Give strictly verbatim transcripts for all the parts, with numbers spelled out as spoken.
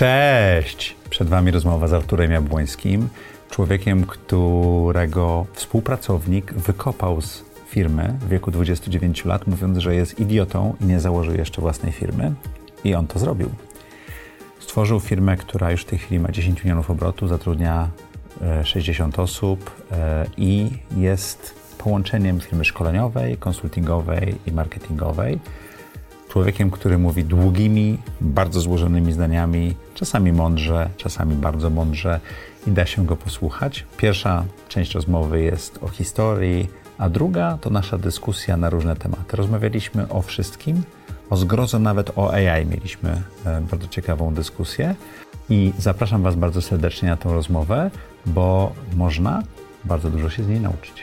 Cześć! Przed Wami rozmowa z Arturem Jabłońskim, człowiekiem, którego współpracownik wykopał z firmy w wieku dwudziestu dziewięciu lat, mówiąc, że jest idiotą i nie założył jeszcze własnej firmy. I on to zrobił. Stworzył firmę, która już w tej chwili ma dziesięć milionów obrotu, zatrudnia sześćdziesiąt osób i jest połączeniem firmy szkoleniowej, konsultingowej i marketingowej. Człowiekiem, który mówi długimi, bardzo złożonymi zdaniami, czasami mądrze, czasami bardzo mądrze i da się go posłuchać. Pierwsza część rozmowy jest o historii, a druga to nasza dyskusja na różne tematy. Rozmawialiśmy o wszystkim, o zgrozo nawet o A I mieliśmy bardzo ciekawą dyskusję i zapraszam Was bardzo serdecznie na tę rozmowę, bo można bardzo dużo się z niej nauczyć.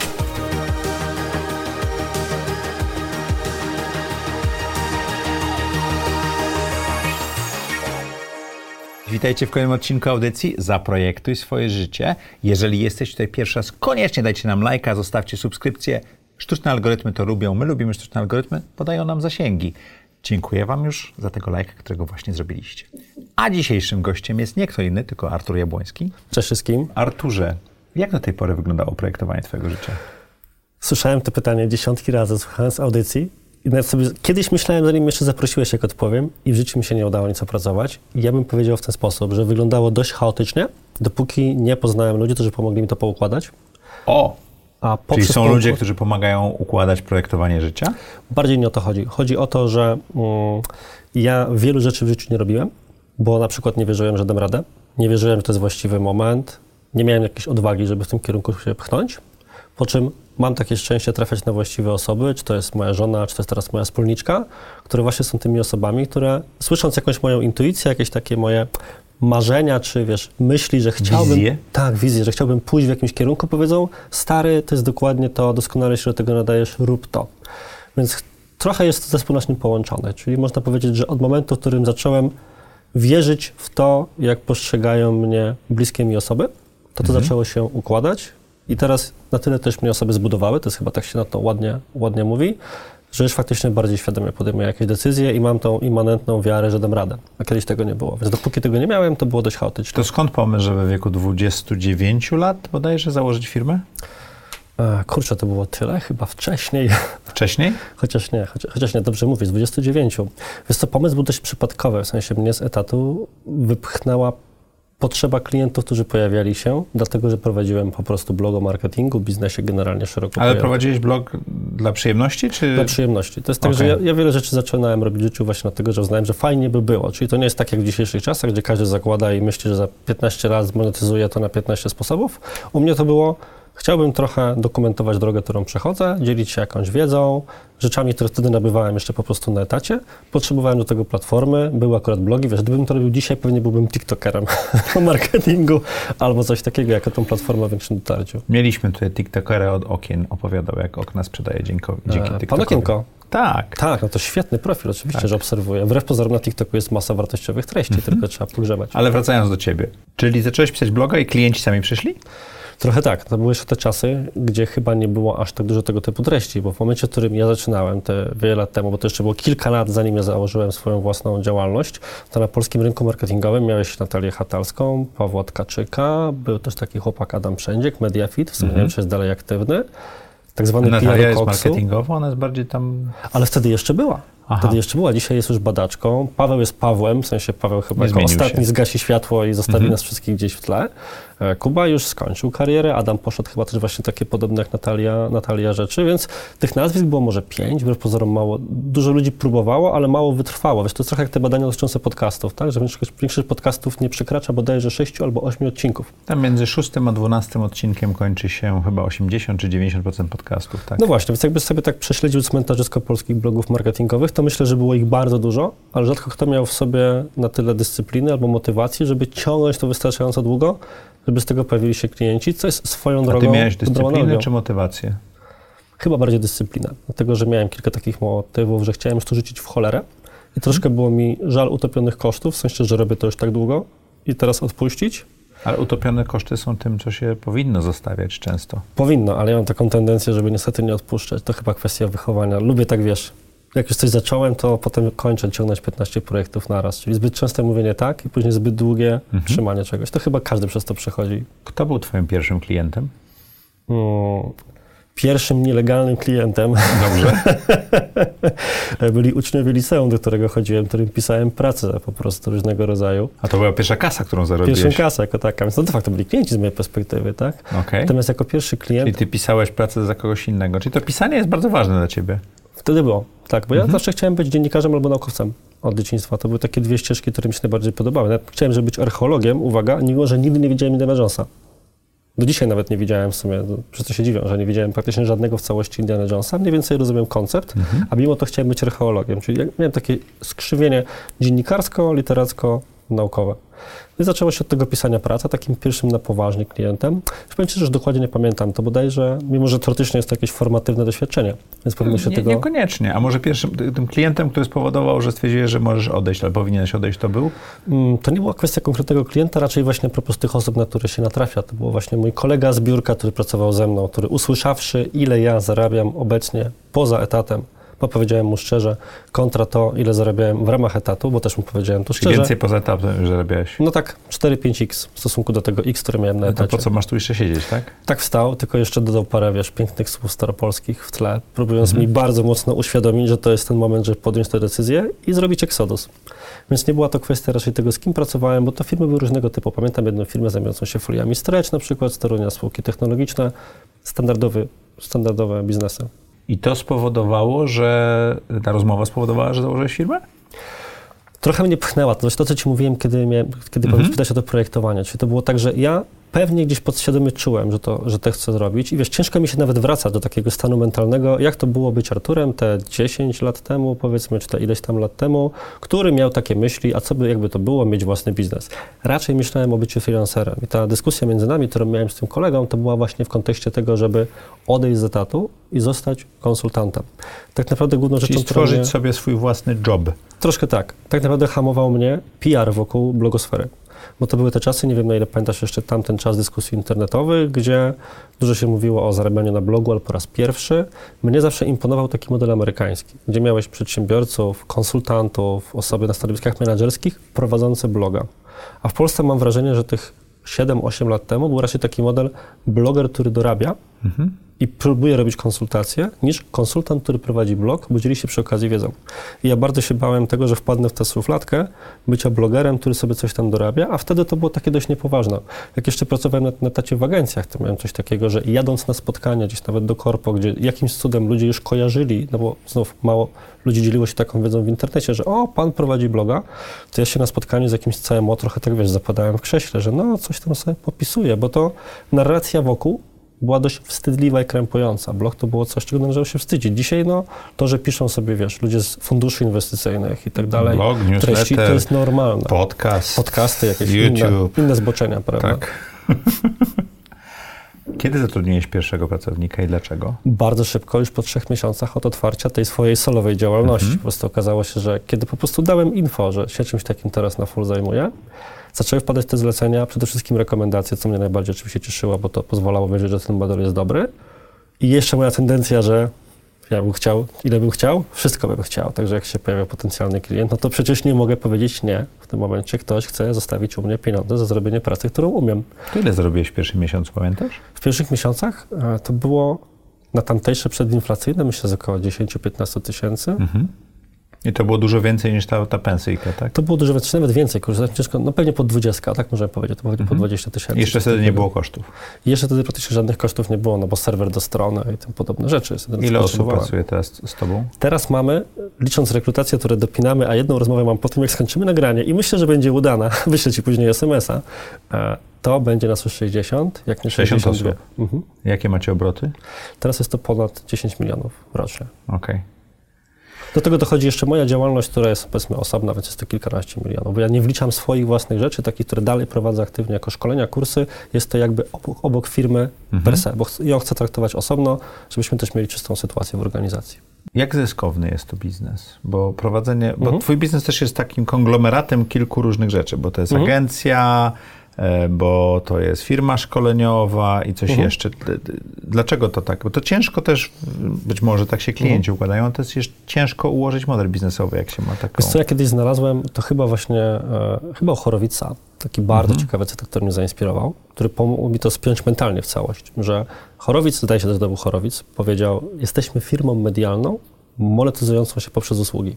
Witajcie w kolejnym odcinku audycji Zaprojektuj swoje życie. Jeżeli jesteś tutaj pierwszy raz, koniecznie dajcie nam lajka, zostawcie subskrypcję. Sztuczne algorytmy to lubią, my lubimy sztuczne algorytmy, podają nam zasięgi. Dziękuję Wam już za tego lajka, którego właśnie zrobiliście. A dzisiejszym gościem jest nie kto inny, tylko Artur Jabłoński. Cześć wszystkim. Arturze, jak do tej pory wyglądało projektowanie Twojego życia? Słyszałem to pytanie dziesiątki razy, słuchając audycji. I nawet sobie kiedyś myślałem, zanim jeszcze zaprosiłeś, jak odpowiem, i w życiu mi się nie udało nic opracować. I ja bym powiedział w ten sposób, że wyglądało dość chaotycznie, dopóki nie poznałem ludzi, którzy pomogli mi to poukładać. O! A Czyli są poukład... ludzie, którzy pomagają układać projektowanie życia? Bardziej nie o to chodzi. Chodzi o to, że mm, ja wielu rzeczy w życiu nie robiłem, bo na przykład nie wierzyłem, że dam radę. Nie wierzyłem, że to jest właściwy moment. Nie miałem jakiejś odwagi, żeby w tym kierunku się pchnąć. Po czym mam takie szczęście trafiać na właściwe osoby, czy to jest moja żona, czy to jest teraz moja wspólniczka, które właśnie są tymi osobami, które słysząc jakąś moją intuicję, jakieś takie moje marzenia, czy wiesz, myśli, że chciałbym... Wizję? Tak, wizję, że chciałbym pójść w jakimś kierunku, powiedzą, stary, to jest dokładnie to, doskonale się do tego nadajesz, rób to. Więc trochę jest to zespół nasz nim połączony, czyli można powiedzieć, że od momentu, w którym zacząłem wierzyć w to, jak postrzegają mnie bliskie mi osoby, to to mhm. zaczęło się układać. I teraz na tyle też mnie osoby zbudowały, to jest chyba tak się na to ładnie, ładnie mówi, że już faktycznie bardziej świadomie podejmuję jakieś decyzje i mam tą immanentną wiarę, że dam radę. A kiedyś tego nie było. Więc dopóki tego nie miałem, to było dość chaotyczne. To skąd pomysł, żeby w wieku dwudziestu dziewięciu lat bodajże założyć firmę? E, kurczę, to było tyle, chyba wcześniej. Wcześniej? Chociaż nie, chociaż, chociaż nie, dobrze mówię, z dwudziestu dziewięciu. Wiesz co, pomysł był dość przypadkowy, w sensie mnie z etatu wypchnęła potrzeba klientów, którzy pojawiali się, dlatego, że prowadziłem po prostu blog o marketingu, biznesie generalnie szeroko. Ale prowadziłeś blog dla przyjemności, czy...? Dla przyjemności. To jest tak, okay. że ja, ja wiele rzeczy zaczynałem robić w życiu właśnie dlatego, że uznałem, że fajnie by było. Czyli to nie jest tak jak w dzisiejszych czasach, gdzie każdy zakłada i myśli, że za piętnaście lat zmonetyzuje to na piętnaście sposobów. U mnie to było, chciałbym trochę dokumentować drogę, którą przechodzę, dzielić się jakąś wiedzą, rzeczami, które wtedy nabywałem jeszcze po prostu na etacie. Potrzebowałem do tego platformy, były akurat blogi, wiesz, gdybym to robił dzisiaj, pewnie byłbym tiktokerem o marketingu albo coś takiego, jako tą platformę o większym dotarciu. Mieliśmy tutaj tiktokera od Okien, opowiadał, jak okna sprzedaje dzięki, dzięki TikTokowi. Pan Okienko? Tak. Tak, no to świetny profil, oczywiście, tak. że obserwuję. Wbrew pozorom na TikToku jest masa wartościowych treści, mhm. tylko trzeba pogrzebać. Ale wracając do ciebie, czyli zacząłeś pisać bloga i klienci sami przyszli? Trochę tak. To były jeszcze te czasy, gdzie chyba nie było aż tak dużo tego typu treści, bo w momencie, w którym ja zaczynałem te wiele lat temu, bo to jeszcze było kilka lat, zanim ja założyłem swoją własną działalność, to na polskim rynku marketingowym miałeś Natalię Hatalską, Pawła Tkaczyka, był też taki chłopak Adam Przędziek, Mediafit, w sumie mm-hmm. nie wiem, czy jest dalej aktywny, tak zwany Natalia P R jest Koksu. marketingowa, ona jest bardziej tam... Ale wtedy jeszcze była. Aha. Wtedy jeszcze była, dzisiaj jest już badaczką. Paweł jest Pawłem, w sensie Paweł chyba jako ostatni się. zgasi światło i zostawi mhm. nas wszystkich gdzieś w tle. Kuba już skończył karierę, Adam poszedł chyba też właśnie takie podobne jak Natalia, Natalia rzeczy, więc tych nazwisk było może pięć, wbrew pozorom mało. Dużo ludzi próbowało, ale mało wytrwało. Wiesz, to jest trochę jak te badania dotyczące podcastów, tak? Że większość podcastów nie przekracza bodajże sześciu albo ośmiu odcinków. Tam między szóstym a dwunastym odcinkiem kończy się chyba osiemdziesiąt czy dziewięćdziesiąt procent podcastów, tak? No właśnie, więc jakby sobie tak prześledził cmentarzysko polskich blogów marketingowych, to myślę, że było ich bardzo dużo, ale rzadko kto miał w sobie na tyle dyscypliny albo motywacji, żeby ciągnąć to wystarczająco długo, żeby z tego pojawili się klienci, co jest swoją drogą... A ty miałeś dyscyplinę czy motywację? Chyba bardziej dyscyplinę, dlatego że miałem kilka takich motywów, że chciałem już to rzucić w cholerę i troszkę było mi żal utopionych kosztów, w sensie, że robię to już tak długo i teraz odpuścić. Ale utopione koszty są tym, co się powinno zostawiać często. Powinno, ale ja mam taką tendencję, żeby niestety nie odpuszczać. To chyba kwestia wychowania. Lubię tak, wiesz, jak już coś zacząłem, to potem kończę ciągnąć piętnaście projektów naraz. Czyli zbyt częste mówienie tak i później zbyt długie mhm. trzymanie czegoś. To chyba każdy przez to przechodzi. Kto był twoim pierwszym klientem? Hmm. Pierwszym nielegalnym klientem Dobrze. byli uczniowie liceum, do którego chodziłem, którym pisałem pracę po prostu różnego rodzaju. A to była pierwsza kasa, którą zarobiłeś? Pierwszą kasę jako taka, więc to de facto byli klienci z mojej perspektywy, tak? Okay. Natomiast jako pierwszy klient... Czyli ty pisałeś pracę za kogoś innego. Czyli to pisanie jest bardzo ważne dla ciebie. Wtedy było, tak, bo mhm. ja zawsze chciałem być dziennikarzem albo naukowcem od dzieciństwa. To były takie dwie ścieżki, które mi się najbardziej podobały. Ja chciałem, żeby być archeologiem, uwaga, mimo że nigdy nie widziałem Indiana Jonesa. Do dzisiaj nawet nie widziałem w sumie, przez to się dziwią, że nie widziałem praktycznie żadnego w całości Indiana Jonesa. Mniej więcej rozumiem koncept, mhm. a mimo to chciałem być archeologiem. Czyli ja miałem takie skrzywienie dziennikarsko-literacko-naukowe. I zaczęło się od tego pisania pracy, takim pierwszym na poważnie klientem. Już powiem ci, że już dokładnie nie pamiętam, to bodajże, mimo że teoretycznie jest to jakieś formatywne doświadczenie, więc powinno się nie, tego... Niekoniecznie. A może pierwszym tym klientem, który spowodował, że stwierdziłeś, że możesz odejść, albo powinieneś odejść, to był? To nie była kwestia konkretnego klienta, raczej właśnie a propos tych osób, na które się natrafia. To był właśnie mój kolega z biurka, który pracował ze mną, który usłyszawszy, ile ja zarabiam obecnie poza etatem, bo powiedziałem mu szczerze, kontra to, ile zarabiałem w ramach etatu, bo też mu powiedziałem to szczerze. Więcej poza etatem już zarabiałeś? No tak, cztery pięć iks w stosunku do tego X, które miałem na etacie. No to po co masz tu jeszcze siedzieć, tak? Tak wstał, tylko jeszcze dodał parę, wiesz, pięknych słów staropolskich w tle, próbując mhm. mi bardzo mocno uświadomić, że to jest ten moment, żeby podjąć tę decyzję i zrobić eksodus. Więc nie była to kwestia raczej tego, z kim pracowałem, bo to firmy były różnego typu. Pamiętam jedną firmę zajmującą się foliami stretch, na przykład z Torunia, spółki technologiczne, standardowy, standardowe biznesy. I to spowodowało, że ta rozmowa spowodowała, że założyłeś firmę? Trochę mnie pchnęła. To, to co ci mówiłem, kiedy, miałem, kiedy mhm. pytałeś o to projektowanie. Czyli to było tak, że ja pewnie gdzieś podświadomie czułem, że to, że to chcę zrobić i wiesz, ciężko mi się nawet wracać do takiego stanu mentalnego, jak to było być Arturem te dziesięć lat temu, powiedzmy, czy te ileś tam lat temu, który miał takie myśli, a co by, jakby to było, mieć własny biznes. Raczej myślałem o byciu freelancerem i ta dyskusja między nami, którą miałem z tym kolegą, to była właśnie w kontekście tego, żeby odejść z etatu i zostać konsultantem. Tak naprawdę główną Czyli rzeczą, stworzyć mnie, sobie swój własny job. Troszkę tak. Tak naprawdę hamował mnie P R wokół blogosfery. Bo to były te czasy, nie wiem na ile pamiętasz jeszcze tamten czas dyskusji internetowych, gdzie dużo się mówiło o zarabianiu na blogu, ale po raz pierwszy. Mnie zawsze imponował taki model amerykański, gdzie miałeś przedsiębiorców, konsultantów, osoby na stanowiskach menedżerskich prowadzące bloga. A w Polsce mam wrażenie, że tych siedem osiem lat temu był raczej taki model bloger, który dorabia mhm. i próbuje robić konsultacje, niż konsultant, który prowadzi blog, bo dzieli się przy okazji wiedzą. I ja bardzo się bałem tego, że wpadnę w tę szufladkę bycia blogerem, który sobie coś tam dorabia, a wtedy to było takie dość niepoważne. Jak jeszcze pracowałem na, na etacie w agencjach, to miałem coś takiego, że jadąc na spotkania gdzieś nawet do korpo, gdzie jakimś cudem ludzie już kojarzyli, no bo znów mało ludzi dzieliło się taką wiedzą w internecie, że o, pan prowadzi bloga, to ja się na spotkaniu z jakimś C M O trochę tak, wiesz, zapadałem w krześle, że no, coś tam sobie popisuję, bo to narracja wokół była dość wstydliwa i krępująca. Blog to było coś, czego należało się wstydzić. Dzisiaj no, to, że piszą sobie, wiesz, ludzie z funduszy inwestycyjnych i tak dalej, blog, treści, to jest normalne. Podcast, Podcasty, jakieś YouTube. Inne, inne zboczenia, prawda? Tak. Kiedy zatrudniłeś pierwszego pracownika i dlaczego? Bardzo szybko, już po trzech miesiącach od otwarcia tej swojej solowej działalności. Mhm. Po prostu okazało się, że kiedy po prostu dałem info, że się czymś takim teraz na full zajmuję, zaczęły wpadać te zlecenia, przede wszystkim rekomendacje, co mnie najbardziej oczywiście cieszyło, bo to pozwalało wiedzieć, że ten model jest dobry. I jeszcze moja tendencja, że ja bym chciał, ile bym chciał, wszystko bym chciał. Także jak się pojawia potencjalny klient, no to przecież nie mogę powiedzieć nie. W tym momencie ktoś chce zostawić u mnie pieniądze za zrobienie pracy, którą umiem. To ile zarobiłeś w pierwszym miesiącu, pamiętasz? W pierwszych miesiącach to było na tamtejsze przedinflacyjne, myślę, że około dziesięć do piętnastu tysięcy. Mhm. I to było dużo więcej niż ta, ta pensyjka, tak? To było dużo więcej, nawet więcej, ciężko, no pewnie po dwadzieścia, tak możemy powiedzieć, to było mhm. po dwadzieścia tysięcy. I jeszcze wtedy nie było kosztów. I jeszcze wtedy praktycznie żadnych kosztów nie było, no bo serwer do strony i tym podobne rzeczy. Ile osób pracuje teraz z tobą? Teraz mamy, licząc rekrutacje, które dopinamy, a jedną rozmowę mam po tym, jak skończymy nagranie i myślę, że będzie udana, wyślę ci później es em es a, to będzie nas już sześćdziesiąt, jak nie sześćdziesiąt sześćdziesiąt dwa. osób. Mhm. Jakie macie obroty? Teraz jest to ponad dziesięć milionów rocznie. Okej. Okay. Do tego dochodzi jeszcze moja działalność, która jest, powiedzmy, osobna, więc jest to kilkanaście milionów, bo ja nie wliczam swoich własnych rzeczy, takich, które dalej prowadzę aktywnie jako szkolenia, kursy. Jest to jakby obok, obok firmy mhm. per se, bo ch- ją chcę traktować osobno, żebyśmy też mieli czystą sytuację w organizacji. Jak zyskowny jest to biznes? Bo prowadzenie, mhm. bo twój biznes też jest takim konglomeratem kilku różnych rzeczy, bo to jest mhm. agencja, bo to jest firma szkoleniowa i coś uh-huh. jeszcze. Dlaczego to tak? Bo to ciężko też, być może tak się klienci uh-huh. układają, ale to jest ciężko ułożyć model biznesowy, jak się ma taką... Wiesz co, ja kiedyś znalazłem, to chyba właśnie, e, chyba u Horowica, taki bardzo uh-huh. ciekawy cytat, który mnie zainspirował, który pomógł mi to spiąć mentalnie w całość, że Horowic, zdaje się, że to był Horowic, powiedział, jesteśmy firmą medialną, monetyzującą się poprzez usługi.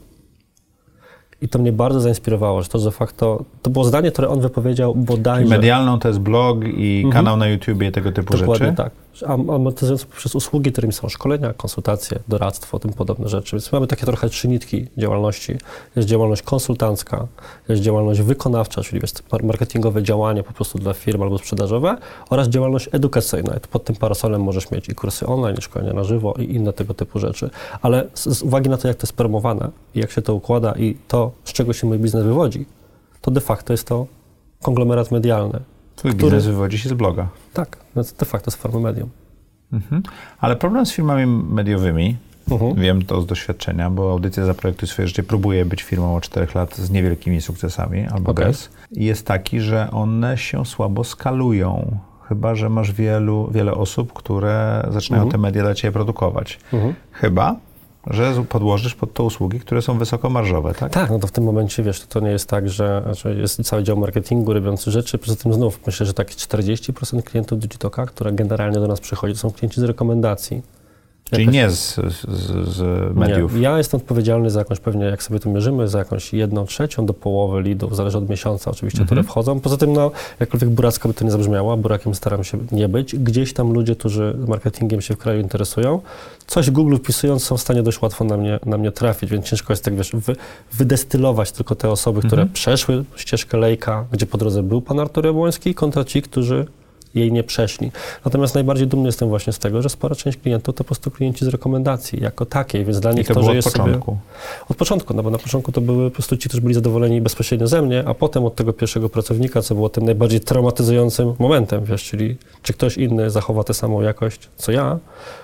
I to mnie bardzo zainspirowało, że to, że fakt to, to było zdanie, które on wypowiedział bodajże... Medialną to jest blog i mhm. kanał na YouTubie i tego typu Dokładnie rzeczy? tak. A monetyzując poprzez usługi, którymi są szkolenia, konsultacje, doradztwo, tym podobne rzeczy. Więc mamy takie trochę trzy nitki działalności. Jest działalność konsultancka, jest działalność wykonawcza, czyli jest marketingowe działanie po prostu dla firm albo sprzedażowe oraz działalność edukacyjna. I pod tym parasolem możesz mieć i kursy online, i szkolenia na żywo i inne tego typu rzeczy. Ale z, z uwagi na to, jak to jest promowane i jak się to układa i to, z czego się mój biznes wywodzi, to de facto jest to konglomerat medialny. Twój który... biznes wywodzi się z bloga. Tak, więc de facto z formy medium. Mhm. Ale problem z firmami mediowymi, uh-huh. wiem to z doświadczenia, bo audycja Zaprojektuj swoje życie próbuje być firmą od czterech lat z niewielkimi sukcesami albo okay. bez. I jest taki, że one się słabo skalują. Chyba że masz wielu, wiele osób, które zaczynają uh-huh. te media dla ciebie produkować. Uh-huh. Chyba że podłożysz pod to usługi, które są wysokomarżowe, tak? Tak, no to w tym momencie, wiesz, to nie jest tak, że, że jest cały dział marketingu robiący rzeczy, poza tym znów myślę, że takie czterdzieści procent klientów Digitoka, które generalnie do nas przychodzi, to są klienci z rekomendacji. Czyli Jakaś... nie z, z, z mediów? Nie. Ja jestem odpowiedzialny za jakąś, pewnie jak sobie to mierzymy, za jakąś jedną trzecią do połowy leadów, zależy od miesiąca oczywiście, mm-hmm. które wchodzą. Poza tym, no, jakkolwiek buracko by to nie zabrzmiało, burakiem staram się nie być. Gdzieś tam ludzie, którzy marketingiem się w kraju interesują, coś w Google wpisując są w stanie dość łatwo na mnie, na mnie trafić, więc ciężko jest tak, wiesz, wy, wydestylować tylko te osoby, które mm-hmm. przeszły ścieżkę Lejka, gdzie po drodze był pan Artur Jabłoński, kontra ci, którzy jej nie przeszli. Natomiast najbardziej dumny jestem właśnie z tego, że spora część klientów to po prostu klienci z rekomendacji jako takiej, więc dla nich to, to, było że od jest początku. Sobie... Od początku, no bo na początku to były po prostu ci, którzy byli zadowoleni bezpośrednio ze mnie, a potem od tego pierwszego pracownika, co było tym najbardziej traumatyzującym momentem, wiesz, czyli czy ktoś inny zachowa tę samą jakość, co ja,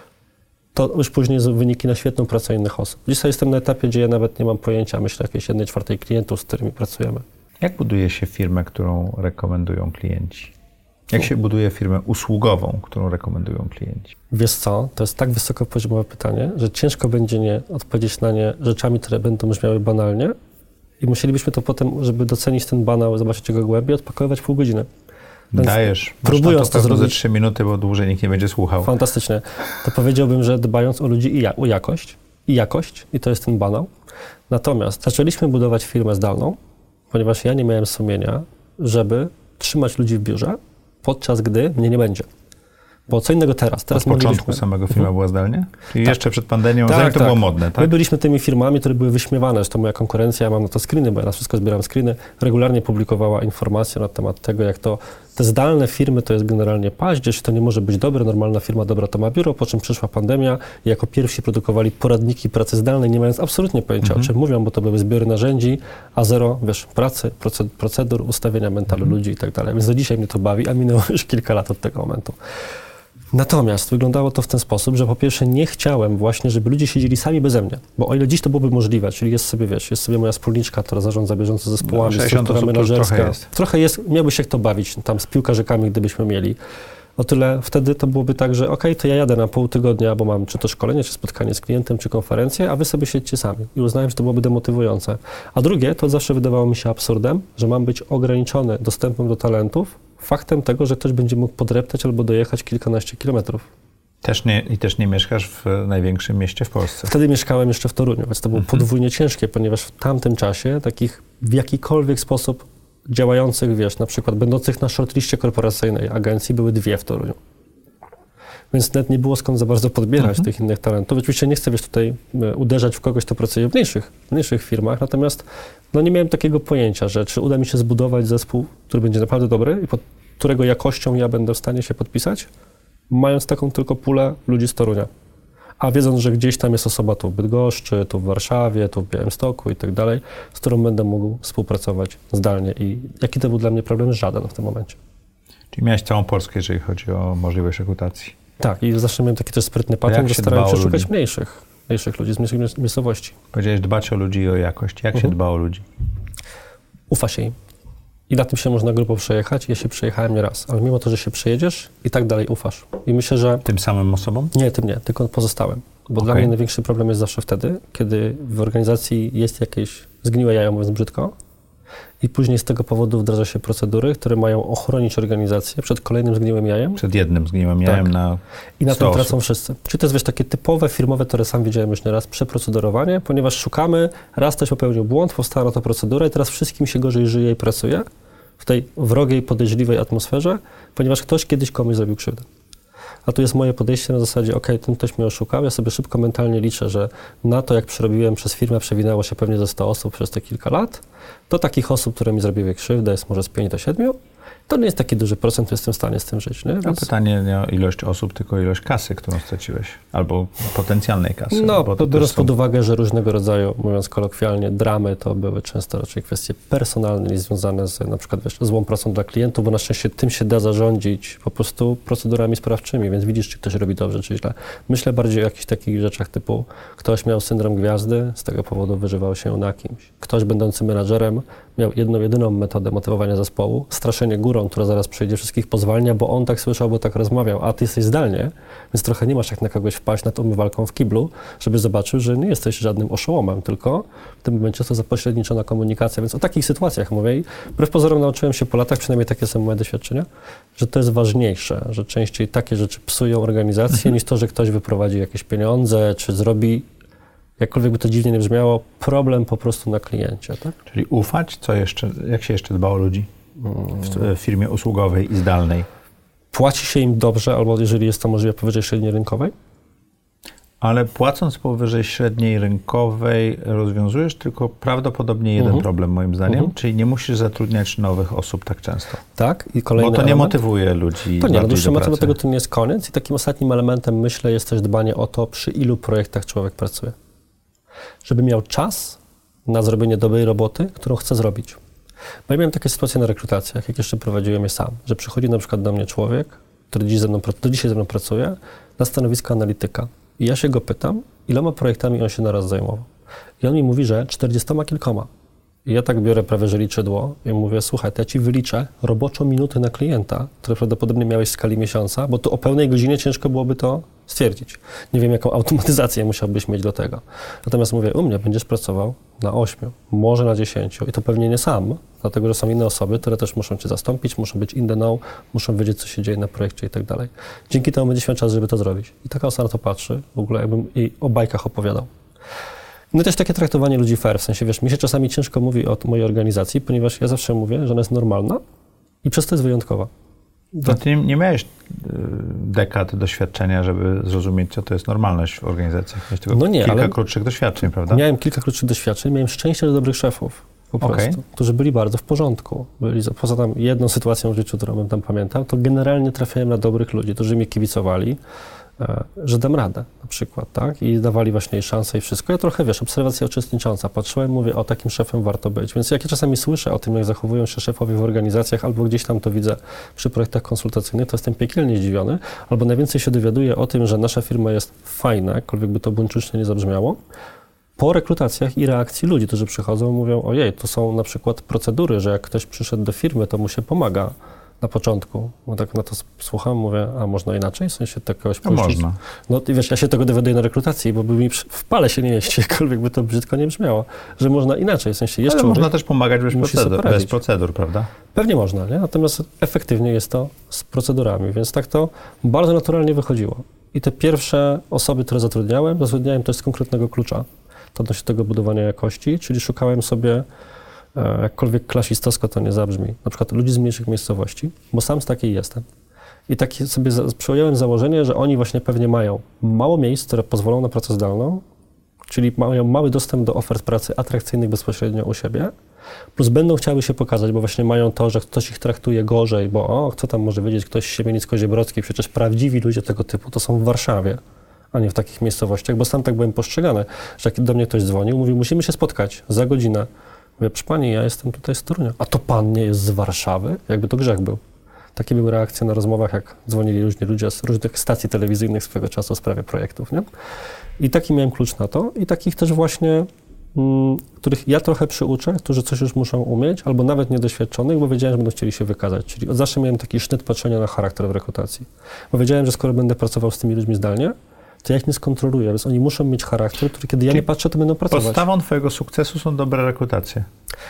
to już później wyniki na świetną pracę innych osób. Dzisiaj jestem na etapie, gdzie ja nawet nie mam pojęcia, myślę, jakiejś jednej czwartej klientów, z którymi pracujemy. Jak buduje się firmę, którą rekomendują klienci? Jak się buduje firmę usługową, którą rekomendują klienci? Wiesz co, to jest tak wysokopoziomowe pytanie, że ciężko będzie nie odpowiedzieć na nie rzeczami, które będą brzmiały banalnie i musielibyśmy to potem, żeby docenić ten banał, zobaczyć jego głębiej, odpakowywać pół godziny. Więc dajesz. Próbując to, to zrobić... ze trzy minuty, bo dłużej nikt nie będzie słuchał. Fantastycznie. To powiedziałbym, że dbając o ludzi i ja, o jakość, i jakość, i to jest ten banał. Natomiast zaczęliśmy budować firmę zdalną, ponieważ ja nie miałem sumienia, żeby trzymać ludzi w biurze, podczas gdy mnie nie będzie. Bo co innego teraz. teraz Od początku samego firma mhm. była zdalnie? Czyli tak. jeszcze przed pandemią, tak, zanim to tak. było modne, tak? My byliśmy tymi firmami, które były wyśmiewane, że to moja konkurencja, ja mam na to screeny, bo ja na wszystko zbieram screeny, regularnie publikowała informacje na temat tego, jak to te zdalne firmy to jest generalnie paździerz, to nie może być dobre, normalna firma dobra to ma biuro, po czym przyszła pandemia i jako pierwsi produkowali poradniki pracy zdalnej, nie mając absolutnie pojęcia, mhm. o czym mówią, bo to były zbiory narzędzi, a zero, wiesz, pracy, procedur, ustawienia mentalu mhm. ludzi i tak dalej. Więc do dzisiaj mnie to bawi, a minęło już kilka lat od tego momentu. Natomiast wyglądało to w ten sposób, że po pierwsze nie chciałem właśnie, żeby ludzie siedzieli sami beze mnie, bo o ile dziś to byłoby możliwe, czyli jest sobie, wiesz, jest sobie moja wspólniczka, która zarządza bieżąco zespołami, no, struktura menedżerska. Trochę jest. Trochę jest, miałby się kto bawić tam z piłkarzykami, gdybyśmy mieli. O tyle wtedy to byłoby tak, że okej, okay, to ja jadę na pół tygodnia, bo mam czy to szkolenie, czy spotkanie z klientem, czy konferencję, a wy sobie siedźcie sami. I uznałem, że to byłoby demotywujące. A drugie, to zawsze wydawało mi się absurdem, że mam być ograniczony dostępem do talentów faktem tego, że ktoś będzie mógł podreptać albo dojechać kilkanaście kilometrów. Też nie, I też nie mieszkasz w największym mieście w Polsce. Wtedy mieszkałem jeszcze w Toruniu, więc to było mhm. podwójnie ciężkie, ponieważ w tamtym czasie takich w jakikolwiek sposób działających, wiesz, na przykład będących na shortliście korporacyjnej agencji były dwie w Toruniu. Więc nawet nie było skąd za bardzo podbierać mhm. tych innych talentów. Oczywiście nie chcę, wiesz, tutaj uderzać w kogoś, kto pracuje w mniejszych, w mniejszych firmach, natomiast no nie miałem takiego pojęcia, że czy uda mi się zbudować zespół, który będzie naprawdę dobry i pod którego jakością ja będę w stanie się podpisać, mając taką tylko pulę ludzi z Torunia. A wiedząc, że gdzieś tam jest osoba tu w Bydgoszczy, tu w Warszawie, tu w Białymstoku i tak dalej, z którą będę mógł współpracować zdalnie. I jaki to był dla mnie problem? Żaden w tym momencie. Czyli miałeś całą Polskę, jeżeli chodzi o możliwość rekrutacji. Tak, i zawsze miałem taki też sprytny patent, że starałem się szukać mniejszych, mniejszych ludzi z mniejszych miejscowości. Powiedziałeś dbać o ludzi i o jakość. Jak uh-huh. się dba o ludzi? Ufa się im. I na tym się można grupą przejechać. Ja się przejechałem nie raz, ale mimo to, że się przejedziesz, i tak dalej ufasz. I myślę, że... Tym samym osobom? Nie, tym nie, tylko pozostałym. Bo Okay. dla mnie największy problem jest zawsze wtedy, kiedy w organizacji jest jakieś zgniłe jajo, mówiąc brzydko, i później z tego powodu wdraża się procedury, które mają ochronić organizację przed kolejnym zgniłym jajem. Przed jednym zgniłym jajem tak. na I na tym tracą osób. wszyscy. Czyli to jest, wiesz, takie typowe, firmowe, które sam widziałem już nieraz, przeprocedurowanie, ponieważ szukamy, raz ktoś popełnił błąd, powstała na to procedura i teraz wszystkim się gorzej żyje i pracuje w tej wrogiej, podejrzliwej atmosferze, ponieważ ktoś kiedyś komuś zrobił krzywdę. A tu jest moje podejście na zasadzie, ok, ten ktoś mnie oszukał, ja sobie szybko mentalnie liczę, że na to, jak przerobiłem przez firmę, przewinęło się pewnie ze sto osób przez te kilka lat, to takich osób, które mi zrobiły krzywdę, jest może z pięć do siedmiu. To nie jest taki duży procent, jestem w stanie z tym żyć. Nie? Więc... Więc... pytanie nie o ilość osób, tylko o ilość kasy, którą straciłeś, albo potencjalnej kasy. No, bo to biorąc są... pod uwagę, że różnego rodzaju, mówiąc kolokwialnie, dramy to były często raczej kwestie personalne i związane z na przykład wiesz, złą pracą dla klientów, bo na szczęście tym się da zarządzić po prostu procedurami sprawczymi, więc widzisz, czy ktoś robi dobrze, czy źle. Myślę bardziej o jakichś takich rzeczach typu ktoś miał syndrom gwiazdy, z tego powodu wyżywał się na kimś. Ktoś będący menadżerem miał jedną, jedyną metodę motywowania zespołu, straszenie górą, która zaraz przyjdzie, wszystkich pozwalnia, bo on tak słyszał, bo tak rozmawiał, a ty jesteś zdalnie, więc trochę nie masz jak na kogoś wpaść nad umywalką w kiblu, żeby zobaczył, że nie jesteś żadnym oszołomem, tylko w tym momencie to zapośredniczona komunikacja, więc o takich sytuacjach mówię i wbrew pozorom nauczyłem się po latach, przynajmniej takie są moje doświadczenia, że to jest ważniejsze, że częściej takie rzeczy psują organizację, mhm. niż to, że ktoś wyprowadzi jakieś pieniądze, czy zrobi, jakkolwiek by to dziwnie nie brzmiało, problem po prostu na kliencie, tak? Czyli ufać? Co jeszcze, jak się jeszcze dba o ludzi w, w firmie usługowej i zdalnej? Płaci się im dobrze, albo jeżeli jest to możliwe powyżej średniej rynkowej? Ale płacąc powyżej średniej rynkowej rozwiązujesz tylko prawdopodobnie jeden Mhm. problem moim zdaniem, Mhm. czyli nie musisz zatrudniać nowych osób tak często. Tak, i kolejny Bo to nie element. motywuje ludzi. To nie, no dłuższą do metą pracy. tego to nie jest koniec i takim ostatnim elementem, myślę, jest też dbanie o to, przy ilu projektach człowiek pracuje. Żeby miał czas na zrobienie dobrej roboty, którą chce zrobić. Bo ja miałem takie sytuacje na rekrutacjach, jak jeszcze prowadziłem je sam, że przychodzi na przykład do mnie człowiek, który dziś ze mną, do dzisiaj ze mną pracuje, na stanowisko analityka. I ja się go pytam, iloma projektami on się naraz zajmował. I on mi mówi, że czterdziestoma kilkoma. I ja tak biorę prawie że liczydło i mówię, słuchaj, to ja ci wyliczę roboczą minutę na klienta, które prawdopodobnie miałeś w skali miesiąca, bo tu o pełnej godzinie ciężko byłoby to stwierdzić. Nie wiem, jaką automatyzację musiałbyś mieć do tego. Natomiast mówię, u mnie będziesz pracował na ośmiu, może na dziesięciu i to pewnie nie sam, dlatego że są inne osoby, które też muszą cię zastąpić, muszą być in the know, muszą wiedzieć, co się dzieje na projekcie i tak dalej. Dzięki temu będziesz miał czas, żeby to zrobić. I taka osoba na to patrzy, w ogóle jakbym jej o bajkach opowiadał. No i też takie traktowanie ludzi fair, w sensie, wiesz, mi się czasami ciężko mówi o mojej organizacji, ponieważ ja zawsze mówię, że ona jest normalna i przez to jest wyjątkowa. To ty nie miałeś dekad doświadczenia, żeby zrozumieć, co to jest normalność w organizacjach. Miałeś tylko No nie, kilka ale krótszych doświadczeń, prawda? Miałem kilka krótszych doświadczeń, miałem szczęście do dobrych szefów, po prostu, Okay. którzy byli bardzo w porządku. Byli, poza tam jedną sytuacją w życiu, którą bym tam pamiętał, to generalnie trafiałem na dobrych ludzi, którzy mi kibicowali, że dam radę na przykład, tak? I dawali właśnie szansę i wszystko. Ja trochę, wiesz, obserwacja uczestnicząca. Patrzyłem, mówię, o takim szefem warto być. Więc jak ja czasami słyszę o tym, jak zachowują się szefowie w organizacjach, albo gdzieś tam to widzę przy projektach konsultacyjnych, to jestem piekielnie zdziwiony, albo najwięcej się dowiaduję o tym, że nasza firma jest fajna, jakkolwiek by to buńczucznie nie zabrzmiało, po rekrutacjach i reakcji ludzi, którzy przychodzą, mówią, ojej, to są na przykład procedury, że jak ktoś przyszedł do firmy, to mu się pomaga na początku. Bo tak na to słucham, mówię, a można inaczej? W sensie tak kogoś No puścić? można. No i wiesz, ja się tego dowiaduję na rekrutacji, bo by mi w pale się nie mieści, jakkolwiek by to brzydko nie brzmiało, że można inaczej, w sensie jest Ale człowiek, można też pomagać bez musi sobie procedur, poradzić. bez procedur, prawda? Pewnie można, nie? Natomiast efektywnie jest to z procedurami, więc tak to bardzo naturalnie wychodziło. I te pierwsze osoby, które zatrudniałem, zatrudniałem też z konkretnego klucza, to odnośnie tego budowania jakości, czyli szukałem sobie, jakkolwiek klasistowsko to nie zabrzmi, na przykład ludzi z mniejszych miejscowości, bo sam z takiej jestem. I tak sobie za, przyjąłem założenie, że oni właśnie pewnie mają mało miejsc, które pozwolą na pracę zdalną, czyli mają mały dostęp do ofert pracy atrakcyjnych bezpośrednio u siebie, plus będą chciały się pokazać, bo właśnie mają to, że ktoś ich traktuje gorzej, bo o, kto tam może wiedzieć, ktoś z Siemienic-Koziebrockiej, przecież prawdziwi ludzie tego typu to są w Warszawie, a nie w takich miejscowościach, bo sam tak byłem postrzegany, że jak do mnie ktoś dzwonił, mówił, musimy się spotkać za godzinę. Mówię, proszę pani, ja jestem tutaj z Torunia. A to pan nie jest z Warszawy? Jakby to grzech był. Takie były reakcje na rozmowach, jak dzwonili różni ludzie z różnych stacji telewizyjnych swego czasu w sprawie projektów, nie? I taki miałem klucz na to i takich też właśnie m, których ja trochę przyuczę, którzy coś już muszą umieć, albo nawet niedoświadczonych, bo wiedziałem, że będą chcieli się wykazać. Czyli od zawsze miałem taki sznyt patrzenia na charakter w rekrutacji. Bo wiedziałem, że skoro będę pracował z tymi ludźmi zdalnie, to ja ich nie skontroluję, więc oni muszą mieć charakter, który kiedy ja Czyli nie patrzę, to będą pracować. Podstawą twojego sukcesu są dobre rekrutacje.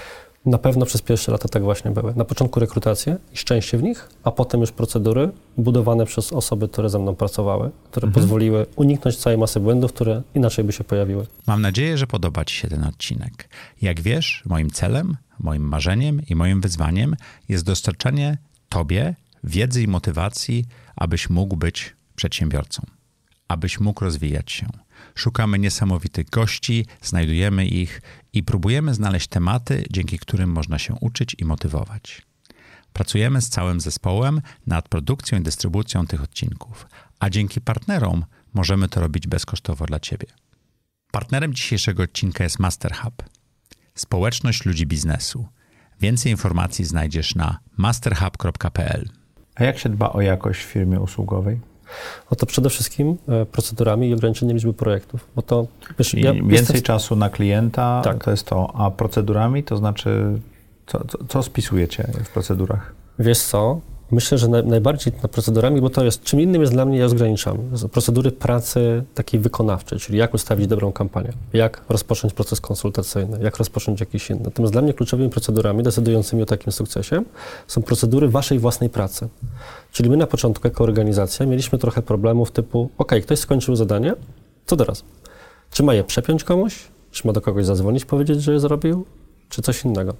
Na pewno przez pierwsze lata tak właśnie były. Na początku rekrutacje i szczęście w nich, a potem już procedury budowane przez osoby, które ze mną pracowały, które Mhm. pozwoliły uniknąć całej masy błędów, które inaczej by się pojawiły. Mam nadzieję, że podoba Ci się ten odcinek. Jak wiesz, moim celem, moim marzeniem i moim wyzwaniem jest dostarczanie Tobie wiedzy i motywacji, abyś mógł być przedsiębiorcą, abyś mógł rozwijać się. Szukamy niesamowitych gości, znajdujemy ich i próbujemy znaleźć tematy, dzięki którym można się uczyć i motywować. Pracujemy z całym zespołem nad produkcją i dystrybucją tych odcinków, a dzięki partnerom możemy to robić bezkosztowo dla Ciebie. Partnerem dzisiejszego odcinka jest MasterHub, społeczność ludzi biznesu. Więcej informacji znajdziesz na masterhub kropka p l. A jak się dba o jakość w firmie usługowej? Oto przede wszystkim e, procedurami i ograniczeniem liczby projektów. Bo to, wiesz, I ja więcej jestem... czasu na klienta, Tak. to jest to, a procedurami, to znaczy, co, co, co spisujecie w procedurach? Wiesz co, myślę, że naj, najbardziej nad procedurami, bo to jest, czym innym jest dla mnie, ja rozgraniczam. Procedury pracy takiej wykonawczej, czyli jak ustawić dobrą kampanię, jak rozpocząć proces konsultacyjny, jak rozpocząć jakiś inny. Natomiast dla mnie kluczowymi procedurami decydującymi o takim sukcesie są procedury waszej własnej pracy. Czyli my na początku jako organizacja mieliśmy trochę problemów typu, ok, ktoś skończył zadanie, co teraz? Czy ma je przepiąć komuś? Czy ma do kogoś zadzwonić, powiedzieć, że je zrobił? Czy coś innego?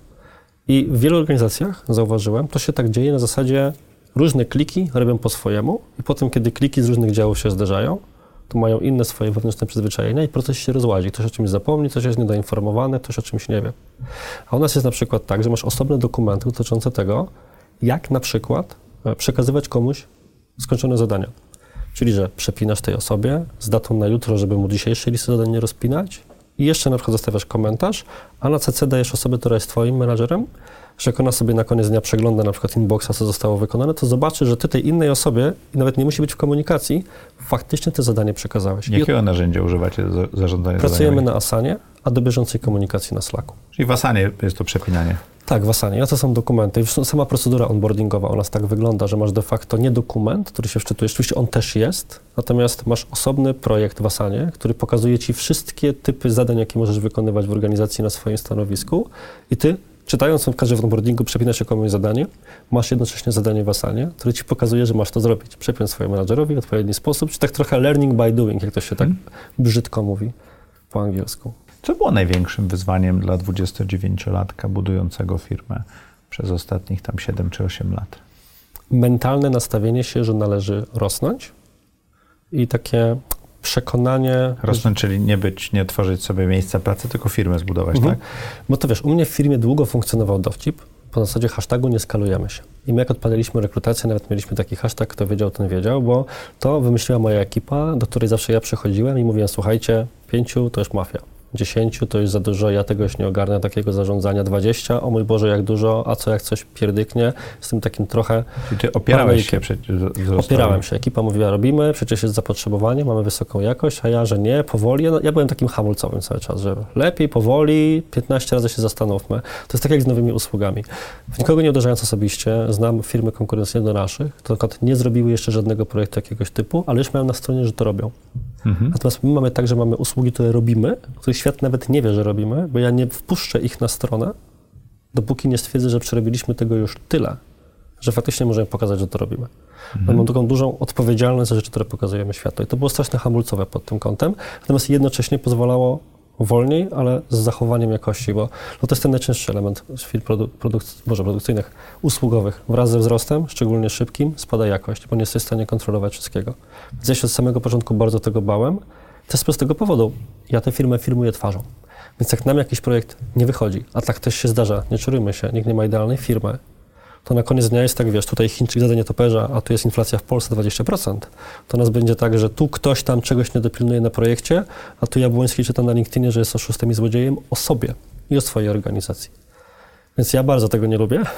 I w wielu organizacjach, zauważyłem, to się tak dzieje na zasadzie różne kliki robią po swojemu i potem, kiedy kliki z różnych działów się zderzają, to mają inne swoje wewnętrzne przyzwyczajenia i proces się rozładzi. Ktoś o czymś zapomni, ktoś jest niedoinformowany, ktoś o czymś nie wie. A u nas jest na przykład tak, że masz osobne dokumenty dotyczące tego, jak na przykład przekazywać komuś skończone zadania. Czyli, że przepinasz tej osobie z datą na jutro, żeby mu dzisiejszej listy zadań nie rozpinać i jeszcze na przykład zostawiasz komentarz, a na C C dajesz osobę, która jest twoim menadżerem, że jak ona sobie na koniec dnia przegląda na przykład inboxa, co zostało wykonane, to zobaczy, że ty tej innej osobie, i nawet nie musi być w komunikacji, faktycznie te zadanie przekazałeś. Jakiego narzędzia używacie do zarządzania Pracujemy zadaniami? na Asanie, a do bieżącej komunikacji na Slacku. Czyli w Asanie jest to przepinanie. Tak, w Asanie. A to są dokumenty. Zresztą sama procedura onboardingowa u nas tak wygląda, że masz de facto nie dokument, który się wczytujesz. Oczywiście on też jest, natomiast masz osobny projekt w Asanie, który pokazuje ci wszystkie typy zadań, jakie możesz wykonywać w organizacji na swoim stanowisku i ty, czytając w każdym onboardingu, przepinasz się komuś zadanie, masz jednocześnie zadanie w Asanie, które ci pokazuje, że masz to zrobić. Przepiąć swojemu menadżerowi w odpowiedni sposób, czy tak trochę learning by doing, jak to się tak brzydko mówi po angielsku. Co było największym wyzwaniem dla dwudziestodziewięciolatka budującego firmę przez ostatnich tam siedem czy osiem lat? Mentalne nastawienie się, że należy rosnąć i takie przekonanie... Rosnąć, czyli nie być, nie tworzyć sobie miejsca pracy, tylko firmę zbudować, Mhm. tak? Bo to wiesz, u mnie w firmie długo funkcjonował dowcip, po zasadzie hashtagu nie skalujemy się. I my jak odpaliliśmy rekrutację, nawet mieliśmy taki hashtag, kto wiedział, ten wiedział, bo to wymyśliła moja ekipa, do której zawsze ja przychodziłem i mówiłem, słuchajcie, pięciu to już mafia. dziesięciu to już za dużo, ja tego już nie ogarnę, takiego zarządzania. dwadzieścia, o mój Boże, jak dużo, a co jak coś pierdyknie, z tym takim trochę... Czyli ty opierałeś się przed wzrostowi. Opierałem się, ekipa mówiła, robimy, przecież jest zapotrzebowanie, mamy wysoką jakość, a ja, że nie, powoli. Ja, ja byłem takim hamulcowym cały czas, że lepiej, powoli, piętnaście razy się zastanówmy. To jest tak jak z nowymi usługami. W nikogo nie uderzając osobiście, znam firmy konkurencyjne do naszych, które nie zrobiły jeszcze żadnego projektu jakiegoś typu, ale już mają na stronie, że to robią. Mhm. Natomiast my mamy tak, że mamy usługi, które robimy, których świat nawet nie wie, że robimy, bo ja nie wpuszczę ich na stronę, dopóki nie stwierdzę, że przerobiliśmy tego już tyle, że faktycznie możemy pokazać, że to robimy. Mhm. Mam taką dużą odpowiedzialność za rzeczy, które pokazujemy światu. I to było strasznie hamulcowe pod tym kątem, natomiast jednocześnie pozwalało wolniej, ale z zachowaniem jakości, bo no to jest ten najczęstszy element firm produ- produk- może produkcyjnych, usługowych. Wraz ze wzrostem, szczególnie szybkim, spada jakość, bo nie jesteś w stanie kontrolować wszystkiego. Więc ja się od samego początku bardzo tego bałem. Też z prostego powodu. Ja tę firmę firmuję twarzą. Więc jak nam jakiś projekt nie wychodzi, a tak też się zdarza, nie czarujmy się, nikt nie ma idealnej firmy, to na koniec dnia jest tak, wiesz, tutaj Chińczyk zada nietoperza, a tu jest inflacja w Polsce dwadzieścia procent. To nas będzie tak, że tu ktoś tam czegoś nie dopilnuje na projekcie, a tu Jabłoński czyta na LinkedInie, że jest oszustem i złodziejem o sobie i o swojej organizacji. Więc ja bardzo tego nie lubię.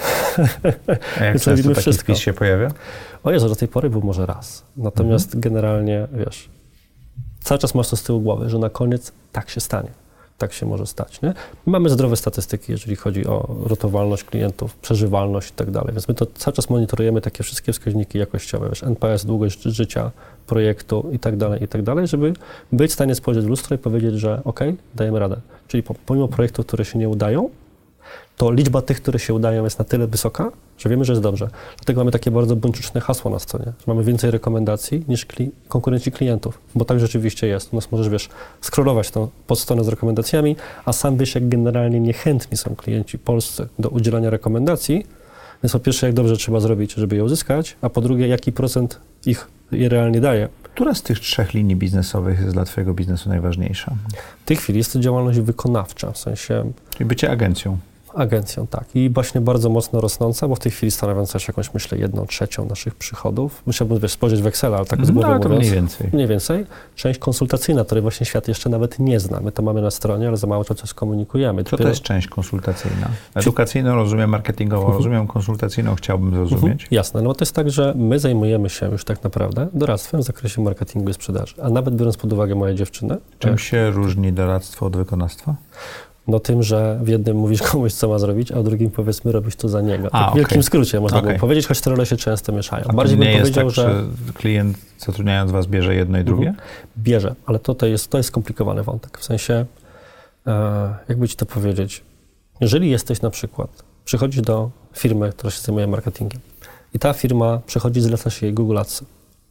A jak często taki wszystko. Wpis się pojawia? O Jezu, do tej pory był może raz. Natomiast mhm. generalnie, wiesz, cały czas masz to z tyłu głowy, że na koniec tak się stanie. tak się może stać, nie? Mamy zdrowe statystyki, jeżeli chodzi o rotowalność klientów, przeżywalność i tak dalej, więc my to cały czas monitorujemy takie wszystkie wskaźniki jakościowe, wiesz, N P S, długość życia projektu i tak dalej, i tak dalej, żeby być w stanie spojrzeć w lustro i powiedzieć, że okej, dajemy radę. Czyli pomimo projektów, które się nie udają, to liczba tych, które się udają, jest na tyle wysoka, że wiemy, że jest dobrze. Dlatego mamy takie bardzo buńczuczne hasło na stronie, że mamy więcej rekomendacji niż kli- konkurenci klientów, bo tak rzeczywiście jest. U nas możesz, wiesz, scrollować tą podstronę z rekomendacjami, a sam wiesz, jak generalnie niechętni są klienci polscy do udzielania rekomendacji, więc po pierwsze, jak dobrze trzeba zrobić, żeby je uzyskać, a po drugie, jaki procent ich je realnie daje. Która z tych trzech linii biznesowych jest dla twojego biznesu najważniejsza? W tej chwili jest to działalność wykonawcza, w sensie... Czyli bycie agencją. Agencją, tak. I właśnie bardzo mocno rosnąca, bo w tej chwili stanowiąca też jakąś, myślę, jedną trzecią naszych przychodów. Musiałbym, wiesz, spojrzeć w Excela, ale tak z głowy no, mówiąc. to mniej więcej. Mniej więcej. Część konsultacyjna, której właśnie świat jeszcze nawet nie zna. My to mamy na stronie, ale za mało czasu komunikujemy. Co to jest część konsultacyjna? Edukacyjną rozumiem, marketingową uh-huh. rozumiem, konsultacyjną chciałbym zrozumieć. Uh-huh. Jasne, no bo to jest tak, że my zajmujemy się już tak naprawdę doradztwem w zakresie marketingu i sprzedaży. A nawet biorąc pod uwagę moje dziewczyny. Czym się różni doradztwo od wykonawstwa? No tym, że w jednym mówisz komuś, co ma zrobić, a w drugim powiedzmy robisz to za niego. A, tak w wielkim okay. skrócie można okay. było powiedzieć, choć te role się często mieszają. A Bardziej nie bym jest powiedział, tak, że klient zatrudniając was bierze jedno i drugie? Mhm. Bierze, ale to, to, jest, to jest skomplikowany wątek. W sensie, e, jakby ci to powiedzieć, jeżeli jesteś na przykład, przychodzisz do firmy, która się zajmuje marketingiem i ta firma przychodzi, zleca się jej Google Ads,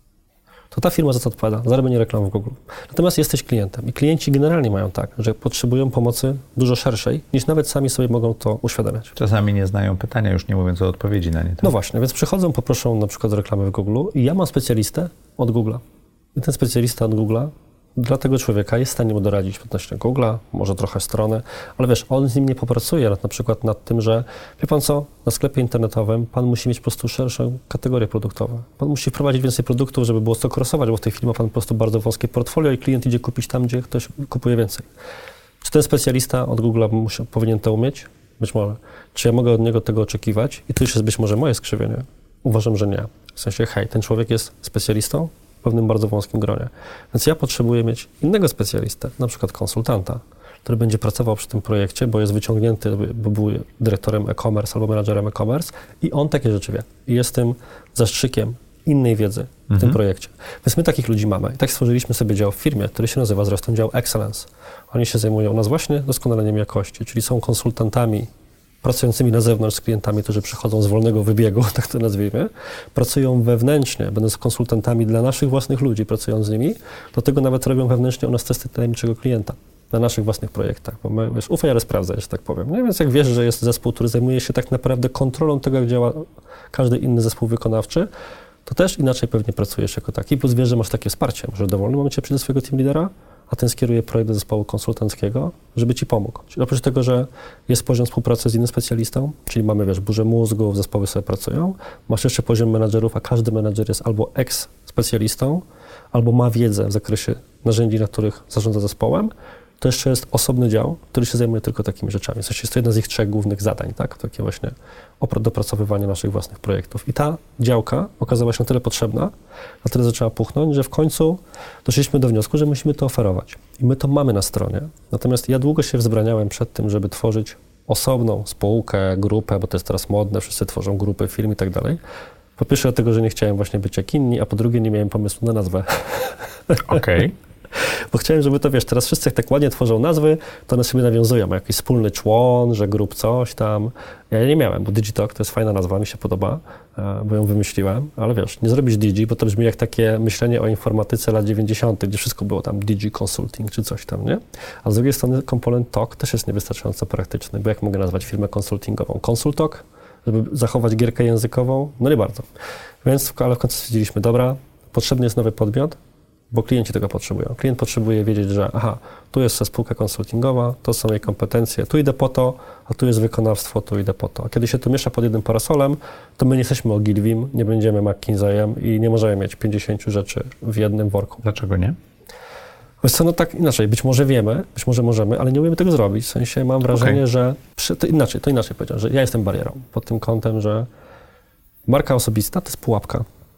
to ta firma za to odpowiada, za robienie reklam w Google. Natomiast jesteś klientem i klienci generalnie mają tak, że potrzebują pomocy dużo szerszej, niż nawet sami sobie mogą to uświadamiać. Czasami nie znają pytania, już nie mówiąc o odpowiedzi na nie. Tak? No właśnie, więc przychodzą, poproszą na przykład reklamy w Google i ja mam specjalistę od Google'a. I ten specjalista od Google'a dla tego człowieka jest w stanie mu doradzić odnośnie Google'a, może trochę strony, ale wiesz, on z nim nie popracuje na przykład nad tym, że wie pan co, na sklepie internetowym pan musi mieć po prostu szerszą kategorię produktową. Pan musi wprowadzić więcej produktów, żeby było co crossować, bo w tej chwili ma pan po prostu bardzo wąskie portfolio i klient idzie kupić tam, gdzie ktoś kupuje więcej. Czy ten specjalista od Google'a musi, powinien to umieć? Być może. Czy ja mogę od niego tego oczekiwać? I tu już jest być może moje skrzywienie. Uważam, że nie. W sensie, hej, ten człowiek jest specjalistą w pewnym bardzo wąskim gronie. Więc ja potrzebuję mieć innego specjalistę, na przykład konsultanta, który będzie pracował przy tym projekcie, bo jest wyciągnięty, bo był dyrektorem e-commerce albo menadżerem e-commerce i on takie rzeczy wie. I jest tym zastrzykiem innej wiedzy w mhm. tym projekcie. Więc my takich ludzi mamy. I tak stworzyliśmy sobie dział w firmie, który się nazywa zresztą dział Excellence. Oni się zajmują u nas właśnie doskonaleniem jakości, czyli są konsultantami pracującymi na zewnątrz z klientami, którzy przychodzą z wolnego wybiegu, tak to nazwijmy, pracują wewnętrznie, będąc konsultantami dla naszych własnych ludzi, pracując z nimi, do tego nawet robią wewnętrznie u nas testy tajemniczego klienta na naszych własnych projektach, bo my, wiesz, ufaj, ale sprawdzaj, że tak powiem. Nie? Więc jak wiesz, że jest zespół, który zajmuje się tak naprawdę kontrolą tego, jak działa każdy inny zespół wykonawczy, to też inaczej pewnie pracujesz jako taki, plus wiesz, że masz takie wsparcie, że w dowolnym momencie przyjdzie do swojego team lidera, a ten skieruje projekt do zespołu konsultanckiego, żeby ci pomógł. Czyli oprócz tego, że jest poziom współpracy z innym specjalistą, czyli mamy, wiesz, burzę mózgów, zespoły sobie pracują, masz jeszcze poziom menadżerów, a każdy menadżer jest albo ex-specjalistą, albo ma wiedzę w zakresie narzędzi, na których zarządza zespołem, to jeszcze jest osobny dział, który się zajmuje tylko takimi rzeczami. W sensie jest to jedna z ich trzech głównych zadań, tak? Takie właśnie dopracowywanie naszych własnych projektów. I ta działka okazała się na tyle potrzebna, na tyle zaczęła puchnąć, że w końcu doszliśmy do wniosku, że musimy to oferować. I my to mamy na stronie. Natomiast ja długo się wzbraniałem przed tym, żeby tworzyć osobną spółkę, grupę, bo to jest teraz modne, wszyscy tworzą grupy, film i tak dalej. Po pierwsze dlatego, że nie chciałem właśnie być jak inni, a po drugie nie miałem pomysłu na nazwę. Okej. Okay. Bo chciałem, żeby to, wiesz, teraz wszyscy jak tak ładnie tworzą nazwy, to one sobie nawiązują, ma jakiś wspólny człon, że grup coś tam. Ja nie miałem, bo Digitalk to jest fajna nazwa, mi się podoba, bo ją wymyśliłem, ale wiesz, nie zrobisz Digi, bo to brzmi jak takie myślenie o informatyce lat dziewięćdziesiątych, gdzie wszystko było tam Digi Consulting czy coś tam, nie? A z drugiej strony komponent Talk też jest niewystarczająco praktyczny, bo jak mogę nazwać firmę konsultingową? Consultalk, żeby zachować gierkę językową? No nie bardzo. Więc ale w końcu stwierdziliśmy, dobra, potrzebny jest nowy podmiot, bo klienci tego potrzebują. Klient potrzebuje wiedzieć, że aha, tu jest spółka konsultingowa, to są jej kompetencje, tu idę po to, a tu jest wykonawstwo, tu idę po to. A kiedy się to miesza pod jednym parasolem, to my nie jesteśmy Ogilvim, nie będziemy McKinseyem i nie możemy mieć pięćdziesięciu rzeczy w jednym worku. Dlaczego nie? Wiesz co, no tak inaczej, być może wiemy, być może możemy, ale nie umiemy tego zrobić. W sensie mam wrażenie, okay. że przy, to inaczej, to inaczej powiedziałem, że ja jestem barierą pod tym kątem, że marka osobista to jest pułapka.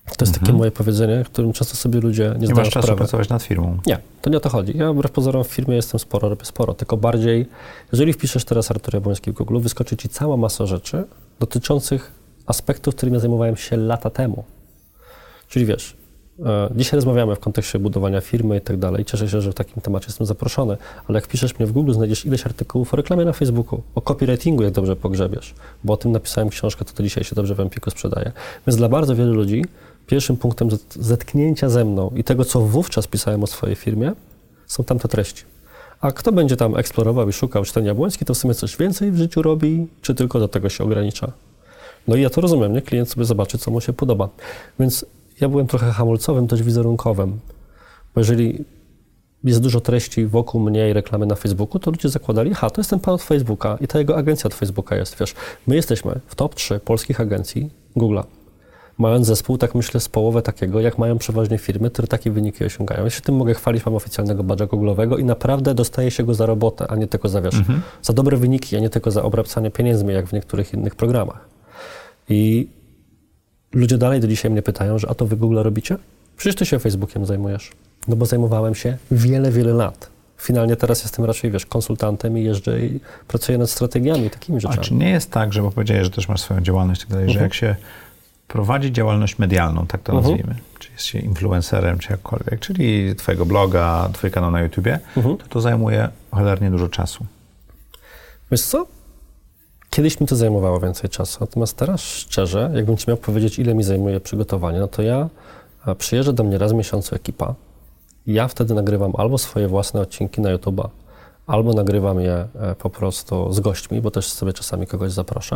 To jest mhm. takie moje powiedzenie, którym często sobie ludzie nie, nie zdają masz czasu sprawy. pracować nad firmą. Nie, to nie o to chodzi. Ja wbrew pozorom w firmie jestem sporo, robię sporo, tylko bardziej, jeżeli wpiszesz teraz Artur Jabłoński w Google, wyskoczy ci cała masa rzeczy dotyczących aspektów, którymi zajmowałem się lata temu. Czyli wiesz, e, dzisiaj rozmawiamy w kontekście budowania firmy i tak dalej. Cieszę się, że w takim temacie jestem zaproszony, ale jak wpiszesz mnie w Google, znajdziesz ileś artykułów o reklamie na Facebooku, o copywritingu, jak dobrze pogrzebiesz, bo o tym napisałem książkę, to, to dzisiaj się dobrze w Empiku sprzedaje. Więc dla bardzo wielu ludzi pierwszym punktem zetknięcia ze mną i tego, co wówczas pisałem o swojej firmie, są tamte treści. A kto będzie tam eksplorował i szukał, czy ten Jabłoński, to w sumie coś więcej w życiu robi, czy tylko do tego się ogranicza. No i ja to rozumiem, nie? Klient sobie zobaczy, co mu się podoba. Więc ja byłem trochę hamulcowym, też wizerunkowym, bo jeżeli jest dużo treści wokół mnie i reklamy na Facebooku, to ludzie zakładali, aha, to jest ten pan od Facebooka i ta jego agencja od Facebooka jest, wiesz. My jesteśmy w top trzy polskich agencji Google'a, mając zespół, tak myślę, z połowę takiego, jak mają przeważnie firmy, które takie wyniki osiągają. Ja się tym mogę chwalić, mam oficjalnego badża Google'owego i naprawdę dostaje się go za robotę, a nie tylko za, wiesz, mhm. za dobre wyniki, a nie tylko za obracanie pieniędzmi, jak w niektórych innych programach. I ludzie dalej do dzisiaj mnie pytają, że a to wy Google robicie? Przecież ty się Facebookiem zajmujesz. No bo zajmowałem się wiele, wiele lat. Finalnie teraz jestem raczej, wiesz, konsultantem i jeżdżę i pracuję nad strategiami i takimi rzeczami. A czy nie jest tak, że, bo powiedziałeś, że też masz swoją działalność i tak dalej, uh-huh. że jak się prowadzi działalność medialną, tak to uh-huh. nazwijmy, czy jest się influencerem, czy jakkolwiek, czyli twojego bloga, twój kanał na YouTubie, uh-huh. to to zajmuje cholernie dużo czasu. Wiesz co? Kiedyś mi to zajmowało więcej czasu, natomiast teraz szczerze, jakbym ci miał powiedzieć, ile mi zajmuje przygotowanie, no to ja przyjeżdża do mnie raz w miesiącu ekipa. Ja wtedy nagrywam albo swoje własne odcinki na YouTube'a, albo nagrywam je po prostu z gośćmi, bo też sobie czasami kogoś zaproszę.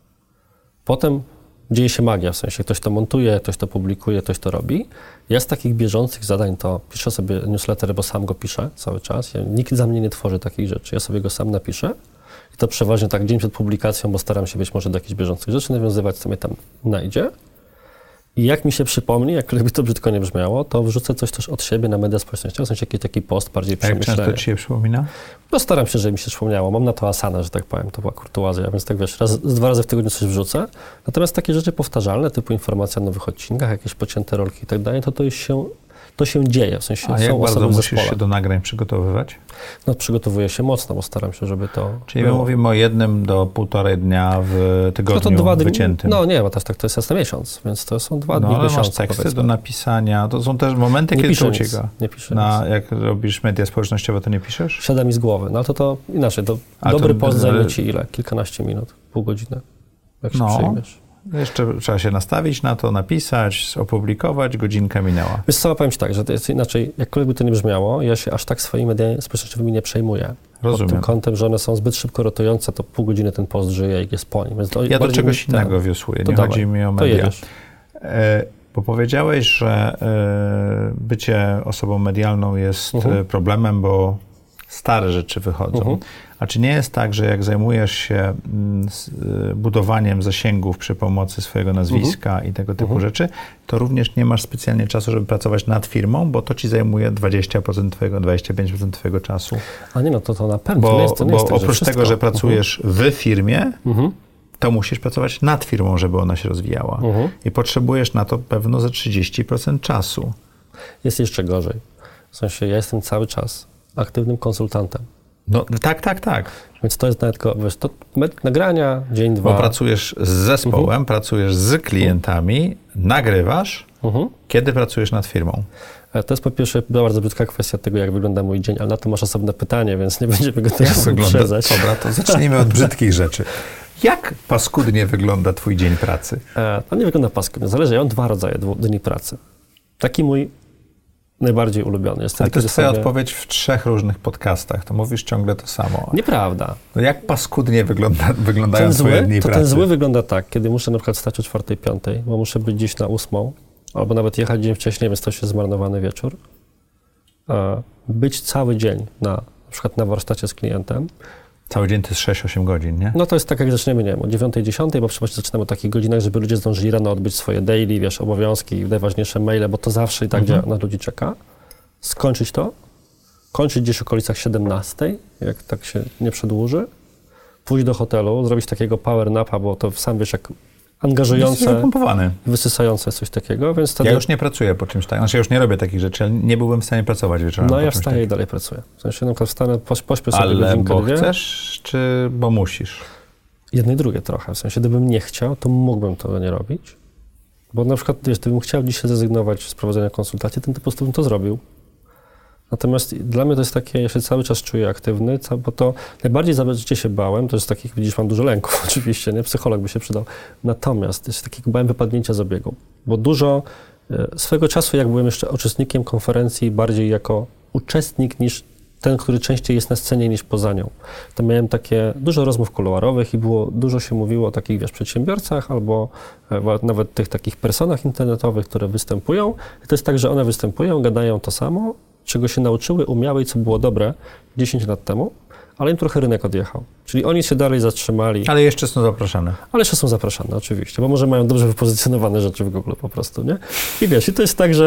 Potem dzieje się magia, w sensie ktoś to montuje, ktoś to publikuje, ktoś to robi. Ja z takich bieżących zadań to piszę sobie newsletter, bo sam go piszę cały czas. Ja, nikt za mnie nie tworzy takich rzeczy, ja sobie go sam napiszę. I to przeważnie tak dzień przed publikacją, bo staram się być może do jakichś bieżących rzeczy nawiązywać, co mnie tam najdzie. I jak mi się przypomni, jakkolwiek to brzydko nie brzmiało, to wrzucę coś też od siebie na media społecznościowe, w sensie jakiś taki post bardziej przemyślany. Jak często ci się przypomina? No staram się, żeby mi się przypomniało. Mam na to asanę, że tak powiem, to była kurtuazja, więc tak wiesz, raz, dwa razy w tygodniu coś wrzucę. Natomiast takie rzeczy powtarzalne, typu informacja o nowych odcinkach, jakieś pocięte rolki i tak dalej, to to już się, to się dzieje, w sensie A są jak osoby bardzo w musisz zespole. się do nagrań przygotowywać? No przygotowuję się mocno, bo staram się, żeby to Czyli było. my mówimy o jednym do półtorej dnia w tygodniu no to dwa dni, wyciętym. No nie, bo też tak to jest jasny miesiąc, więc to są dwa no, dni w ale miesiącu, masz teksty powiedzmy. do napisania, to są też momenty, Nie kiedy piszę to nic, ucieka. nie piszę Na, nic. jak robisz media społecznościowe, to nie piszesz? Siada mi z głowy, no to to inaczej, to A dobry to- post zajmie ci ile? Kilkanaście minut, pół godziny, jak się No. przyjmiesz. Jeszcze trzeba się nastawić na to, napisać, opublikować, godzinka minęła. Wiesz co, powiem ci tak, że to jest inaczej, jakkolwiek by to nie brzmiało, ja się aż tak swoimi mediami społecznościowymi nie przejmuję. Rozumiem. Pod tym kątem, że one są zbyt szybko rotujące, to pół godziny ten post żyje i jest po nim. Więc to Ja do bardziej czegoś mi- innego tak. wiosłuję, To nie dawaj, chodzi mi o to media. jedziesz. E, bo powiedziałeś, że e, bycie osobą medialną jest Mhm. e, problemem, bo stare rzeczy wychodzą. Mhm. A czy nie jest tak, że jak zajmujesz się mm, s- e, budowaniem zasięgów przy pomocy swojego nazwiska i tego typu Mhm. rzeczy, to również nie masz specjalnie czasu, żeby pracować nad firmą, bo to ci zajmuje dwadzieścia procent twojego, dwadzieścia pięć procent twojego czasu. A nie, no to, to na pewno Bo, to nie jest, to nie bo jest tak, że oprócz wszystko. tego, że pracujesz w firmie, Mhm. to musisz pracować nad firmą, żeby ona się rozwijała. Mhm. I potrzebujesz na to pewno ze trzydzieści procent czasu. Jest jeszcze gorzej. W sensie ja jestem cały czas aktywnym konsultantem. No tak, tak, tak. Więc to jest nawet tylko, wiesz, to med- nagrania, dzień, dwa. Bo pracujesz z zespołem, Mhm. pracujesz z klientami, nagrywasz. Mhm. Kiedy pracujesz nad firmą? E, To jest po pierwsze bardzo brzydka kwestia tego, jak wygląda mój dzień, ale na to masz osobne pytanie, więc nie będziemy go teraz uprzedzać. Dobra, to zacznijmy od brzydkich rzeczy. Jak paskudnie wygląda twój dzień pracy? E, To nie wygląda paskudnie. Zależy, ja mam dwa rodzaje dwu- dni pracy. Taki mój najbardziej ulubiony. Jest Ale wtedy, to kiedy jest twoja sobie... odpowiedź w trzech różnych podcastach. To mówisz ciągle to samo. Nieprawda. No jak paskudnie wygląda, wyglądają Ten twoje zły, dni to pracy? ten zły wygląda tak, kiedy muszę na przykład wstać o czwartej, piątej, bo muszę być gdzieś na ósmą, albo nawet jechać dzień wcześniej, więc to już jest zmarnowany wieczór. E, Być cały dzień na, na przykład na warsztacie z klientem. Cały dzień to jest sześć osiem godzin, nie? No to jest tak, jak zaczniemy, nie wiem, o dziewiątej, dziesiątej, bo przecież zaczynamy o takich godzinach, żeby ludzie zdążyli rano odbyć swoje daily, wiesz, obowiązki, najważniejsze maile, bo to zawsze i tak Mhm. działa, na ludzi czeka. Skończyć to, kończyć gdzieś w okolicach siedemnastej, jak tak się nie przedłuży, pójść do hotelu, zrobić takiego power napa, bo to sam wiesz, jak angażujące, pompowany. wysysające coś takiego, więc wtedy... Ja już nie pracuję po czymś takim, znaczy ja już nie robię takich rzeczy, ale nie byłbym w stanie pracować wieczorem. No po ja czymś wstaję takim. i dalej pracuję. W sensie na przykład wstanę, poś, pośpię sobie Ale godzinkę, bo dwie. chcesz, czy bo musisz? Jedno i drugie trochę. W sensie, gdybym nie chciał, to mógłbym tego nie robić. Bo na przykład, wiesz, gdybym chciał dzisiaj zrezygnować z prowadzenia konsultacji, to po prostu bym to zrobił. Natomiast dla mnie to jest takie, ja się cały czas czuję aktywny, bo to najbardziej za życie się bałem, to jest takich, widzisz, mam dużo lęków oczywiście, nie? Psycholog by się przydał. Natomiast jest takiego bałem wypadnięcia z obiegu, bo dużo swego czasu, jak byłem jeszcze uczestnikiem konferencji, bardziej jako uczestnik niż ten, który częściej jest na scenie niż poza nią. To miałem takie dużo rozmów kuluarowych i było, dużo się mówiło o takich, wiesz, przedsiębiorcach albo nawet tych takich personach internetowych, które występują. I to jest tak, że one występują, gadają to samo, czego się nauczyły, umiały i co było dobre dziesięć lat temu, ale im trochę rynek odjechał. Czyli oni się dalej zatrzymali. Ale jeszcze są zapraszane. Ale jeszcze są zapraszane, oczywiście, bo może mają dobrze wypozycjonowane rzeczy w Google po prostu, nie? I wiesz, i to jest tak, że...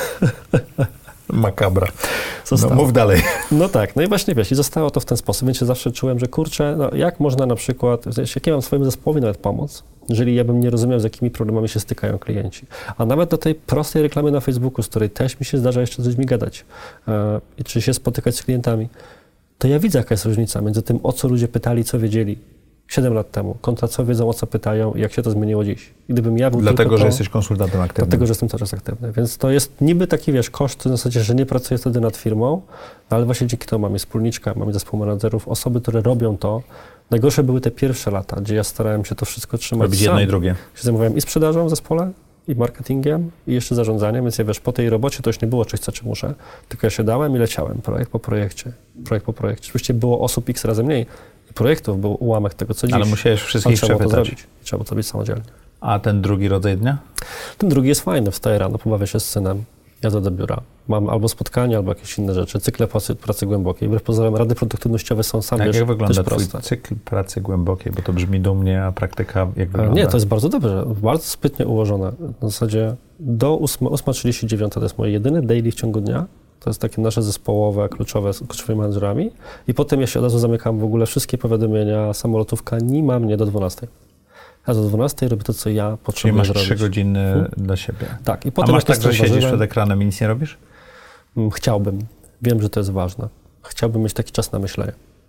Makabra. Zostało. No, mów dalej. No tak, no i właśnie wiesz, i zostało to w ten sposób, więc się zawsze czułem, że kurczę, no jak można na przykład, wiesz, jak ja mam swojemu zespołowi nawet pomóc, jeżeli ja bym nie rozumiał, z jakimi problemami się stykają klienci. A nawet do tej prostej reklamy na Facebooku, z której też mi się zdarza jeszcze z ludźmi gadać, yy, czy się spotykać z klientami, to ja widzę, jaka jest różnica między tym, o co ludzie pytali, co wiedzieli siedem lat temu, kontra co wiedzą, o co pytają i jak się to zmieniło dziś. I gdybym ja był Dlatego, to, że jesteś konsultantem aktywnym. Dlatego, że jestem cały czas aktywny. Więc to jest niby taki, wiesz, koszt w zasadzie, że nie pracuję wtedy nad firmą, no ale właśnie dzięki temu mamy wspólniczkę, mamy zespół menadżerów, osoby, które robią to. Najgorsze były te pierwsze lata, gdzie ja starałem się to wszystko trzymać Robić sam. jedno i drugie. Się zajmowałem i sprzedażą w zespole, i marketingiem, i jeszcze zarządzaniem, więc ja wiesz, po tej robocie to już nie było coś, co czy muszę, tylko ja się dałem i leciałem, projekt po projekcie, projekt po projekcie. Oczywiście było osób x razy mniej, i projektów był ułamek tego, co dziś. Ale musiałeś wszystkich trzeba to przepytać. zrobić. Trzeba to zrobić samodzielnie. A ten drugi rodzaj dnia? Ten drugi jest fajny, wstaję rano, pobawię się z synem, jadę do biura. Mam albo spotkania, albo jakieś inne rzeczy, cykle pracy, pracy głębokiej. Wbrew pozorom rady produktywnościowe są sam, Jak, wiesz, jak wygląda dość twój proste. cykl pracy głębokiej? Bo to brzmi dumnie, a praktyka jak wygląda? Nie, to jest bardzo dobrze, bardzo sprytnie ułożone. W zasadzie do ósma trzydzieści dziewięć to jest moje jedyne daily w ciągu dnia. To jest takie nasze zespołowe, kluczowe z kluczowymi menedżerami. I potem ja się od razu zamykam w ogóle wszystkie powiadomienia, samolotówka nie ma mnie do dwunastej. Ja do dwunastej robię to, co ja potrzebuję Czyli masz zrobić. trzy godziny hmm? dla siebie. Tak. I A potem masz tak, jak że jestem siedzisz warzywem, przed ekranem i nic nie robisz? Chciałbym. Wiem, że to jest ważne. Chciałbym mieć taki czas na myślenie.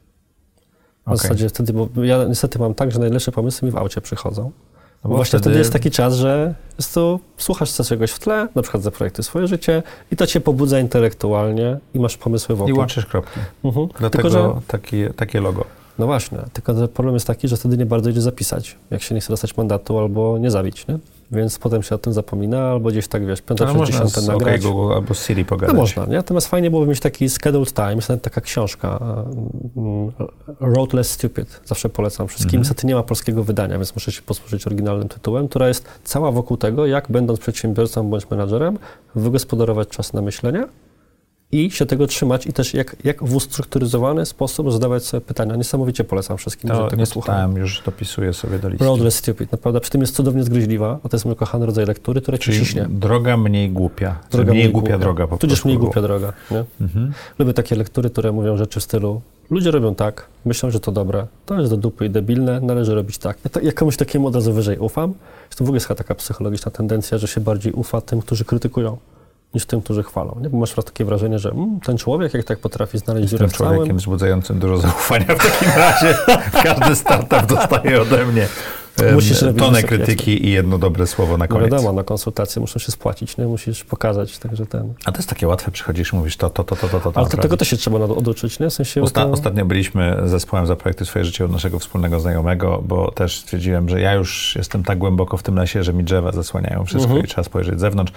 W Okay. zasadzie wtedy, bo ja niestety mam tak, że najlepsze pomysły mi w aucie przychodzą. No bo właśnie wtedy... wtedy jest taki czas, że po prostu słuchasz czegoś w tle, na przykład zaprojektuj swoje życie i to cię pobudza intelektualnie i masz pomysły wokół. I łączysz kropki. Mhm. Dlatego Tylko, że... takie, takie logo. No właśnie, tylko że problem jest taki, że wtedy nie bardzo idzie zapisać, jak się nie chce dostać mandatu albo nie zabić, nie? Więc potem się o tym zapomina, albo gdzieś tak, wiesz, piąta przez dziesiąte nagrać. Z OK Google albo z Siri pogadać. No można, nie? Natomiast fajnie byłoby mieć taki scheduled time, jest nawet taka książka, um, Road Less Stupid, zawsze polecam wszystkim. Mhm. Niestety nie ma polskiego wydania, więc muszę się posłużyć oryginalnym tytułem, która jest cała wokół tego, jak będąc przedsiębiorcą bądź menadżerem, wygospodarować czas na myślenie i się tego trzymać i też jak, jak w ustrukturyzowany sposób zadawać sobie pytania. Niesamowicie polecam wszystkim, to że tego nie słuchają. czytałem, już dopisuję sobie do listy. Road Less Stupid, naprawdę. Przy tym jest cudownie zgryźliwa, a to jest mój kochany rodzaj lektury, która ci ciśnie. Droga mniej głupia. Droga mniej, mniej głupia, głupia droga po Tudzież prostu. mniej głupia droga. Nie? Mhm. Lubię takie lektury, które mówią rzeczy w stylu ludzie robią tak, myślą, że to dobre, to jest do dupy i debilne, należy robić tak. Ja, to, ja komuś takiemu od razu wyżej ufam. Jest to w ogóle jest taka psychologiczna tendencja, że się bardziej ufa tym, którzy krytykują, niż tym, którzy chwalą. Nie? Bo masz takie wrażenie, że mm, ten człowiek, jak tak potrafi znaleźć dziurę w całym... Jestem człowiekiem wzbudzającym dużo zaufania w takim razie. Każdy startup dostaje ode mnie Musisz um, tonę krytyki i jedno dobre słowo na koniec. No wiadomo, na konsultacje muszą się spłacić, nie? Musisz pokazać, także ten... A to jest takie łatwe, przychodzisz i mówisz to, to, to, to, to, to. Ale to, tego też się trzeba oduczyć, nie? W sensie Osta- to... Ostatnio byliśmy z zespołem Zaprojektuj swoje życie od naszego wspólnego znajomego, bo też stwierdziłem, że ja już jestem tak głęboko w tym lesie, że mi drzewa zasłaniają wszystko mhm. i trzeba spojrzeć z zewnątrz.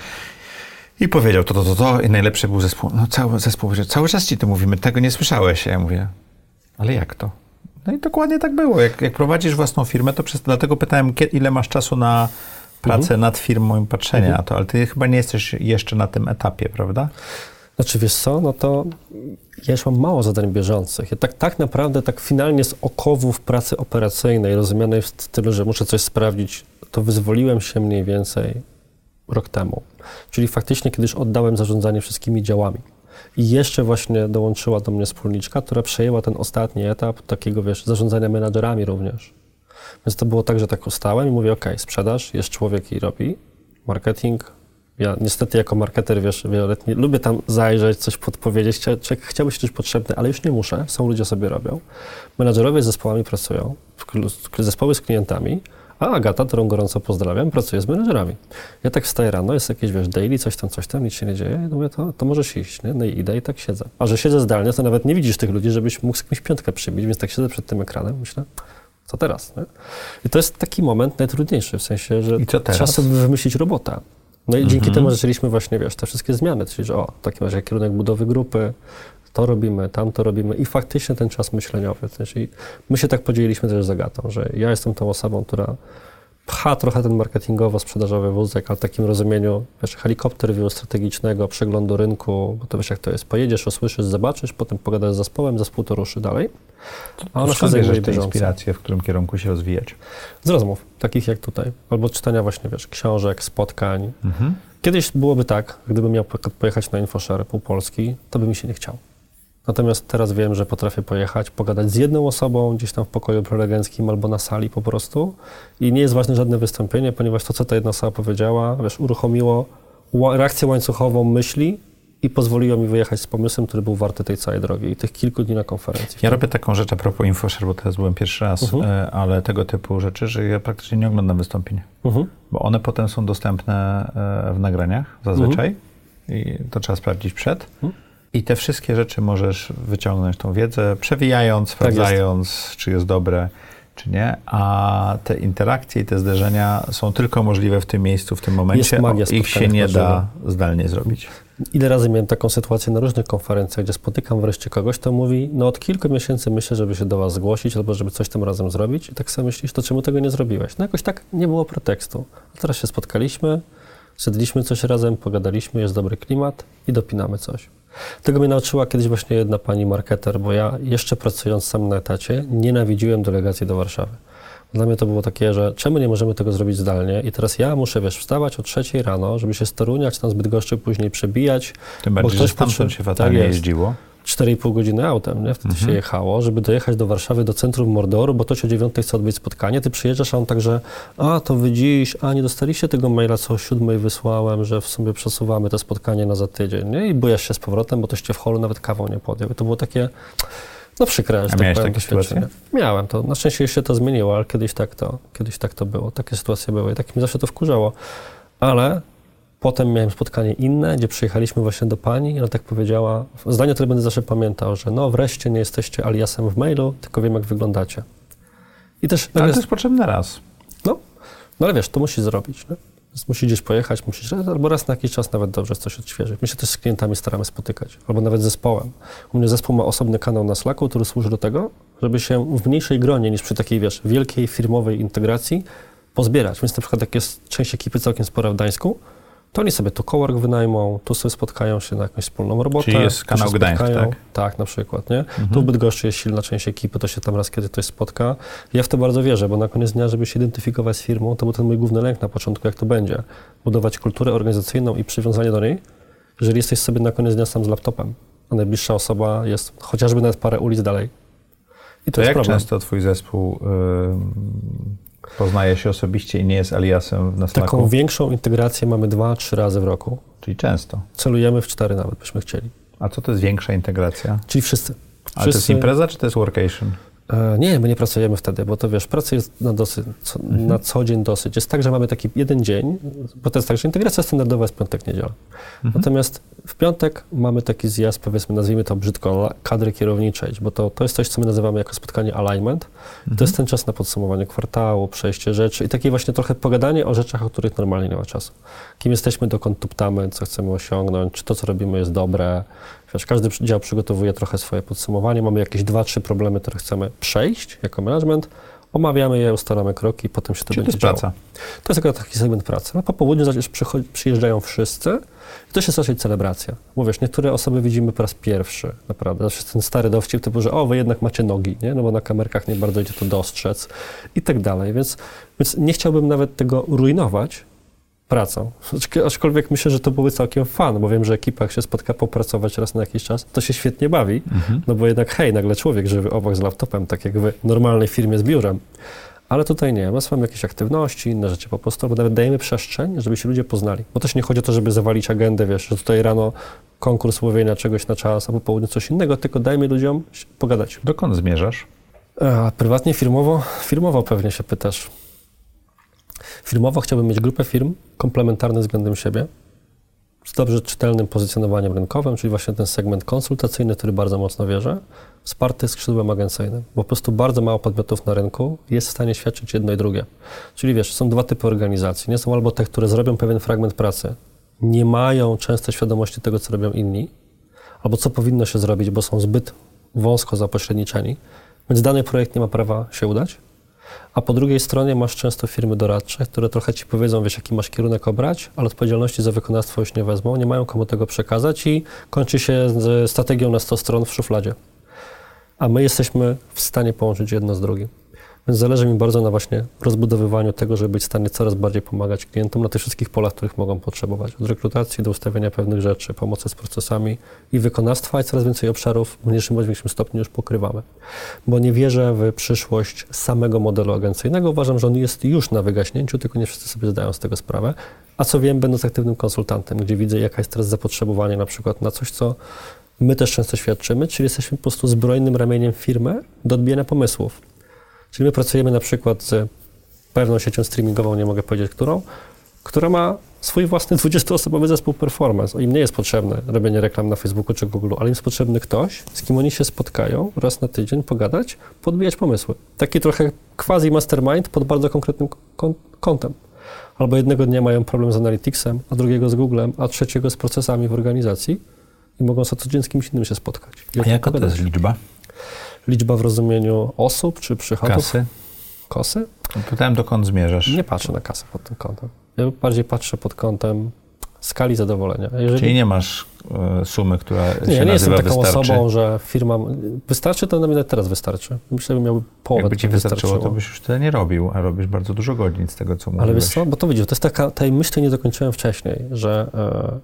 I powiedział to, to, to, to i najlepszy był zespół. No cały zespół powiedział, cały czas ci to mówimy, tego nie słyszałeś. Ja mówię, ale jak to? No i dokładnie tak było. Jak, jak prowadzisz własną firmę, to przez, dlatego pytałem, kiedy, ile masz czasu na pracę mhm. nad firmą i patrzenia mhm. na to, ale ty chyba nie jesteś jeszcze na tym etapie, prawda? Znaczy, wiesz co, no to ja już mam mało zadań bieżących. Ja tak, tak naprawdę, tak finalnie z okowów pracy operacyjnej, rozumianej w stylu, że muszę coś sprawdzić, to wyzwoliłem się mniej więcej rok temu. Czyli faktycznie kiedyś oddałem zarządzanie wszystkimi działami. I jeszcze właśnie dołączyła do mnie wspólniczka, która przejęła ten ostatni etap takiego, wiesz, zarządzania menadżerami również. Więc to było tak, że tak ustałem i mówię, ok, sprzedaż, jest człowiek i robi, marketing. Ja niestety jako marketer, wiesz, wieloletni, lubię tam zajrzeć, coś podpowiedzieć, Chcia, chciałby się coś potrzebne, ale już nie muszę, są ludzie, sobie robią. Menadżerowie z zespołami pracują, zespoły z klientami, a Agata, którą gorąco pozdrawiam, pracuje z menedżerami. Ja tak wstaję rano, jest jakieś, wiesz, daily, coś tam, coś tam, nic się nie dzieje, i mówię, to, to możesz iść, nie? No i idę i tak siedzę. A że siedzę zdalnie, to nawet nie widzisz tych ludzi, żebyś mógł z kimś piątkę przybić, więc tak siedzę przed tym ekranem, myślę, co teraz, nie? I to jest taki moment najtrudniejszy, w sensie, że trzeba sobie wymyślić robotę. No i mhm. dzięki temu zaczęliśmy właśnie, wiesz, te wszystkie zmiany, czyli że o, w takim razie kierunek budowy grupy, to robimy, tam to robimy i faktycznie ten czas myśleniowy. Czyli my się tak podzieliliśmy też z Agatą, że ja jestem tą osobą, która pcha trochę ten marketingowo-sprzedażowy wózek, ale w takim rozumieniu, wiesz, helikopter view strategicznego, przeglądu rynku, bo to wiesz jak to jest, pojedziesz, usłyszysz, zobaczysz, potem pogadasz z zespołem, zespół to ruszy dalej. A ona się zajmuje te inspiracje, w którym kierunku się rozwijać? Z rozmów, takich jak tutaj, albo czytania właśnie, wiesz, książek, spotkań. Mhm. Kiedyś byłoby tak, gdybym miał pojechać na InfoShare pół Polski, to by mi się nie chciał. Natomiast teraz wiem, że potrafię pojechać, pogadać z jedną osobą gdzieś tam w pokoju prelegenckim albo na sali po prostu i nie jest ważne żadne wystąpienie, ponieważ to, co ta jedna osoba powiedziała, wiesz, uruchomiło reakcję łańcuchową myśli i pozwoliło mi wyjechać z pomysłem, który był warty tej całej drogi i tych kilku dni na konferencji. Ja robię taką rzecz a propos InfoShare, bo teraz byłem pierwszy raz, uh-huh. ale tego typu rzeczy, że ja praktycznie nie oglądam wystąpień, uh-huh. bo one potem są dostępne w nagraniach zazwyczaj uh-huh. i to trzeba sprawdzić przed. Uh-huh. I te wszystkie rzeczy możesz wyciągnąć tą wiedzę, przewijając, sprawdzając, tak jest. czy jest dobre, czy nie, a te interakcje i te zderzenia są tylko możliwe w tym miejscu, w tym momencie, ich się nie da zdalnie zrobić. Ile razy miałem taką sytuację na różnych konferencjach, gdzie spotykam wreszcie kogoś, to mówi, no od kilku miesięcy myślę, żeby się do was zgłosić, albo żeby coś tym razem zrobić i tak sobie myślisz, to czemu tego nie zrobiłeś? No jakoś tak nie było pretekstu. A teraz się spotkaliśmy, zjedliśmy coś razem, pogadaliśmy, jest dobry klimat i dopinamy coś. Tego mnie nauczyła kiedyś właśnie jedna pani marketer, bo ja jeszcze pracując sam na etacie nienawidziłem delegacji do Warszawy. Dla mnie to było takie, że czemu nie możemy tego zrobić zdalnie i teraz ja muszę, wiesz, wstawać o trzeciej rano, żeby się z Torunia czy tam z Bydgoszczy później przebijać. Tym bardziej, że stamtąd się fatalnie tak jeździło. cztery i pół godziny autem, nie? Wtedy mhm. się jechało, żeby dojechać do Warszawy, do centrum Mordoru, bo to o dziewiątej chce odbyć spotkanie, ty przyjeżdżasz, a on także, a to wy dziś, a nie dostaliście tego maila, co o siódmej wysłałem, że w sumie przesuwamy to spotkanie na za tydzień, nie? I bujesz się z powrotem, bo toś cię w holu nawet kawą nie podjął. I to było takie, no przykre, że tak powiem, takie sytuacje? Miałem to, na szczęście się to zmieniło, ale kiedyś tak to, kiedyś tak to było, takie sytuacje były i tak mi zawsze to wkurzało, ale potem miałem spotkanie inne, gdzie przyjechaliśmy właśnie do pani i ona tak powiedziała, zdanie, które będę zawsze pamiętał, że no wreszcie nie jesteście aliasem w mailu, tylko wiem, jak wyglądacie. I też... Ale to jest potrzebny raz. No, no ale wiesz, to musisz zrobić, nie? Musisz gdzieś pojechać, musisz, albo raz na jakiś czas nawet dobrze coś odświeżyć. My się też z klientami staramy spotykać, albo nawet z zespołem. U mnie zespół ma osobny kanał na Slacku, który służy do tego, żeby się w mniejszej gronie niż przy takiej, wiesz, wielkiej firmowej integracji pozbierać. Więc na przykład jak jest część ekipy całkiem spora w Gdańsku, to oni sobie tu cowork wynajmą, tu sobie spotkają się na jakąś wspólną robotę. Czyli jest kanał Gdańsk, tak? Tak, na przykład, nie? Mhm. Tu w Bydgoszczy jest silna część ekipy, to się tam raz kiedy ktoś spotka. Ja w to bardzo wierzę, bo na koniec dnia, żeby się identyfikować z firmą, to był ten mój główny lęk na początku, jak to będzie. Budować kulturę organizacyjną i przywiązanie do niej, jeżeli jesteś sobie na koniec dnia sam z laptopem, a najbliższa osoba jest chociażby nawet parę ulic dalej. I to, to jest jak problem. często twój zespół yy, poznaje się osobiście i nie jest aliasem na Slacku? Taką większą integrację mamy dwa, trzy razy w roku. Czyli często? Celujemy w cztery nawet, byśmy chcieli. A co to jest większa integracja? Czyli wszyscy. Ale wszyscy... to jest impreza, czy to jest workation? E, nie, my nie pracujemy wtedy, bo to wiesz, praca jest na, dosyć, co, mhm. na co dzień dosyć. Jest tak, że mamy taki jeden dzień, bo to jest tak, że integracja standardowa jest piątek, niedziela. Mhm. Natomiast w piątek mamy taki zjazd, powiedzmy, nazwijmy to brzydko, kadry kierowniczej, bo to, to jest coś, co my nazywamy jako spotkanie alignment. Mhm. To jest ten czas na podsumowanie kwartału, przejście rzeczy i takie właśnie trochę pogadanie o rzeczach, o których normalnie nie ma czasu. Kim jesteśmy, dokąd tuptamy, co chcemy osiągnąć, czy to, co robimy, jest dobre. Wiesz, każdy dział przygotowuje trochę swoje podsumowanie, mamy jakieś dwa, trzy problemy, które chcemy przejść jako management, omawiamy je, ustalamy kroki i potem się to Czyli będzie to jest praca. To jest taki segment pracy. No, po południu przyjeżdżają wszyscy i to się raczej celebracja. Bo wiesz, niektóre osoby widzimy po raz pierwszy, naprawdę. Zawsze jest ten stary dowcip typu, że o, wy jednak macie nogi, nie? No bo na kamerkach nie bardzo idzie to dostrzec i tak dalej. Więc, więc nie chciałbym nawet tego rujnować pracą. Aczkolwiek myślę, że to były całkiem fan, bo wiem, że ekipa jak się spotka popracować raz na jakiś czas, to się świetnie bawi, mhm. no bo jednak hej, nagle człowiek żywy obok z laptopem, tak jak w normalnej firmie z biurem. Ale tutaj nie, my mamy jakieś aktywności, inne rzeczy po prostu, bo nawet dajemy przestrzeń, żeby się ludzie poznali. Bo też nie chodzi o to, żeby zawalić agendę, wiesz, że tutaj rano konkurs łowienia czegoś na czas, a po południu coś innego, tylko dajmy ludziom pogadać. Dokąd zmierzasz? A prywatnie, firmowo? Firmowo pewnie się pytasz. Firmowo chciałbym mieć grupę firm komplementarnych względem siebie, z dobrze czytelnym pozycjonowaniem rynkowym, czyli właśnie ten segment konsultacyjny, który bardzo mocno wierzę, wsparty skrzydłem agencyjnym, bo po prostu bardzo mało podmiotów na rynku jest w stanie świadczyć jedno i drugie. Czyli wiesz, są dwa typy organizacji. Nie są albo te, które zrobią pewien fragment pracy, nie mają często świadomości tego, co robią inni, albo co powinno się zrobić, bo są zbyt wąsko zapośredniczeni, więc dany projekt nie ma prawa się udać. A po drugiej stronie masz często firmy doradcze, które trochę ci powiedzą, wiesz, jaki masz kierunek obrać, ale odpowiedzialności za wykonawstwo już nie wezmą, nie mają komu tego przekazać i kończy się z strategią na sto stron w szufladzie. A my jesteśmy w stanie połączyć jedno z drugim. Więc zależy mi bardzo na właśnie rozbudowywaniu tego, żeby być w stanie coraz bardziej pomagać klientom na tych wszystkich polach, których mogą potrzebować. Od rekrutacji do ustawienia pewnych rzeczy, pomocy z procesami i wykonawstwa, i coraz więcej obszarów w mniejszym bądź większym stopniu już pokrywamy. Bo nie wierzę w przyszłość samego modelu agencyjnego. Uważam, że on jest już na wygaśnięciu, tylko nie wszyscy sobie zdają z tego sprawę. A co wiem, będąc aktywnym konsultantem, gdzie widzę, jaka jest teraz zapotrzebowanie na przykład na coś, co my też często świadczymy, czyli jesteśmy po prostu zbrojnym ramieniem firmy do odbijania pomysłów. Czyli my pracujemy na przykład z pewną siecią streamingową, nie mogę powiedzieć którą, która ma swój własny dwudziestoosobowy zespół performance. Im nie jest potrzebne robienie reklam na Facebooku czy Google, ale im jest potrzebny ktoś, z kim oni się spotkają raz na tydzień, pogadać, podbijać pomysły. Taki trochę quasi mastermind pod bardzo konkretnym kątem. Albo jednego dnia mają problem z Analyticsem, a drugiego z Googlem, a trzeciego z procesami w organizacji i mogą sobie codziennie z kimś innym się spotkać. A jaka to jest liczba? Liczba w rozumieniu osób czy przychodów? Kasy? Kosy? Pytałem, dokąd zmierzasz. Nie patrzę na kasę pod tym kątem. Ja bardziej patrzę pod kątem skali zadowolenia. Jeżeli... Czyli nie masz y, sumy, która nie, się ja nie nazywa jestem taką wystarczy. osobą, że firma... Wystarczy, to na mnie teraz wystarczy. Myślę, że miałby połowę. Jakby ci wystarczyło, to byś już tyle nie robił, a robisz bardzo dużo godzin z tego, co mówiłeś. Ale wiesz co, bo to widzisz, to jest taka, tej myśli nie dokończyłem wcześniej, że e,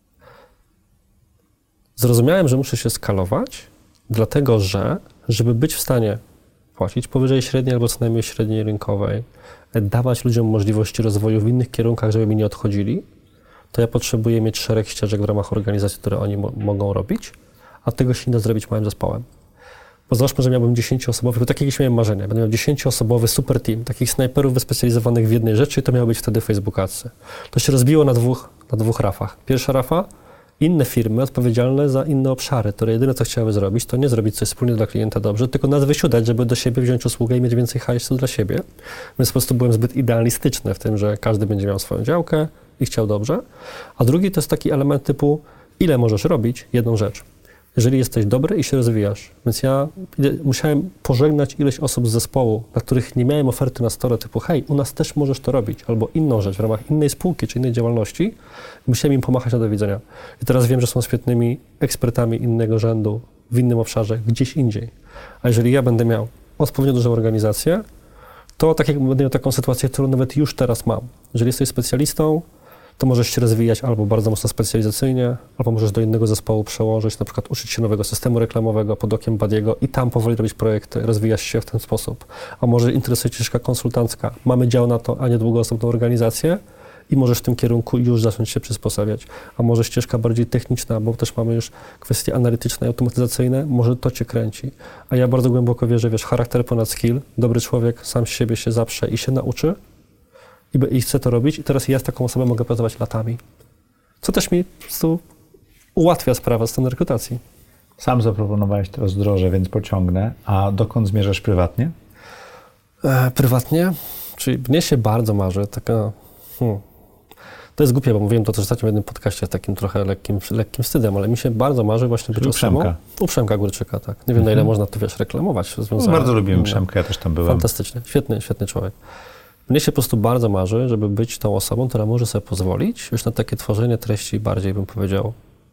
zrozumiałem, że muszę się skalować, dlatego że, żeby być w stanie płacić powyżej średniej albo co najmniej średniej rynkowej, dawać ludziom możliwości rozwoju w innych kierunkach, żeby mi nie odchodzili, to ja potrzebuję mieć szereg ścieżek w ramach organizacji, które oni mo- mogą robić, a tego się nie da zrobić małym zespołem. Bo załóżmy, że miałbym dziesięcioosobowy, bo takie jakieś miałem marzenia, będę miał dziesięcioosobowy super team, takich snajperów wyspecjalizowanych w jednej rzeczy i to miało być wtedy Facebook Adsy. To się rozbiło na dwóch, na dwóch rafach. Pierwsza rafa, inne firmy odpowiedzialne za inne obszary, które jedyne co chciały zrobić, to nie zrobić coś wspólnie dla klienta dobrze, tylko nas wysiudać, żeby do siebie wziąć usługę i mieć więcej hajsu dla siebie. Więc po prostu byłem zbyt idealistyczny w tym, że każdy będzie miał swoją działkę i chciał dobrze. A drugi to jest taki element typu, ile możesz robić jedną rzecz. Jeżeli jesteś dobry i się rozwijasz. Więc ja musiałem pożegnać ileś osób z zespołu, dla których nie miałem oferty na stole typu hej, u nas też możesz to robić, albo inną rzecz w ramach innej spółki czy innej działalności. Musiałem im pomachać na do widzenia. I teraz wiem, że są świetnymi ekspertami innego rzędu, w innym obszarze, gdzieś indziej. A jeżeli ja będę miał odpowiednio dużą organizację, to tak jak będę miał taką sytuację, którą nawet już teraz mam. Jeżeli jesteś specjalistą, to możesz się rozwijać albo bardzo mocno specjalizacyjnie, albo możesz do innego zespołu przełożyć, na przykład uczyć się nowego systemu reklamowego pod okiem Badiego i tam powoli robić projekty, rozwijać się w ten sposób. A może interesuje cię ścieżka konsultancka, mamy dział na to, a niedługo osobną organizację i możesz w tym kierunku już zacząć się przysposabiać. A może ścieżka bardziej techniczna, bo też mamy już kwestie analityczne i automatyzacyjne, może to cię kręci. A ja bardzo głęboko wierzę, wiesz, charakter ponad skill, dobry człowiek sam z siebie się zaprze i się nauczy, i chcę to robić i teraz ja z taką osobą mogę pracować latami. Co też mi po prostu ułatwia sprawę z tej rekrutacji. Sam zaproponowałeś to rozdroże, więc pociągnę. A dokąd zmierzasz prywatnie? E, prywatnie? Czyli mnie się bardzo marzy taka... Hmm, to jest głupie, bo mówiłem to też ostatnio w jednym podcaście z takim trochę lekkim, lekkim wstydem, ale mi się bardzo marzy właśnie być osobą... Przemka. U Przemka Górczyka, tak. Nie wiem, mhm. na ile można to, wiesz, reklamować. No, bardzo lubimy Przemkę, ja też tam byłem. Fantastycznie. Świetny, świetny człowiek. Mnie się po prostu bardzo marzy, żeby być tą osobą, która może sobie pozwolić już na takie tworzenie treści bardziej, bym powiedział,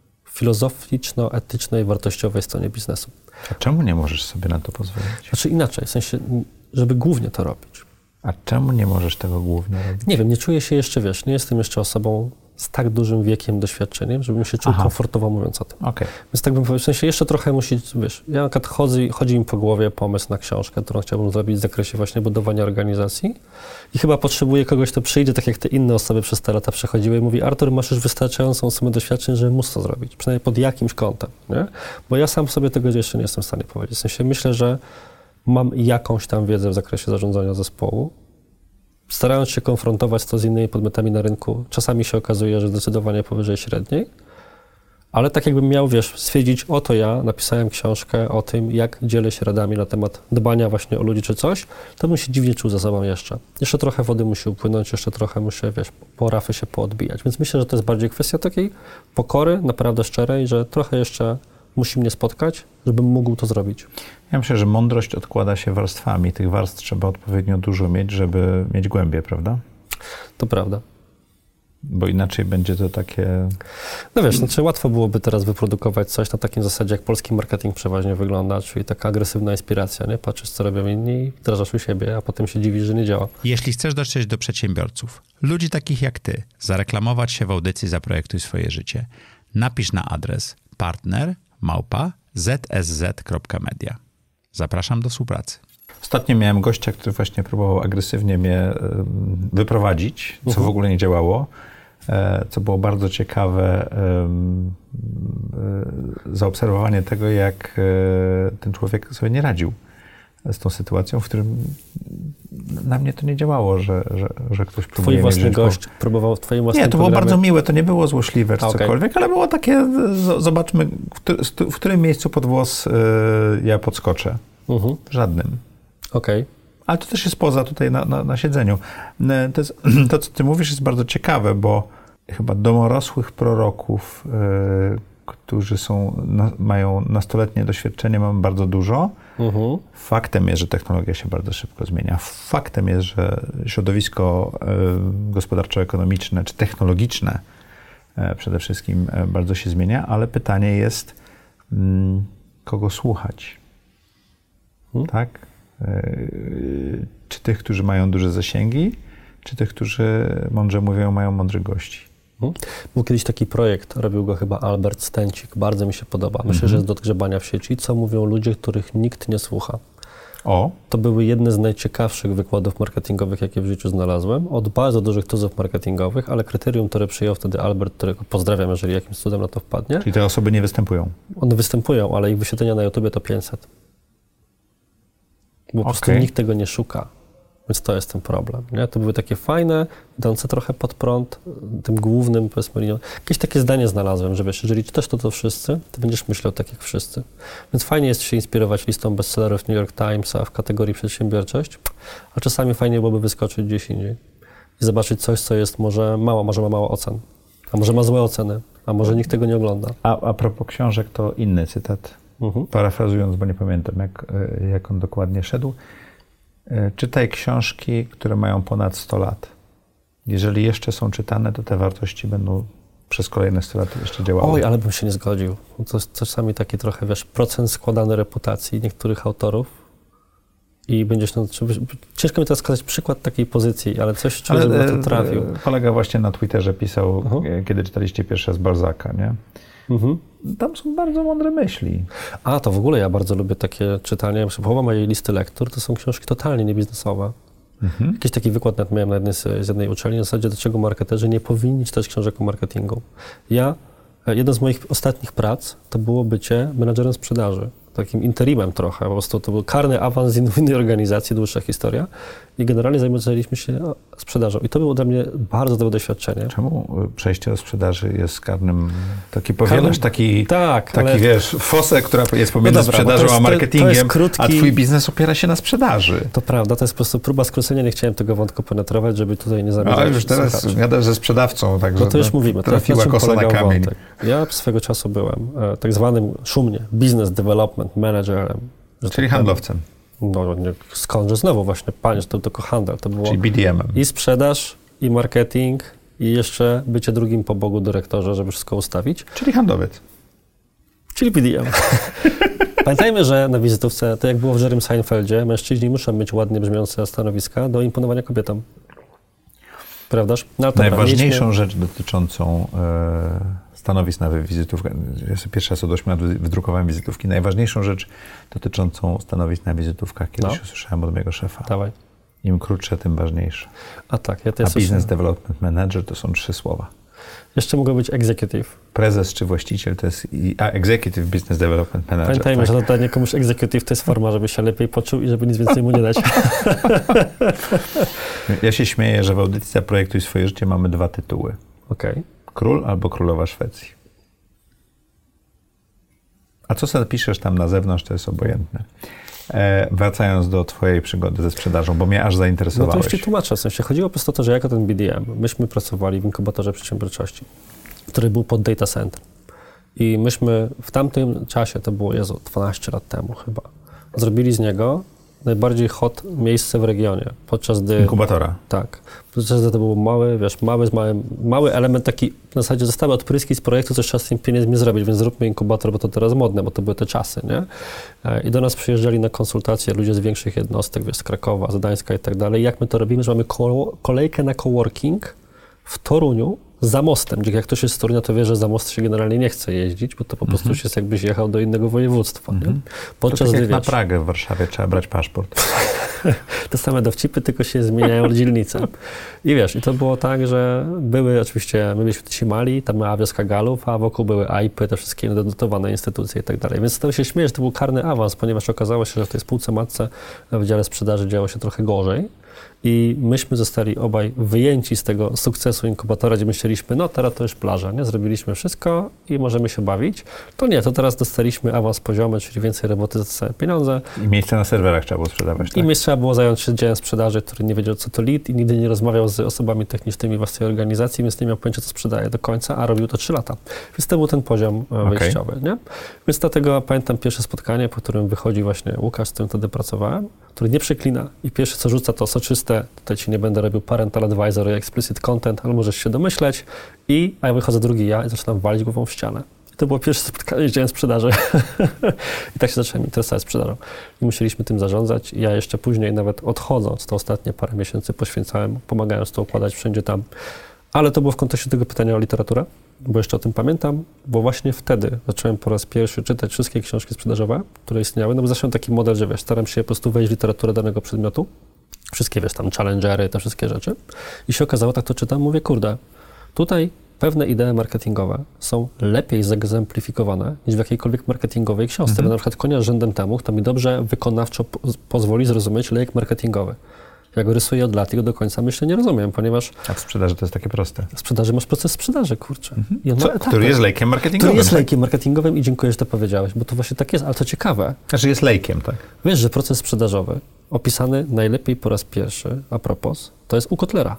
filozoficzno-etycznej, wartościowej stronie biznesu. A czemu nie możesz sobie na to pozwolić? Znaczy inaczej, w sensie, żeby głównie to robić. A czemu nie możesz tego głównie robić? Nie wiem, nie czuję się jeszcze, wiesz, nie jestem jeszcze osobą z tak dużym wiekiem, doświadczeniem, żebym się czuł Aha. komfortowo mówiąc o tym. Okej. Więc tak bym powiedział, w sensie jeszcze trochę musi, wiesz, ja na przykład chodzi, chodzi mi po głowie pomysł na książkę, którą chciałbym zrobić w zakresie właśnie budowania organizacji i chyba potrzebuję kogoś, kto przyjdzie, tak jak te inne osoby przez te lata przechodziły i mówi, Artur, masz już wystarczającą sumę doświadczeń, żeby móc to zrobić, przynajmniej pod jakimś kątem, nie? Bo ja sam sobie tego jeszcze nie jestem w stanie powiedzieć. W sensie myślę, że mam jakąś tam wiedzę w zakresie zarządzania zespołu, starając się konfrontować to z innymi podmiotami na rynku, czasami się okazuje, że zdecydowanie powyżej średniej, ale tak jakbym miał, wiesz, stwierdzić, oto ja napisałem książkę o tym, jak dzielę się radami na temat dbania właśnie o ludzi czy coś, to bym się dziwnie czuł za sobą jeszcze. Jeszcze trochę wody musi upłynąć, jeszcze trochę muszę, wiesz, po rafy się poodbijać. Więc myślę, że to jest bardziej kwestia takiej pokory, naprawdę szczerej, że trochę jeszcze musi mnie spotkać, żebym mógł to zrobić. Ja myślę, że mądrość odkłada się warstwami. Tych warstw trzeba odpowiednio dużo mieć, żeby mieć głębię, prawda? To prawda. Bo inaczej będzie to takie... No wiesz, znaczy łatwo byłoby teraz wyprodukować coś na takim zasadzie, jak polski marketing przeważnie wygląda, czyli taka agresywna inspiracja, nie? Patrzysz, co robią inni i wdrażasz u siebie, a potem się dziwisz, że nie działa. Jeśli chcesz dotrzeć do przedsiębiorców, ludzi takich jak ty, zareklamować się w audycji Zaprojektuj swoje życie, napisz na adres partner małpa zsz kropka media. Zapraszam do współpracy. Ostatnio miałem gościa, który właśnie próbował agresywnie mnie wyprowadzić, co Mhm. w ogóle nie działało, co było bardzo ciekawe, zaobserwowanie tego, jak ten człowiek sobie nie radził z tą sytuacją, w którym na mnie to nie działało, że, że, że ktoś próbuje Twój mnie własny wziąć po- gość próbował w twoim własnym Nie, to było programie. bardzo miłe, to nie było złośliwe czy A, okej. cokolwiek, ale było takie, z- zobaczmy, w, któ- w którym miejscu pod włos y, ja podskoczę. Mhm. W żadnym. Okej. Ale to też jest poza tutaj na, na, na siedzeniu. To, jest, to, co ty mówisz, jest bardzo ciekawe, bo chyba domorosłych proroków, y, którzy są, na, mają nastoletnie doświadczenie, mamy bardzo dużo. Mhm. Faktem jest, że technologia się bardzo szybko zmienia. Faktem jest, że środowisko y, gospodarczo-ekonomiczne czy technologiczne y, przede wszystkim y, bardzo się zmienia, ale pytanie jest, y, kogo słuchać? Hmm? Tak? Y, czy tych, którzy mają duże zasięgi, czy tych, którzy mądrze mówią, mają mądrych gości? Mhm. Był kiedyś taki projekt, robił go chyba Albert Stęcik, bardzo mi się podoba. Myślę, Mhm. że jest do odgrzebania w sieci. Co mówią ludzie, których nikt nie słucha? O, To były jedne z najciekawszych wykładów marketingowych, jakie w życiu znalazłem, od bardzo dużych tuzów marketingowych, ale kryterium, które przyjął wtedy Albert, którego pozdrawiam, jeżeli jakimś cudem na to wpadnie, czyli te osoby nie występują. one występują, ale ich wyświetlenia na YouTubie to pięćset. Bo po prostu Okej. nikt tego nie szuka. Więc to jest ten problem. Nie? To były takie fajne, idące trochę pod prąd, tym głównym, powiedzmy, linią. Jakieś takie zdanie znalazłem, że wiesz, jeżeli czytasz to, to wszyscy, to będziesz myślał tak jak wszyscy. Więc fajnie jest się inspirować listą bestsellerów New York Timesa w kategorii przedsiębiorczość, a czasami fajnie byłoby wyskoczyć gdzieś indziej i zobaczyć coś, co jest może mało, może ma mało ocen, a może ma złe oceny, a może nikt tego nie ogląda. A, a propos książek, to inny cytat. Mhm. Parafrazując, bo nie pamiętam, jak, jak on dokładnie szedł. Czytaj książki, które mają ponad sto lat. Jeżeli jeszcze są czytane, to te wartości będą przez kolejne sto lat jeszcze działały. Oj, ale bym się nie zgodził. To jest czasami taki trochę, wiesz, procent składany reputacji niektórych autorów i będziesz, no, czy, ciężko mi teraz wskazać przykład takiej pozycji, ale coś, czuję, żeby na to trafił. Kolega właśnie na Twitterze pisał, Mhm. kiedy czytaliście pierwszy raz Balzaca, nie? Mhm. Tam są bardzo mądre myśli. A, to w ogóle ja bardzo lubię takie czytanie. Połowa mojej listy lektur to są książki totalnie niebiznesowe. Mhm. Jakiś taki wykład nawet miałem na jednej z, z jednej uczelni, w zasadzie dlaczego marketerzy nie powinni czytać książek o marketingu. Ja, jeden z moich ostatnich prac to było bycie menadżerem sprzedaży. Takim interimem trochę, po prostu to był karny awans z innej organizacji, dłuższa historia i generalnie zajmowaliśmy się sprzedażą i to było dla mnie bardzo dobre doświadczenie. Czemu przejście do sprzedaży jest karnym, taki powielasz, taki, Tak, taki ale... wiesz, fosę, która jest pomiędzy No dobra, bo to sprzedażą jest- a to- to marketingiem, jest krótki- a twój biznes opiera się na sprzedaży. To prawda, to jest po prostu próba skrócenia, nie chciałem tego wątku penetrować, żeby tutaj nie zabiegać. Ale już teraz gadasz ze sprzedawcą, także No to już mówimy. To trafiła na czym kosa na polegał kamień. wątek? Ja swego czasu byłem e, tak zwanym szumnie business development managerem. że Czyli tak handlowcem, powiem. No nie, skądże znowu właśnie, panie, to tylko handel. To było czyli B D M-em. i sprzedaż, i marketing, i jeszcze bycie drugim po Bogu dyrektorze, żeby wszystko ustawić. Czyli handlowiec. Czyli B D M. Pamiętajmy, że na wizytówce, to jak było w Jerrym Seinfeldzie, mężczyźni muszą mieć ładnie brzmiące stanowiska do imponowania kobietom. Prawdaż? No, Najważniejszą dobra, rzecz dotyczącą e, stanowisk na wizytówkę, ja sobie pierwszy raz od ośmiu lat wydrukowałem wizytówki, najważniejszą rzecz dotyczącą stanowisk na wizytówkach kiedyś no. usłyszałem od mojego szefa. Dawaj. Im krótsze, tym ważniejsze. A tak, ja też A Business Development Manager to są trzy słowa. Jeszcze mogą być executive. Prezes czy właściciel to jest, a Executive Business Development Manager. Pamiętajmy, tak? że dodanie komuś executive to jest forma, żeby się lepiej poczuł i żeby nic więcej mu nie dać. Ja się śmieję, że w audycji Zaprojektuj swoje życie mamy dwa tytuły. Okay. Król albo królowa Szwecji. A co sobie piszesz tam na zewnątrz, to jest obojętne. E, wracając do twojej przygody ze sprzedażą, bo mnie aż zainteresowałeś. No to już ci tłumaczę. W sensie chodziło po prostu o to, że jako ten B D M, myśmy pracowali w inkubatorze przedsiębiorczości, który był pod data center. I myśmy w tamtym czasie, to było, Jezu, dwanaście lat temu chyba, zrobili z niego najbardziej hot miejsce w regionie, podczas gdy... Inkubatora. Tak. Podczas gdy to był mały, wiesz, mały, mały, mały element taki, w zasadzie zostały odpryski z projektu, coś trzeba z tym pieniędzmi zrobić, więc zróbmy inkubator, bo to teraz modne, bo to były te czasy, nie? I do nas przyjeżdżali na konsultacje ludzie z większych jednostek, wiesz, z Krakowa, z Gdańska i tak dalej. Jak my to robimy, że mamy ko- kolejkę na coworking w Toruniu, za mostem, gdzie jak ktoś jest z Torunia, to wie, że za most się generalnie nie chce jeździć, bo to po prostu mm-hmm. jest jakbyś jechał do innego województwa. Mm-hmm. Podczas to tak jak gdy, na wiesz, Pragę w Warszawie trzeba brać paszport. Te same dowcipy, tylko się zmieniają dzielnice. I wiesz, i to było tak, że były oczywiście, my byliśmy ci mali, tam była wioska Galów, a wokół były A I P y, te wszystkie dotowane instytucje i tak dalej. Więc to się śmieje, że to był karny awans, ponieważ okazało się, że w tej spółce matce w dziale sprzedaży działo się trochę gorzej. I myśmy zostali obaj wyjęci z tego sukcesu inkubatora, gdzie myśleliśmy, no teraz to już plaża, nie? Zrobiliśmy wszystko i możemy się bawić. To nie, to teraz dostaliśmy awans poziomy, czyli więcej roboty za te same pieniądze. I miejsce na serwerach trzeba było sprzedawać, tak? I miejsce trzeba było zająć się działem sprzedaży, który nie wiedział, co to lead i nigdy nie rozmawiał z osobami technicznymi własnej organizacji, więc nie miał pojęcia, co sprzedaje do końca, a robił to trzy lata. Więc to był ten poziom wyjściowy, okay. nie? Więc dlatego pamiętam pierwsze spotkanie, po którym wychodzi właśnie Łukasz, z którym wtedy pracowałem, który nie przeklina i pierwsze, co rzuca, to soczyste, tutaj ci nie będę robił parental advisor i explicit content, ale możesz się domyśleć i, a ja wychodzę drugi ja i zaczynam walić głową w ścianę. I to było pierwsze spotkanie z działem sprzedaży. I tak się zacząłem interesować sprzedażą. I musieliśmy tym zarządzać. I ja jeszcze później, nawet odchodząc, to ostatnie parę miesięcy poświęcałem, pomagając to układać wszędzie tam. Ale to było w kontekście tego pytania o literaturę, bo jeszcze o tym pamiętam, bo właśnie wtedy zacząłem po raz pierwszy czytać wszystkie książki sprzedażowe, które istniały, no bo zacząłem taki model, że wiesz, staram się po prostu wejść w literaturę danego przedmiotu, wszystkie, wiesz, tam challengery, te wszystkie rzeczy i się okazało, tak to czytam, mówię, kurde, tutaj pewne idee marketingowe są lepiej zegzemplifikowane niż w jakiejkolwiek marketingowej książce, mhm. bo na przykład Konia z rzędem temu, to mi dobrze wykonawczo po- pozwoli zrozumieć lejek marketingowy. Ja go rysuję od lat i go do końca myślę nie rozumiem, ponieważ... A w sprzedaży to jest takie proste. W sprzedaży masz proces sprzedaży, kurczę. Mhm. I on Co, ma który jest lejkiem marketingowym. Który jest lejkiem marketingowym i dziękuję, że to powiedziałeś, bo to właśnie tak jest, ale to ciekawe. Znaczy jest lejkiem, tak. Wiesz, że proces sprzedażowy opisany najlepiej po raz pierwszy, a propos, to jest u Kotlera.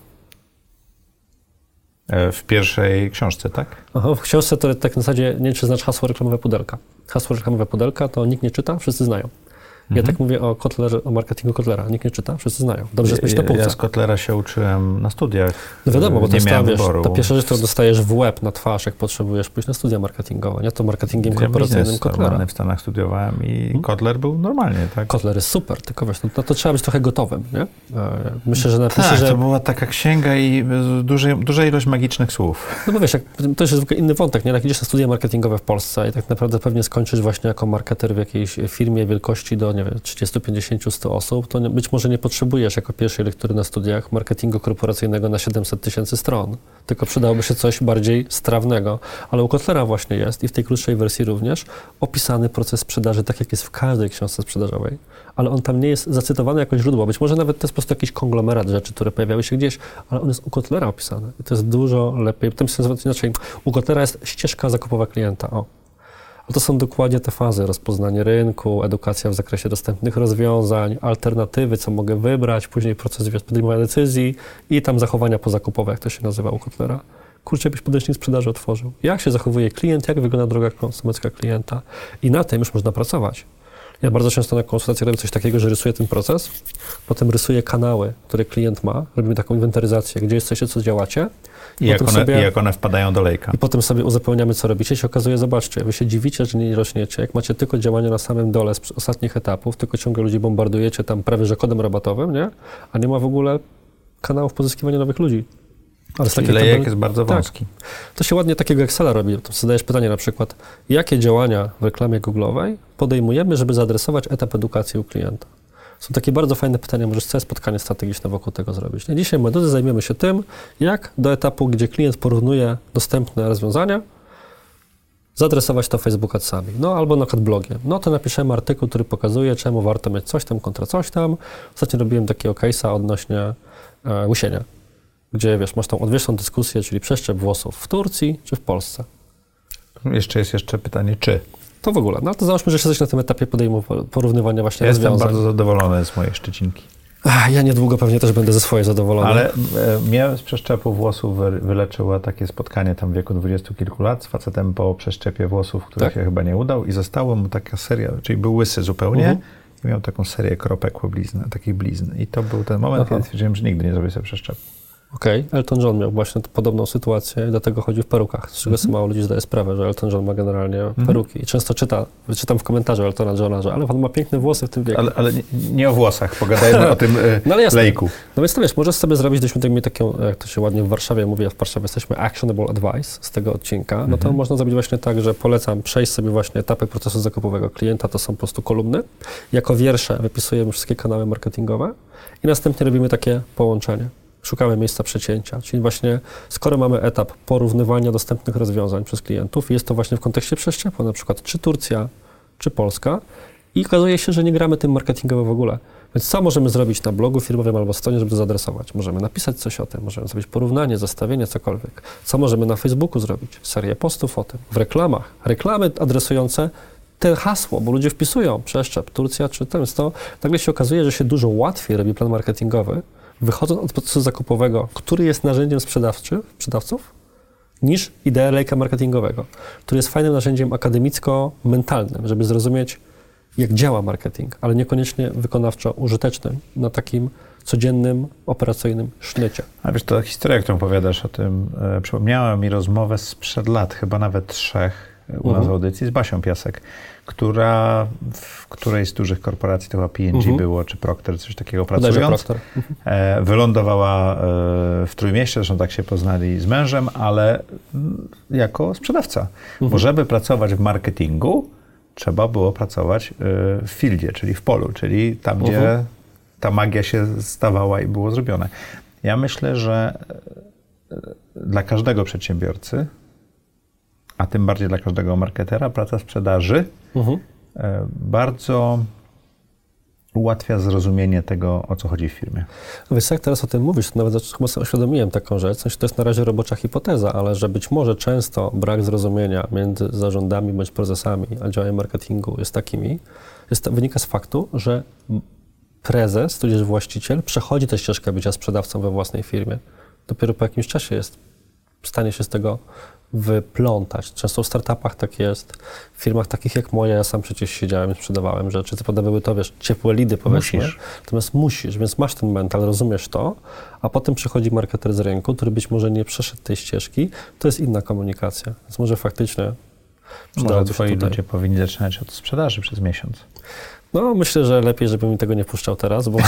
W pierwszej książce, tak? Aha, w książce to tak na zasadzie, nie wiem, czy znasz hasło reklamowe pudelka. Hasło reklamowe pudelka to nikt nie czyta, wszyscy znają. Ja mhm. tak mówię o Kotlerze, o marketingu Kotlera. Nikt nie czyta, wszyscy znają. Dobrze jest mieć na półce. Ja z Kotlera się uczyłem na studiach. No wiadomo, bo to nie miałem wiesz, wyboru. Ta pierwsza rzecz, którą dostajesz w łeb, na twarz, jak potrzebujesz pójść na studia marketingowe, nie? To marketingiem ja korporacyjnym Kotlera. w Stanach studiowałem i hmm? Kotler był normalnie, tak? Kotler jest super, tylko wiesz, no, no to trzeba być trochę gotowym, nie? Myślę, że napiszę, tak, że... to była taka księga i duży, duża ilość magicznych słów. No bo wiesz, jak, to jest inny wątek, nie? Jak idziesz na studia marketingowe w Polsce i tak naprawdę pewnie skończysz właśnie jako marketer w jakiejś firmie wielkości do, nie wiem, trzydzieści, pięćdziesiąt, sto osób, to nie, być może nie potrzebujesz jako pierwszej lektury na studiach marketingu korporacyjnego na siedemset tysięcy stron, tylko przydałoby się coś bardziej strawnego. Ale u Kotlera właśnie jest i w tej krótszej wersji również opisany proces sprzedaży, tak jak jest w każdej książce sprzedażowej, ale on tam nie jest zacytowany jako źródło. Być może nawet to jest po prostu jakiś konglomerat rzeczy, które pojawiały się gdzieś, ale on jest u Kotlera opisany i to jest dużo lepiej. Tam się nazywa inaczej. U Kotlera jest ścieżka zakupowa klienta. O. A to są dokładnie te fazy, rozpoznanie rynku, edukacja w zakresie dostępnych rozwiązań, alternatywy, co mogę wybrać, później proces podejmowania decyzji i tam zachowania pozakupowe, jak to się nazywa u Kotlera. Kurczę, jakbyś podręcznik sprzedaży otworzył. Jak się zachowuje klient, jak wygląda droga konsumencka klienta i na tym już można pracować. Ja bardzo często na konsultacji robię coś takiego, że rysuję ten proces, potem rysuję kanały, które klient ma, robimy taką inwentaryzację, gdzie jesteście, co działacie. I, I, jak, one, sobie, I jak one wpadają do lejka. I potem sobie uzupełniamy, co robicie. I się okazuje, zobaczcie, wy się dziwicie, że nie rośniecie, jak macie tylko działania na samym dole z ostatnich etapów, tylko ciągle ludzi bombardujecie tam prawie że kodem rabatowym, nie? A nie ma w ogóle kanałów pozyskiwania nowych ludzi. Ale z takiej lejek jest bardzo wąski. Tak. To się ładnie takiego Excela robi. To zadajesz pytanie na przykład, jakie działania w reklamie Google'owej podejmujemy, żeby zaadresować etap edukacji u klienta? Są takie bardzo fajne pytania, możesz całe spotkanie strategiczne wokół tego zrobić. I dzisiaj, moi drodzy, zajmiemy się tym, jak do etapu, gdzie klient porównuje dostępne rozwiązania, zaadresować to Facebook Adsami. No albo na przykład blogiem. No to napiszemy artykuł, który pokazuje, czemu warto mieć coś tam kontra coś tam. Ostatnio robiłem takiego case'a odnośnie e, łysienia, gdzie, wiesz, masz tą odwieczną dyskusję, czyli przeszczep włosów w Turcji czy w Polsce. Jeszcze jest jeszcze pytanie, czy? To w ogóle. No to załóżmy, że jesteś na tym etapie podejmowania, porównywania właśnie Jestem rozwiązań. bardzo zadowolony z mojej szczecinki. Ach, ja niedługo pewnie też będę ze swojej zadowolony. Ale e, mnie z przeszczepu włosów wy, wyleczyło takie spotkanie tam w wieku dwudziestu kilku lat z facetem po przeszczepie włosów, który tak? się chyba nie udał i została mu taka seria, czyli był łysy zupełnie uh-huh. i miał taką serię kropek po blizn, takich blizn. I to był ten moment, Aha. kiedy stwierdziłem, że nigdy nie zrobię sobie przeszczepu. Okej, okay. Elton John miał właśnie podobną sytuację i dlatego chodził w perukach, z czego mm-hmm. mało ludzi zdaje sprawę, że Elton John ma generalnie mm-hmm. peruki. I często czyta, czytam w komentarzu Eltona Johna, że ale on ma piękne włosy w tym wieku. Ale, ale nie, nie o włosach, pogadajmy o tym y, no, lejku. No więc to wiesz, możesz sobie zrobić, gdybyśmy mieli taką, jak to się ładnie w Warszawie mówi, a w Warszawie jesteśmy actionable advice z tego odcinka, no to mm-hmm. można zrobić właśnie tak, że polecam przejść sobie właśnie etapy procesu zakupowego klienta, to są po prostu kolumny. Jako wiersze wypisujemy wszystkie kanały marketingowe i następnie robimy takie połączenie. Szukamy miejsca przecięcia, czyli właśnie skoro mamy etap porównywania dostępnych rozwiązań przez klientów, jest to właśnie w kontekście przeszczepu, na przykład czy Turcja, czy Polska i okazuje się, że nie gramy tym marketingowo w ogóle. Więc co możemy zrobić na blogu firmowym albo stronie, żeby to zaadresować? Możemy napisać coś o tym, możemy zrobić porównanie, zestawienie, cokolwiek. Co możemy na Facebooku zrobić? Serię postów o tym, w reklamach, reklamy adresujące te hasło, bo ludzie wpisują przeszczep, Turcja czy ten, to nagle się okazuje, że się dużo łatwiej robi plan marketingowy, wychodząc od procesu zakupowego, który jest narzędziem sprzedawczy, sprzedawców, niż ideę lejka marketingowego, który jest fajnym narzędziem akademicko-mentalnym, żeby zrozumieć, jak działa marketing, ale niekoniecznie wykonawczo użytecznym na takim codziennym, operacyjnym sznycie. A wiesz, to historia, którą opowiadasz o tym, e, przypomniała mi rozmowę sprzed lat, chyba nawet trzech, u nas w uh-huh. audycji, z Basią Piasek, która w którejś z dużych korporacji, to chyba P and G uh-huh. było, czy Procter, coś takiego pracując, e, wylądowała e, w Trójmieście, zresztą tak się poznali z mężem, ale m, jako sprzedawca. Uh-huh. Bo żeby pracować w marketingu, trzeba było pracować y, w fieldzie, czyli w polu, czyli tam, uh-huh. gdzie ta magia się stawała i było zrobione. Ja myślę, że y, dla każdego przedsiębiorcy, a tym bardziej dla każdego marketera, praca sprzedaży uh-huh. y, bardzo ułatwia zrozumienie tego, o co chodzi w firmie. No wiesz, jak teraz o tym mówisz, to nawet chyba sobie uświadomiłem taką rzecz, w sensie to jest na razie robocza hipoteza, ale że być może często brak zrozumienia między zarządami bądź prezesami a działami marketingu jest takimi, jest, wynika z faktu, że prezes, tudzież właściciel przechodzi tę ścieżkę bycia sprzedawcą we własnej firmie. Dopiero po jakimś czasie jest w stanie się z tego wyplątać. Często w startupach tak jest, w firmach takich jak moja, ja sam przecież siedziałem i sprzedawałem rzeczy, co prawda były to, wiesz, ciepłe lidy, powiedzmy, musisz. Natomiast musisz, więc masz ten mental, rozumiesz to, a potem przychodzi marketer z rynku, który być może nie przeszedł tej ścieżki, to jest inna komunikacja, więc może faktycznie może twoi ludzie powinni zaczynać od sprzedaży przez miesiąc. No, myślę, że lepiej, żebym mi tego nie puszczał teraz, bo...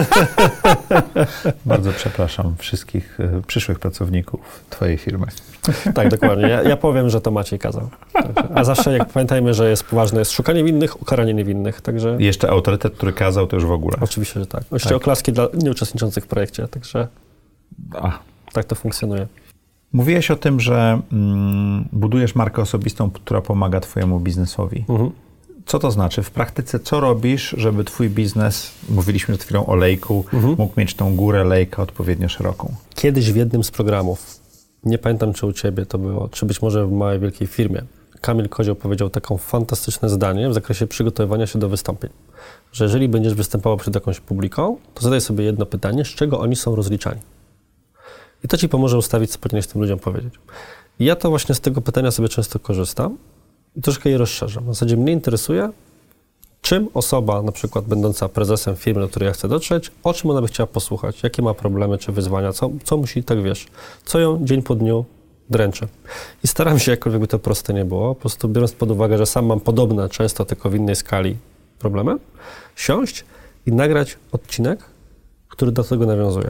Bardzo przepraszam wszystkich y, przyszłych pracowników twojej firmy. Tak, dokładnie. Ja, ja powiem, że to Maciej kazał. A zawsze, jak pamiętajmy, że jest ważne, jest szukanie winnych, ukaranie niewinnych, także... I jeszcze autorytet, który kazał, to już w ogóle. Oczywiście, że tak. Jeszcze tak. Oklaski dla nieuczestniczących w projekcie, także A. tak to funkcjonuje. Mówiłeś o tym, że mm, budujesz markę osobistą, która pomaga twojemu biznesowi. Mhm. Co to znaczy? W praktyce co robisz, żeby twój biznes, mówiliśmy przed chwilą o lejku, mhm. mógł mieć tą górę lejka odpowiednio szeroką? Kiedyś w jednym z programów, nie pamiętam czy u ciebie to było, czy być może w małej, wielkiej firmie, Kamil Kozioł powiedział taką fantastyczne zdanie w zakresie przygotowywania się do wystąpień, że jeżeli będziesz występował przed jakąś publiką, to zadaj sobie jedno pytanie, z czego oni są rozliczani. I to ci pomoże ustawić, co powinieneś tym ludziom powiedzieć. I ja to właśnie z tego pytania sobie często korzystam i troszkę je rozszerzam. W zasadzie mnie interesuje, czym osoba, na przykład będąca prezesem firmy, do której ja chcę dotrzeć, o czym ona by chciała posłuchać, jakie ma problemy czy wyzwania, co, co musi, tak wiesz, co ją dzień po dniu dręczy. I staram się, jakkolwiek by to proste nie było, po prostu biorąc pod uwagę, że sam mam podobne, często tylko w innej skali problemy, siąść i nagrać odcinek, który do tego nawiązuje.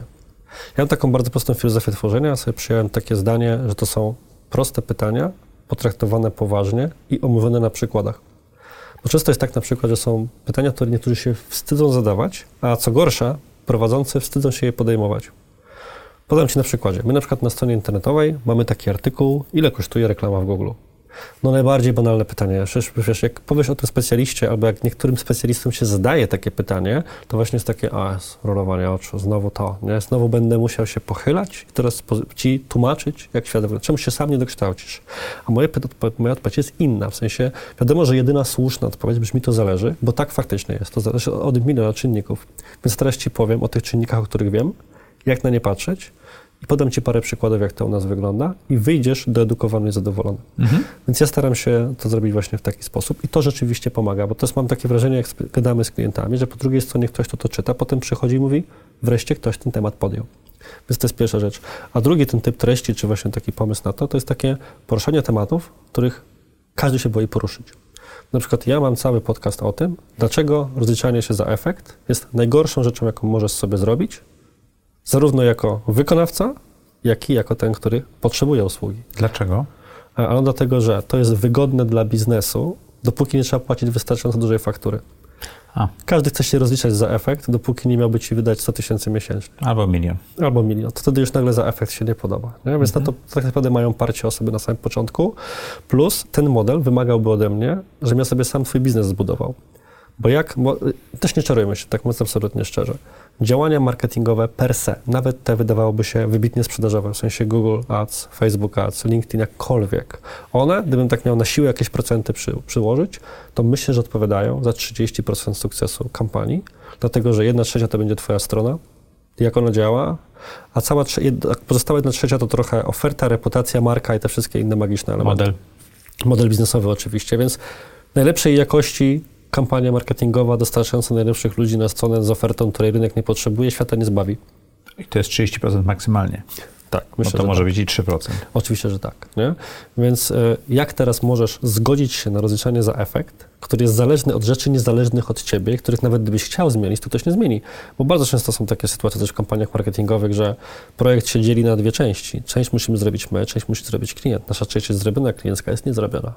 Ja mam taką bardzo prostą filozofię tworzenia. Ja sobie przyjąłem takie zdanie, że to są proste pytania, potraktowane poważnie i omówione na przykładach. Bo często jest tak na przykład, że są pytania, które niektórzy się wstydzą zadawać, a co gorsza, prowadzący wstydzą się je podejmować. Podam Ci na przykładzie. My na przykład na stronie internetowej mamy taki artykuł, ile kosztuje reklama w Google. No najbardziej banalne pytanie. Wiesz, wiesz, jak powiesz o tym specjaliście, albo jak niektórym specjalistom się zadaje takie pytanie, to właśnie jest takie, a, rolowanie oczu, znowu to, nie? Znowu będę musiał się pochylać i teraz Ci tłumaczyć, jak świat wygląda. Czemu się sam nie dokształcisz? A moja, moja odpowiedź jest inna, w sensie wiadomo, że jedyna słuszna odpowiedź brzmi to zależy, bo tak faktycznie jest, to zależy od miliona czynników. Więc teraz Ci powiem o tych czynnikach, o których wiem, jak na nie patrzeć, i podam Ci parę przykładów, jak to u nas wygląda i wyjdziesz doedukowany i zadowolony. Mhm. Więc ja staram się to zrobić właśnie w taki sposób i to rzeczywiście pomaga, bo też mam takie wrażenie, jak gadamy z klientami, że po drugiej stronie ktoś to, to czyta, potem przychodzi i mówi, wreszcie ktoś ten temat podjął. Więc to jest pierwsza rzecz. A drugi ten typ treści, czy właśnie taki pomysł na to, to jest takie poruszanie tematów, których każdy się boi poruszyć. Na przykład ja mam cały podcast o tym, dlaczego rozliczanie się za efekt jest najgorszą rzeczą, jaką możesz sobie zrobić, zarówno jako wykonawca, jak i jako ten, który potrzebuje usługi. Dlaczego? Ale dlatego, że to jest wygodne dla biznesu, dopóki nie trzeba płacić wystarczająco dużej faktury. A. Każdy chce się rozliczać za efekt, dopóki nie miałby ci wydać sto tysięcy miesięcznie. Albo milion. Albo milion. To wtedy już nagle za efekt się nie podoba. Nie? Więc mhm. na to tak naprawdę mają parcie osoby na samym początku. Plus ten model wymagałby ode mnie, żebym ja sobie sam swój biznes zbudował. Bo jak, bo też nie czarujmy się, tak mówiąc absolutnie szczerze, działania marketingowe per se, nawet te wydawałoby się wybitnie sprzedażowe, w sensie Google Ads, Facebook Ads, LinkedIn, jakkolwiek, one, gdybym tak miał na siłę jakieś procenty przy, przyłożyć, to myślę, że odpowiadają za trzydzieści procent sukcesu kampanii, dlatego, że jedna trzecia to będzie twoja strona, jak ona działa, a cała pozostała jedna trzecia to trochę oferta, reputacja, marka i te wszystkie inne magiczne elementy. Model. Model biznesowy oczywiście, więc najlepszej jakości kampania marketingowa dostarczająca najlepszych ludzi na stronę z ofertą, której rynek nie potrzebuje, świata nie zbawi. I to jest trzydzieści procent maksymalnie. Tak, myślę, no to może tak być i trzy procent. Oczywiście, że tak. Nie? Więc y, jak teraz możesz zgodzić się na rozliczanie za efekt, który jest zależny od rzeczy niezależnych od ciebie, których nawet gdybyś chciał zmienić, to ktoś nie zmieni. Bo bardzo często są takie sytuacje też w kampaniach marketingowych, że projekt się dzieli na dwie części. Część musimy zrobić my, część musi zrobić klient. Nasza część jest zrobiona, kliencka jest niezrobiona.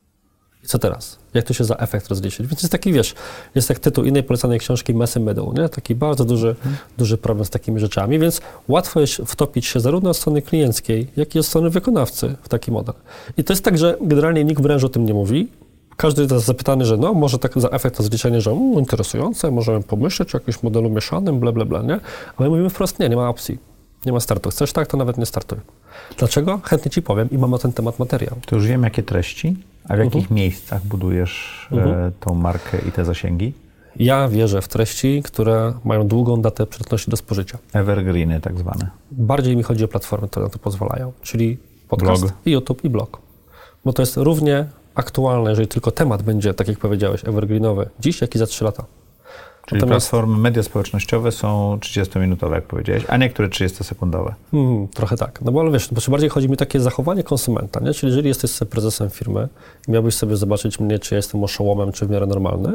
Co teraz? Jak to się za efekt rozliczyć? Więc jest taki, wiesz, jest jak tytuł innej polecanej książki Messy Middle, nie? Taki bardzo duży, hmm. duży problem z takimi rzeczami, więc łatwo jest wtopić się zarówno od strony klienckiej, jak i od strony wykonawcy w taki model. I to jest tak, że generalnie nikt w branży o tym nie mówi. Każdy jest zapytany, że no, może tak za efekt rozliczenie, że um, interesujące, możemy pomyśleć o jakimś modelu mieszanym, bla, bla, bla, nie? A my mówimy wprost, nie, nie ma opcji. Nie ma startu. Chcesz tak, to nawet nie startuj. Dlaczego? Chętnie Ci powiem i mam na ten temat materiał. To już wiem, jakie treści, a w jakich uh-huh. miejscach budujesz uh-huh. e, tą markę i te zasięgi? Ja wierzę w treści, które mają długą datę przydatności do spożycia. Evergreeny tak zwane. Bardziej mi chodzi o platformy, które na to pozwalają, czyli podcast, blog. i YouTube, i blog. Bo to jest równie aktualne, jeżeli tylko temat będzie, tak jak powiedziałeś, evergreenowy, dziś, jak i za trzy lata. Czyli Natomiast... platformy media społecznościowe są trzydziestominutowe, jak powiedziałeś, a niektóre trzydziestosekundowe. Hmm, trochę tak. No bo ale wiesz, bo bardziej chodzi mi o takie zachowanie konsumenta, nie? Czyli jeżeli jesteś sobie prezesem firmy i miałbyś sobie zobaczyć mnie, czy ja jestem oszołomem, czy w miarę normalny,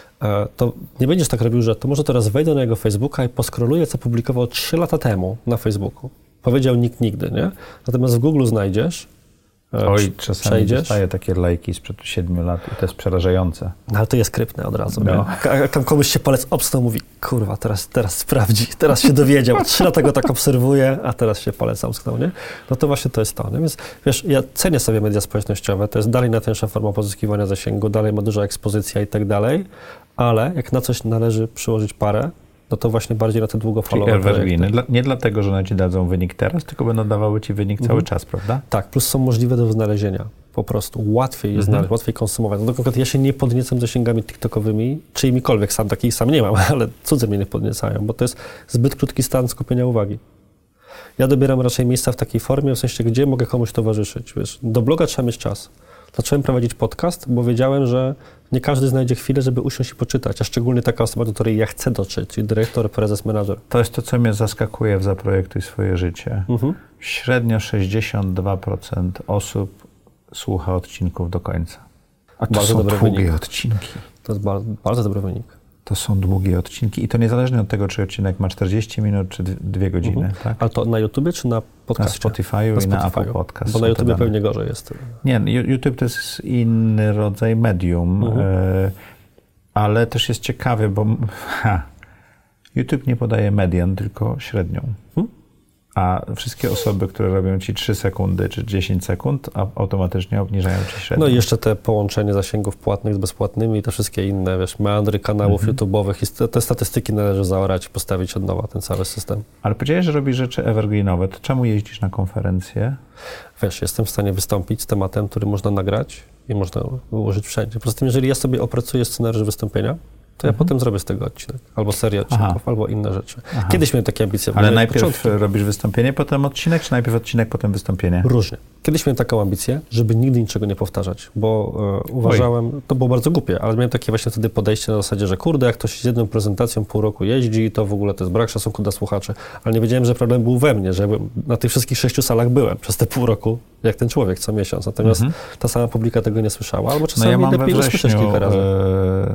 to nie będziesz tak robił, że to może teraz wejdę na jego Facebooka i poskroluję, co publikował trzy lata temu na Facebooku. Powiedział nikt nigdy, nie? Natomiast w Google znajdziesz, Oj, czasami przejdziesz. Dostaję takie lajki sprzed siedmiu lat i to jest przerażające. No ale to jest skryptne od razu. No. Nie? Tam komuś się palec obstał, mówi, kurwa, teraz, teraz sprawdzi, teraz się dowiedział. Trzy lata go tak obserwuję, a teraz się palec omsknął, nie? No to właśnie to jest to, nie? Więc wiesz, ja cenię sobie media społecznościowe, to jest dalej najtańsza forma pozyskiwania zasięgu, dalej ma duża ekspozycja i tak dalej, ale jak na coś należy przyłożyć parę, no to właśnie bardziej na te długofalowe evergreeny. Dla, nie dlatego, że one ci dadzą wynik teraz, tylko będą dawały ci wynik mhm. cały czas, prawda? Tak, plus są możliwe do znalezienia. Po prostu łatwiej je mhm. znaleźć, łatwiej konsumować. No konkretnie ja się nie podniecam zasięgami tiktokowymi, czyimikolwiek, sam takich sam nie mam, ale cudze mnie nie podniecają, bo to jest zbyt krótki stan skupienia uwagi. Ja dobieram raczej miejsca w takiej formie, w sensie, gdzie mogę komuś towarzyszyć. Wiesz, do bloga trzeba mieć czas. Zacząłem prowadzić podcast, bo wiedziałem, że nie każdy znajdzie chwilę, żeby usiąść i poczytać, a szczególnie taka osoba, do której ja chcę dotrzeć, czyli dyrektor, prezes, menadżer. To jest to, co mnie zaskakuje w Zaprojektuj swoje życie. Mhm. Średnio sześćdziesiąt dwa procent osób słucha odcinków do końca. A to bardzo są dobre długie wynik. odcinki. To jest bardzo, bardzo dobry wynik. To są długie odcinki i to niezależnie od tego, czy odcinek ma czterdzieści minut, czy dwie godziny, mhm. tak? Ale to na YouTubie, czy na podcaście? Na Spotify'u i na Apple Podcast. Bo na YouTubie pewnie gorzej jest. Nie, YouTube to jest inny rodzaj medium, mhm. y, ale też jest ciekawy, bo ha, YouTube nie podaje median, tylko średnią. Hmm? A wszystkie osoby, które robią ci trzy sekundy czy dziesięć sekund, automatycznie obniżają ci średnią. No i jeszcze te połączenie zasięgów płatnych z bezpłatnymi i te wszystkie inne, wiesz, meandry kanałów mhm. YouTube'owych i te statystyki należy zaorać, postawić od nowa ten cały system. Ale powiedziałeś, że robisz rzeczy evergreenowe. To czemu jeździsz na konferencje? Wiesz, jestem w stanie wystąpić z tematem, który można nagrać i można ułożyć wszędzie. Poza tym, jeżeli ja sobie opracuję scenariusz wystąpienia, to ja mhm. potem zrobię z tego odcinek, albo serię odcinków, Aha. albo inne rzeczy. Aha. Kiedyś miałem takie ambicje. Ale najpierw początku. robisz wystąpienie, potem odcinek, czy najpierw odcinek, potem wystąpienie? Różnie. Kiedyś miałem taką ambicję, żeby nigdy niczego nie powtarzać, bo e, uważałem, Oj. to było bardzo głupie, ale miałem takie właśnie wtedy podejście na zasadzie, że kurde, jak ktoś z jedną prezentacją pół roku jeździ, to w ogóle to jest brak szacunku dla słuchaczy. Ale nie wiedziałem, że problem był we mnie, że na tych wszystkich sześciu salach byłem przez te pół roku, jak ten człowiek co miesiąc. Natomiast mhm. ta sama publika tego nie słyszała, albo czasami no ja lepiej usłyszeć kilka razy. E...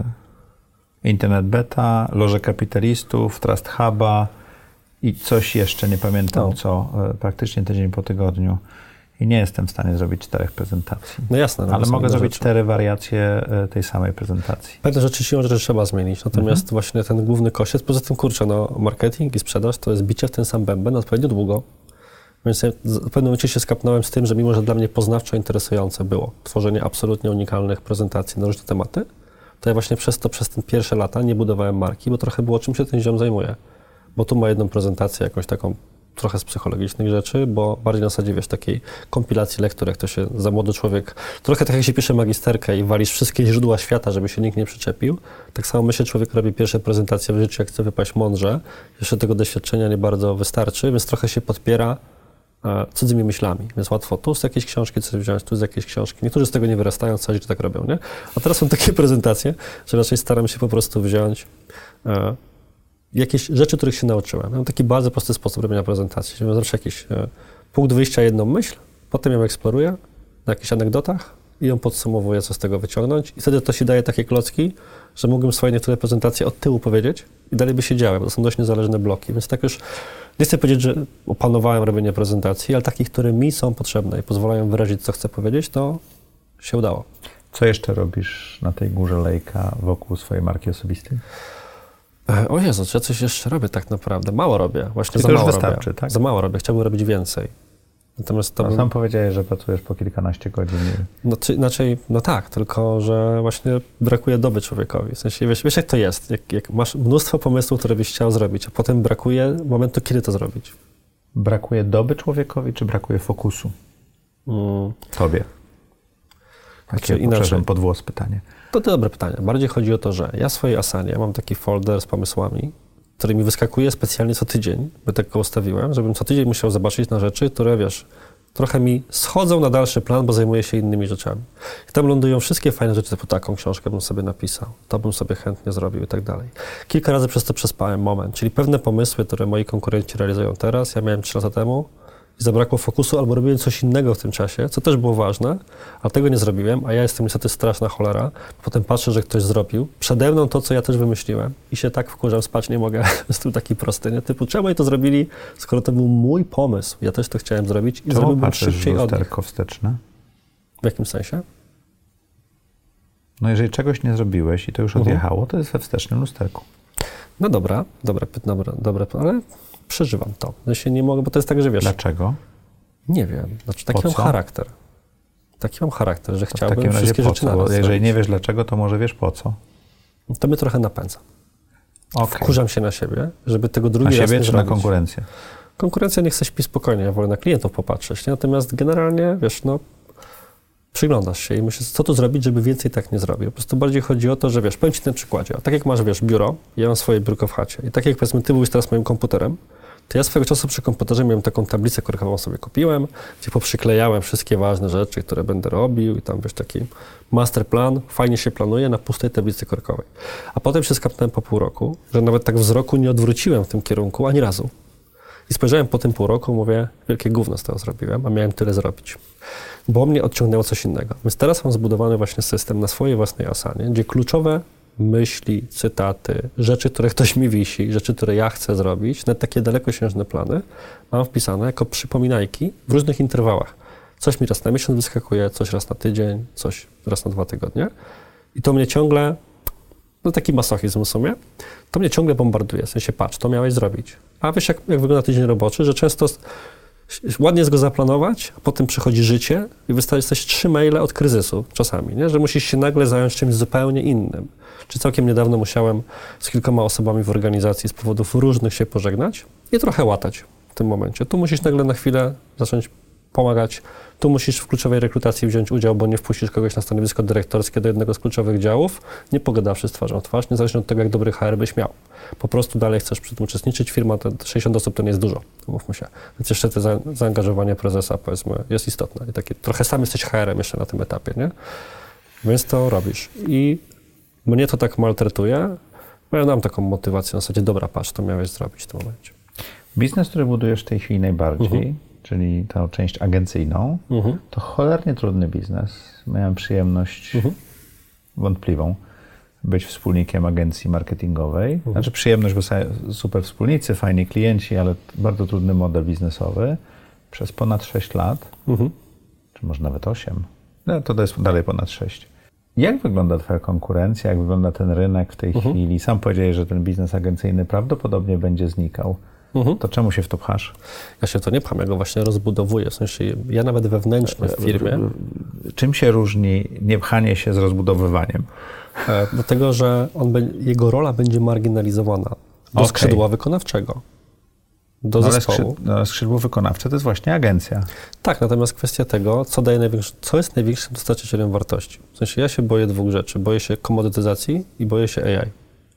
Internet Beta, Loże Kapitalistów, Trust Huba i coś jeszcze, nie pamiętam no. co, praktycznie tydzień po tygodniu. I nie jestem w stanie zrobić czterech prezentacji. No jasne. Ale mogę zrobić rzeczy. cztery wariacje tej samej prezentacji. Pewne rzeczy siłą rzeczy trzeba zmienić, natomiast mhm. właśnie ten główny kosiec, poza tym kurczę, no marketing i sprzedaż to jest bicie w ten sam bęben odpowiednio długo. Więc ja w pewnym momencie się skapnąłem z tym, że mimo, że dla mnie poznawczo interesujące było tworzenie absolutnie unikalnych prezentacji na różne tematy, to ja właśnie przez to, przez te pierwsze lata nie budowałem marki, bo trochę było, czym się ten ziom zajmuje. Bo tu ma jedną prezentację, jakąś taką trochę z psychologicznych rzeczy, bo bardziej na zasadzie, wiesz, takiej kompilacji lektur, jak to się za młody człowiek, trochę tak jak się pisze magisterkę i walisz wszystkie źródła świata, żeby się nikt nie przyczepił, tak samo myślę, człowiek robi pierwsze prezentacje w życiu, jak chce wypaść mądrze, jeszcze tego doświadczenia nie bardzo wystarczy, więc trochę się podpiera cudzymi myślami, więc łatwo tu z jakiejś książki coś wziąć, tu z jakiejś książki. Niektórzy z tego nie wyrastają, całe życie tak robią, nie? A teraz są takie prezentacje, że raczej staram się po prostu wziąć e, jakieś rzeczy, których się nauczyłem. Mam taki bardzo prosty sposób robienia prezentacji, że mam zawsze jakiś e, punkt wyjścia, jedną myśl, potem ją eksploruję na jakichś anegdotach i ją podsumowuję, co z tego wyciągnąć i wtedy to się daje takie klocki, że mógłbym swoje niektóre prezentacje od tyłu powiedzieć i dalej by się działy, bo to są dość niezależne bloki, więc tak już nie chcę powiedzieć, że opanowałem robienie prezentacji, ale takich, które mi są potrzebne i pozwalają wyrazić, co chcę powiedzieć, to się udało. Co jeszcze robisz na tej górze lejka wokół swojej marki osobistej? O Jezu, czy ja coś jeszcze robię tak naprawdę? Mało robię, właśnie I za to już mało wystarczy, robię. tak? Za mało robię, chciałbym robić więcej. Natomiast to no, bym... Sam powiedziałeś, że pracujesz po kilkanaście godzin. No, czy, inaczej, no tak, tylko że właśnie brakuje doby człowiekowi. W sensie, wiesz, wiesz jak to jest, jak, jak masz mnóstwo pomysłów, które byś chciał zrobić, a potem brakuje momentu, kiedy to zrobić. Brakuje doby człowiekowi, czy brakuje fokusu? Mm. Tobie. Takie, znaczy, inaczej. Podwłos pytanie. To, to dobre pytanie. Bardziej chodzi o to, że ja w swojej Asanie mam taki folder z pomysłami, który mi wyskakuje specjalnie co tydzień, by tak go ustawiłem, żebym co tydzień musiał zobaczyć na rzeczy, które, wiesz, trochę mi schodzą na dalszy plan, bo zajmuję się innymi rzeczami. I tam lądują wszystkie fajne rzeczy, typu taką książkę bym sobie napisał, to bym sobie chętnie zrobił i tak dalej. Kilka razy przez to przespałem moment, czyli pewne pomysły, które moi konkurenci realizują teraz, ja miałem trzy lata temu i zabrakło fokusu albo robiłem coś innego w tym czasie, co też było ważne, ale tego nie zrobiłem, a ja jestem niestety straszna cholera. Potem patrzę, że ktoś zrobił przede mną to, co ja też wymyśliłem i się tak wkurzam, spać nie mogę. Jest tu taki prosty, nie? Typu, czemu oni to zrobili, skoro to był mój pomysł, ja też to chciałem zrobić i zrobiłbym szybciej od nich. Lusterko wsteczne? W jakim sensie? No jeżeli czegoś nie zrobiłeś i to już odjechało, uh-huh. to jest we wstecznym lusterku. No dobra, dobre, dobre, dobre, ale przeżywam to. Ja się nie mogę, bo to jest tak, że wiesz... Dlaczego? Nie wiem. Znaczy, taki mam charakter. Taki mam charakter, że to chciałbym w takim razie wszystkie po rzeczy co? naraz Bo jeżeli zrobić. nie wiesz dlaczego, to może wiesz po co? To mnie trochę napędza. Okay. Wkurzam się na siebie, żeby tego drugi na raz siebie nie czy zrobić. na konkurencję? Konkurencja niech chce śpi spokojnie, ja wolę na klientów popatrzeć. Nie? Natomiast generalnie, wiesz, no, przyglądasz się i myślisz, co tu zrobić, żeby więcej tak nie zrobił. Po prostu bardziej chodzi o to, że wiesz, powiem ci na przykładzie, tak jak masz, wiesz, biuro, ja mam swoje biurko w chacie i tak jak powiedzmy, ty byłeś teraz moim komputerem, to ja swego czasu przy komputerze miałem taką tablicę korkową sobie kupiłem, gdzie poprzyklejałem wszystkie ważne rzeczy, które będę robił i tam wiesz taki master plan, fajnie się planuje na pustej tablicy korkowej. A potem się skapnąłem po pół roku, że nawet tak wzroku nie odwróciłem w tym kierunku ani razu. I spojrzałem po tym pół roku, mówię, wielkie gówno z tego zrobiłem, a miałem tyle zrobić. Bo mnie odciągnęło coś innego. Więc teraz mam zbudowany właśnie system na swojej własnej Asanie, gdzie kluczowe myśli, cytaty, rzeczy, które ktoś mi wisi, rzeczy, które ja chcę zrobić, nawet takie dalekosiężne plany mam wpisane jako przypominajki w różnych interwałach. Coś mi raz na miesiąc wyskakuje, coś raz na tydzień, coś raz na dwa tygodnie. I to mnie ciągle, no taki masochizm w sumie, to mnie ciągle bombarduje. W sensie, patrz, to miałeś zrobić. A wiesz, jak, jak wygląda tydzień roboczy, że często ładnie jest go zaplanować, a potem przychodzi życie i wystarczy coś trzy maile od kryzysu czasami, nie? Że musisz się nagle zająć czymś zupełnie innym. Czy całkiem niedawno musiałem z kilkoma osobami w organizacji z powodów różnych się pożegnać i trochę łatać w tym momencie. Tu musisz nagle na chwilę zacząć pomagać. Tu musisz w kluczowej rekrutacji wziąć udział, bo nie wpuścisz kogoś na stanowisko dyrektorskie do jednego z kluczowych działów, nie pogadawszy z twarzą w twarz, niezależnie od tego, jak dobry H R byś miał. Po prostu dalej chcesz przy tym uczestniczyć. Firma, te sześćdziesiąt osób to nie jest dużo, mówmy się. Więc jeszcze to za, zaangażowanie prezesa, powiedzmy, jest istotne. I takie, trochę sam jesteś H R em jeszcze na tym etapie, nie? Więc to robisz. I mnie to tak maltretuje, bo ja mam taką motywację na zasadzie, dobra, patrz, to miałeś zrobić w tym momencie. Biznes, który budujesz w tej chwili najbardziej, uh-huh. czyli tą część agencyjną, uh-huh. to cholernie trudny biznes. Miałem przyjemność uh-huh. wątpliwą być wspólnikiem agencji marketingowej. Uh-huh. Znaczy przyjemność, bo super wspólnicy, fajni klienci, ale bardzo trudny model biznesowy. Przez ponad sześć lat, uh-huh. czy może nawet osiem, no to, to jest dalej ponad sześć. Jak wygląda twoja konkurencja, jak wygląda ten rynek w tej uh-huh. chwili? Sam powiedziałeś, że ten biznes agencyjny prawdopodobnie będzie znikał. Uh-huh. To czemu się w to pchasz? Ja się to nie pcham, ja go właśnie rozbudowuję. W sensie ja nawet wewnętrznie w firmie. Czym się różni niepchanie się z rozbudowywaniem? Dlatego, że on be, jego rola będzie marginalizowana do okay. skrzydła wykonawczego. Do no zespołu. Ale skrzyd, no skrzydło wykonawcze to jest właśnie agencja. Tak, natomiast kwestia tego, co daje największy, co jest największym dostarczycielem wartości. W sensie ja się boję dwóch rzeczy. Boję się komodytyzacji i boję się A I.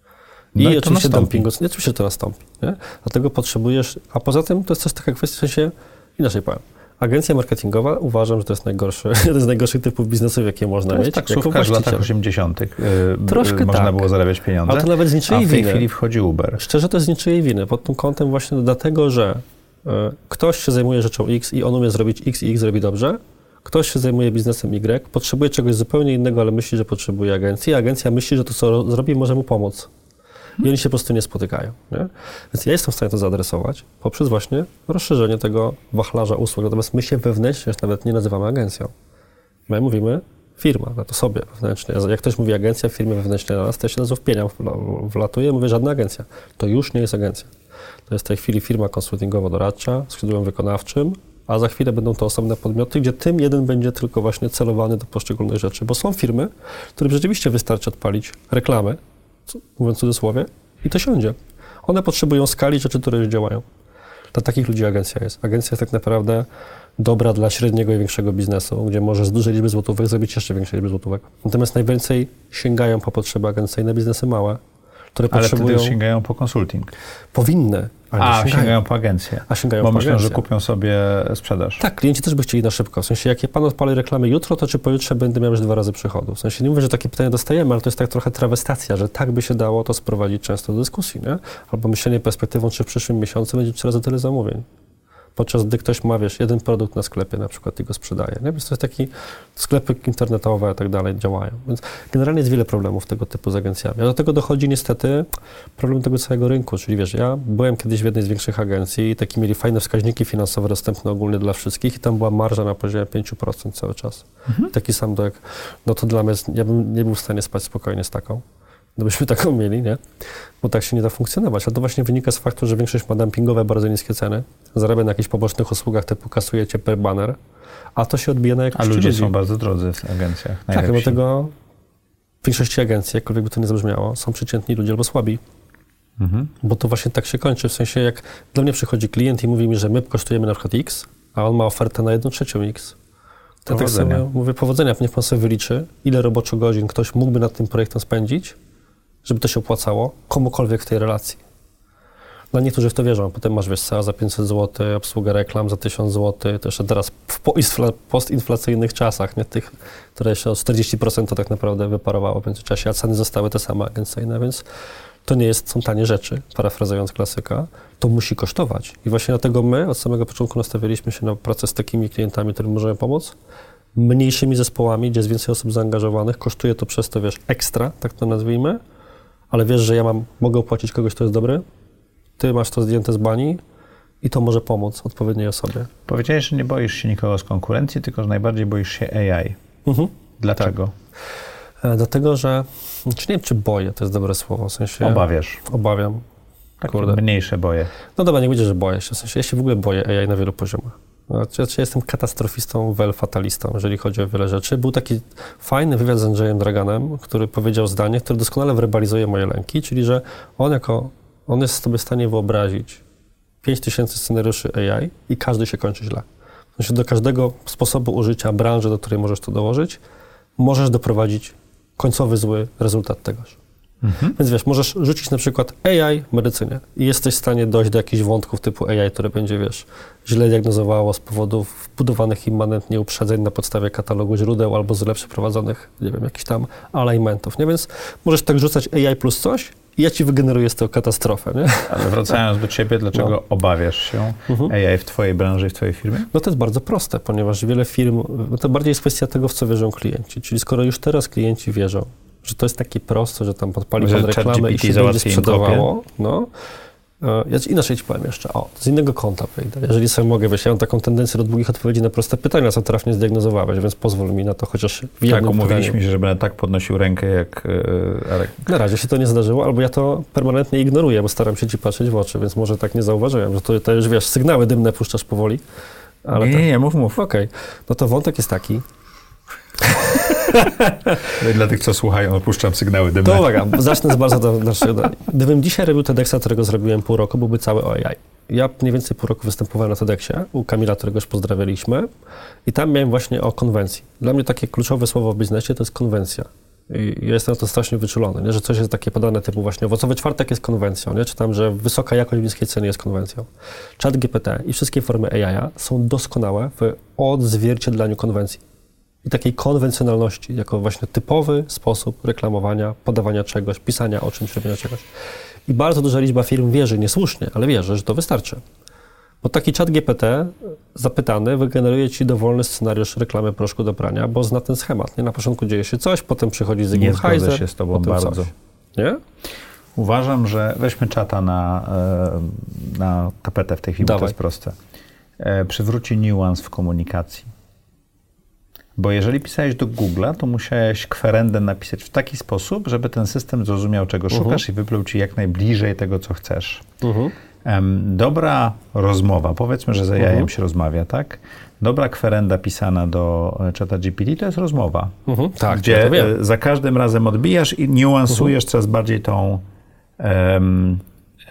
I, no i oczywiście dumpingu. Nie, oczywiście to nastąpi. Nie? Dlatego potrzebujesz, a poza tym to jest też taka kwestia, w sensie, inaczej powiem. Agencja marketingowa, uważam, że to jest najgorszy, jeden z najgorszych typów biznesów, jakie można to mieć. Taksówka w latach osiemdziesiątych. Yy, Troszkę można tak. było zarabiać pieniądze, ale to nawet z niczyjej a w tej winy. chwili wchodzi Uber. Szczerze, to jest z niczyjej winy. Pod tym kątem właśnie dlatego, że y, ktoś się zajmuje rzeczą X i on umie zrobić X i X zrobi dobrze. Ktoś się zajmuje biznesem Y, potrzebuje czegoś zupełnie innego, ale myśli, że potrzebuje agencji, a agencja myśli, że to, co zrobi, może mu pomóc. I oni się po prostu nie spotykają. Nie? Więc ja jestem w stanie to zaadresować poprzez właśnie rozszerzenie tego wachlarza usług. Natomiast my się wewnętrznie już nawet nie nazywamy agencją. My mówimy firma, na to sobie wewnętrznie. Jak ktoś mówi agencja w firmie wewnętrznej na nas, to ja się nazywa wpieniam, wlatuję, mówię żadna agencja. To już nie jest agencja. To jest w tej chwili firma konsultingowo-doradcza z skrzydłem wykonawczym, a za chwilę będą to osobne podmioty, gdzie tym jeden będzie tylko właśnie celowany do poszczególnych rzeczy. Bo są firmy, którym rzeczywiście wystarczy odpalić reklamę, mówiąc w cudzysłowie, i to siądzie. One potrzebują skali rzeczy, które już działają. Dla takich ludzi agencja jest. Agencja jest tak naprawdę dobra dla średniego i większego biznesu, gdzie możesz z dużej liczby złotówek zrobić jeszcze większej liczby złotówek. Natomiast najwięcej sięgają po potrzeby agencyjne biznesy małe, które ale potrzebują... wtedy sięgają po konsulting. Powinny. Ale A, sięgają. sięgają po agencję. A sięgają Bo po myślą, agencję. że kupią sobie sprzedaż. Tak, klienci też by chcieli na szybko. W sensie, jak ja pan odpali reklamy jutro, to czy pojutrze będę miał już dwa razy przychodu? W sensie, nie mówię, że takie pytania dostajemy, ale to jest tak trochę trawestacja, że tak by się dało to sprowadzić często do dyskusji, nie? Albo myślenie perspektywą, czy w przyszłym miesiącu będzie trzy razy tyle zamówień. Podczas gdy ktoś ma, wiesz, jeden produkt na sklepie na przykład i go sprzedaje, nie? Więc to jest taki, sklepy internetowe i tak dalej działają. Więc generalnie jest wiele problemów tego typu z agencjami. A do tego dochodzi niestety problem tego całego rynku, czyli wiesz, ja byłem kiedyś w jednej z większych agencji i takie mieli fajne wskaźniki finansowe dostępne ogólnie dla wszystkich i tam była marża na poziomie pięć procent cały czas. Mhm. Taki sam do jak, no to dla mnie, ja bym nie był w stanie spać spokojnie z taką. Gdybyśmy taką mieli, nie? Bo tak się nie da funkcjonować. A to właśnie wynika z faktu, że większość ma dumpingowe, bardzo niskie ceny, zarabia na jakichś pobocznych usługach typu kasujecie per banner, a to się odbija na jakości A ludzie ludzi. są bardzo drodzy w agencjach. Tak, najlepsi. dlatego w większości agencji, jakkolwiek by to nie zabrzmiało, są przeciętni ludzie albo słabi. Mhm. Bo to właśnie tak się kończy. W sensie, jak do mnie przychodzi klient i mówi mi, że my kosztujemy na przykład X, a on ma ofertę na jedną trzecią X. To tak sobie mówię, powodzenia, niech pan sobie wyliczy, ile roboczo godzin ktoś mógłby nad tym projektem spędzić, żeby to się opłacało komukolwiek w tej relacji. No niektórzy w to wierzą. Potem masz, wiesz, S E A za pięćset złotych, obsługę reklam za tysiąc złotych, to jeszcze teraz w postinflacyjnych czasach, nie tych, które jeszcze o czterdzieści procent to tak naprawdę wyparowało w międzyczasie, a ceny zostały te same agencyjne, więc to nie jest, są tanie rzeczy, parafrazując klasyka, to musi kosztować. I właśnie dlatego my od samego początku nastawialiśmy się na pracę z takimi klientami, którym możemy pomóc, mniejszymi zespołami, gdzie jest więcej osób zaangażowanych, kosztuje to przez to, wiesz, ekstra, tak to nazwijmy, ale wiesz, że ja mam, mogę opłacić kogoś, kto jest dobry, ty masz to zdjęte z bani i to może pomóc odpowiedniej osobie. Powiedziałeś, że nie boisz się nikogo z konkurencji, tylko że najbardziej boisz się A I. Mhm. Dlaczego? Tak. Dlatego, że, znaczy nie wiem, czy boję, to jest dobre słowo, w sensie... Obawiasz. Obawiam. Tak, kurde. Mniejsze boję. No dobra, nie będzie, że boję się, w sensie ja się w ogóle boję A I na wielu poziomach. Znaczy, ja jestem katastrofistą, wel fatalistą, jeżeli chodzi o wiele rzeczy. Był taki fajny wywiad z Andrzejem Draganem, który powiedział zdanie, które doskonale werbalizuje moje lęki, czyli że on jako, on jest sobie w stanie wyobrazić pięć tysięcy scenariuszy A I i każdy się kończy źle. W sensie do każdego sposobu użycia branży, do której możesz to dołożyć, możesz doprowadzić końcowy zły rezultat tegoż. Mhm. Więc wiesz, możesz rzucić na przykład A I w medycynie i jesteś w stanie dojść do jakichś wątków typu A I, które będzie, wiesz, źle diagnozowało z powodów wbudowanych immanentnie uprzedzeń na podstawie katalogu źródeł albo źle przeprowadzonych, nie wiem, jakichś tam alignmentów, nie? Więc możesz tak rzucać A I plus coś i ja ci wygeneruję z tego katastrofę, nie? Ale wracając do ciebie, dlaczego no. obawiasz się mhm. A I w twojej branży i w twojej firmie? No to jest bardzo proste, ponieważ wiele firm, no to bardziej jest kwestia tego, w co wierzą klienci, czyli skoro już teraz klienci wierzą, że to jest takie proste, że tam podpali pan reklamę i się będzie sprzedawało. No. Ja inaczej ci powiem jeszcze, o, z innego kąta wyjdę. Jeżeli sobie mogę, wiesz, ja mam taką tendencję do długich odpowiedzi na proste pytania, co trafnie zdiagnozowałeś, więc pozwól mi na to chociaż w jednym Tak, umówiliśmy pytaniu. się, że będę tak podnosił rękę, jak yy, Arek. Na razie się to nie zdarzyło, albo ja to permanentnie ignoruję, bo staram się ci patrzeć w oczy, więc może tak nie zauważyłem, że to, to już, wiesz, sygnały dymne puszczasz powoli. Ale nie, tak. nie, nie, mów, mów. Okej, okay. No to wątek jest taki. Dla tych, co słuchają, opuszczam sygnały dymne. To uwaga, zacznę z bardzo do, znaczy, gdybym dzisiaj robił TEDxa, którego zrobiłem pół roku, byłby cały o A I. Ja mniej więcej pół roku występowałem na TEDxie u Kamila, którego już pozdrawialiśmy i tam miałem właśnie o konwencji. Dla mnie takie kluczowe słowo w biznesie to jest konwencja. I ja jestem na to strasznie wyczulony, nie? Że coś jest takie podane typu właśnie owocowy czwartek jest konwencją, nie? Czy tam, że wysoka jakość w niskiej cenie jest konwencją. ChatGPT i wszystkie formy A I są doskonałe w odzwierciedlaniu konwencji i takiej konwencjonalności, jako właśnie typowy sposób reklamowania, podawania czegoś, pisania o czymś, robienia czegoś. I bardzo duża liczba firm wierzy, niesłusznie, ale wierzy, że to wystarczy. Bo taki ChatGPT zapytany wygeneruje ci dowolny scenariusz reklamy proszku do prania, bo zna ten schemat. Nie? Na początku dzieje się coś, potem przychodzi Zygmunt Heiser. Nie zgodzę się z tobą bardzo. Coś. Nie? Uważam, że weźmy czata na, na tapetę w tej chwili, bo to jest proste. Przywróci niuans w komunikacji. Bo jeżeli pisałeś do Google'a, to musiałeś kwerendę napisać w taki sposób, żeby ten system zrozumiał, czego uh-huh. szukasz i wypluł ci jak najbliżej tego, co chcesz. Uh-huh. Um, dobra rozmowa, powiedzmy, że z A I-em uh-huh. się rozmawia, tak? Dobra kwerenda pisana do czata G P T to jest rozmowa, uh-huh. tak, gdzie ja za każdym razem odbijasz i niuansujesz uh-huh. coraz bardziej tą um,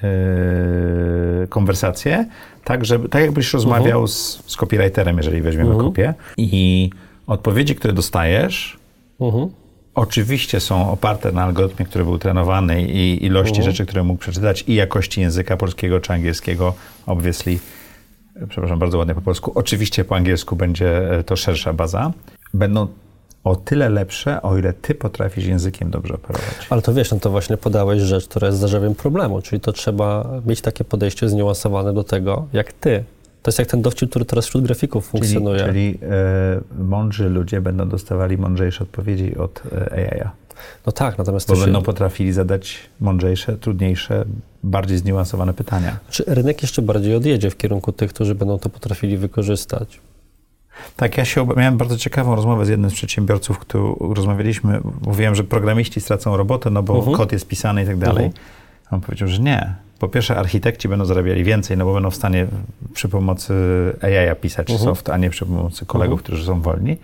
yy, konwersację, tak, żeby, tak jakbyś rozmawiał uh-huh. z, z copywriterem, jeżeli weźmiemy uh-huh. kopię. I odpowiedzi, które dostajesz, uh-huh. oczywiście są oparte na algorytmie, który był trenowany i ilości uh-huh. rzeczy, które mógł przeczytać i jakości języka polskiego czy angielskiego, obviously, przepraszam, bardzo ładnie po polsku, oczywiście po angielsku będzie to szersza baza, będą o tyle lepsze, o ile ty potrafisz językiem dobrze operować. Ale to wiesz, no to właśnie podałeś rzecz, która jest zarzewiem problemu, czyli to trzeba mieć takie podejście zniuansowane do tego, jak ty. To jest jak ten dowcip, który teraz wśród grafików funkcjonuje. Czyli, czyli e, mądrzy ludzie będą dostawali mądrzejsze odpowiedzi od e, A I a. No tak, natomiast... Bo to będą się... potrafili zadać mądrzejsze, trudniejsze, bardziej zniuansowane pytania. Czy rynek jeszcze bardziej odjedzie w kierunku tych, którzy będą to potrafili wykorzystać? Tak, ja się ob... miałem bardzo ciekawą rozmowę z jednym z przedsiębiorców, który rozmawialiśmy, mówiłem, że programiści stracą robotę, no bo uh-huh. kod jest pisany i tak dalej. Uh-huh. On powiedział, że nie. Po pierwsze, architekci będą zarabiali więcej, no bo będą w stanie przy pomocy A I a pisać uh-huh. soft, a nie przy pomocy kolegów, uh-huh. którzy są wolni.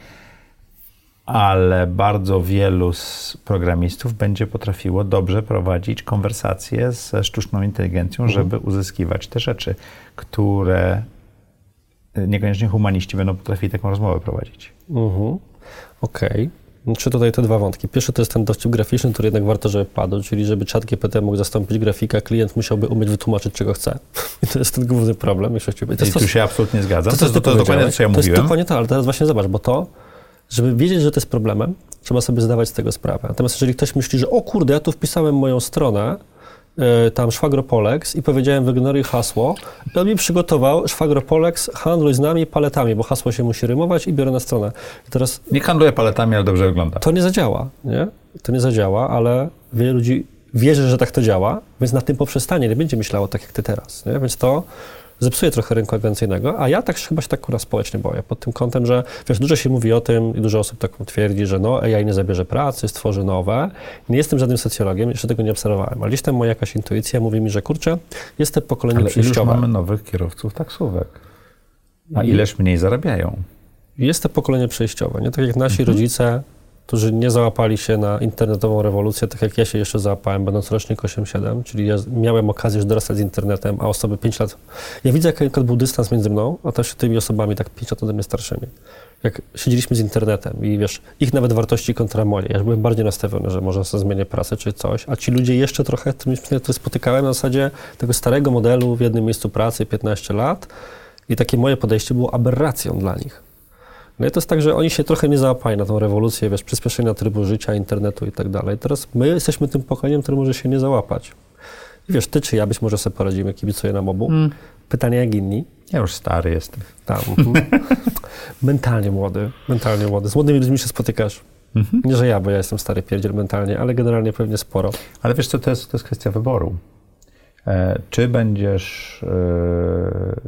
Ale bardzo wielu z programistów będzie potrafiło dobrze prowadzić konwersacje ze sztuczną inteligencją, uh-huh. żeby uzyskiwać te rzeczy, które niekoniecznie humaniści będą potrafili taką rozmowę prowadzić. Uh-huh. Okej. Okay. Czy tutaj te dwa wątki. Pierwszy to jest ten dowcip graficzny, który jednak warto, żeby padł, czyli żeby ChatGPT mógł zastąpić grafika, klient musiałby umieć wytłumaczyć, czego chce. I to jest ten główny problem. I tu się absolutnie zgadzam. To, to, to, to, to, to dokładnie to, co ja to mówiłem. To jest dokładnie to, ale teraz właśnie zobacz, bo to, żeby wiedzieć, że to jest problemem, trzeba sobie zdawać z tego sprawę. Natomiast jeżeli ktoś myśli, że o kurde, ja tu wpisałem moją stronę y, tam Szwagropolex i powiedziałem wygeneruj hasło. I on mi przygotował Szwagropolex, handluj z nami paletami, bo hasło się musi rymować i biorę na stronę. I teraz Nie handluję paletami, ale dobrze wygląda. to nie zadziała, nie? To nie zadziała, ale wiele ludzi wierzy, że tak to działa, więc na tym poprzestanie, nie będzie myślało tak jak ty teraz, nie? Więc to zepsuje trochę rynku agencyjnego, a ja tak chyba się tak kurwa społecznie boję, pod tym kątem, że wiesz, dużo się mówi o tym i dużo osób tak twierdzi, że no A I nie zabierze pracy, stworzy nowe. Nie jestem żadnym socjologiem, jeszcze tego nie obserwowałem, ale gdzieś tam moja jakaś intuicja mówi mi, że kurczę, jest to pokolenie Ale przejściowe. już mamy nowych kierowców taksówek. A ileż mniej zarabiają? Jest to pokolenie przejściowe, nie? Tak jak nasi Mhm. rodzice, którzy nie załapali się na internetową rewolucję, tak jak ja się jeszcze załapałem, będąc rocznik osiem siedem, czyli ja miałem okazję już dorastać z internetem, a osoby pięć lat... Ja widzę, jaki był dystans między mną, a też tymi osobami tak pięć lat ode mnie starszymi. Jak siedzieliśmy z internetem i wiesz, ich nawet wartości kontra moje. Ja już byłem bardziej nastawiony, że może sobie zmienię pracę czy coś, a ci ludzie jeszcze trochę, które spotykałem na zasadzie tego starego modelu w jednym miejscu pracy, piętnaście lat i takie moje podejście było aberracją dla nich. No i to jest tak, że oni się trochę nie załapali na tą rewolucję, wiesz, przyspieszenia trybu życia, internetu i tak dalej. Teraz my jesteśmy tym pokoleniem, który może się nie załapać. I wiesz, ty czy ja być może sobie poradzimy, kibicuję nam obu. Mm. Pytanie jak inni. Ja już stary jestem. Tam. mentalnie młody, mentalnie młody. Z młodymi ludźmi się spotykasz. Mm-hmm. Nie, że ja, bo ja jestem stary pierdziel mentalnie, ale generalnie pewnie sporo. Ale wiesz co, to jest, to jest kwestia wyboru. E, czy będziesz e,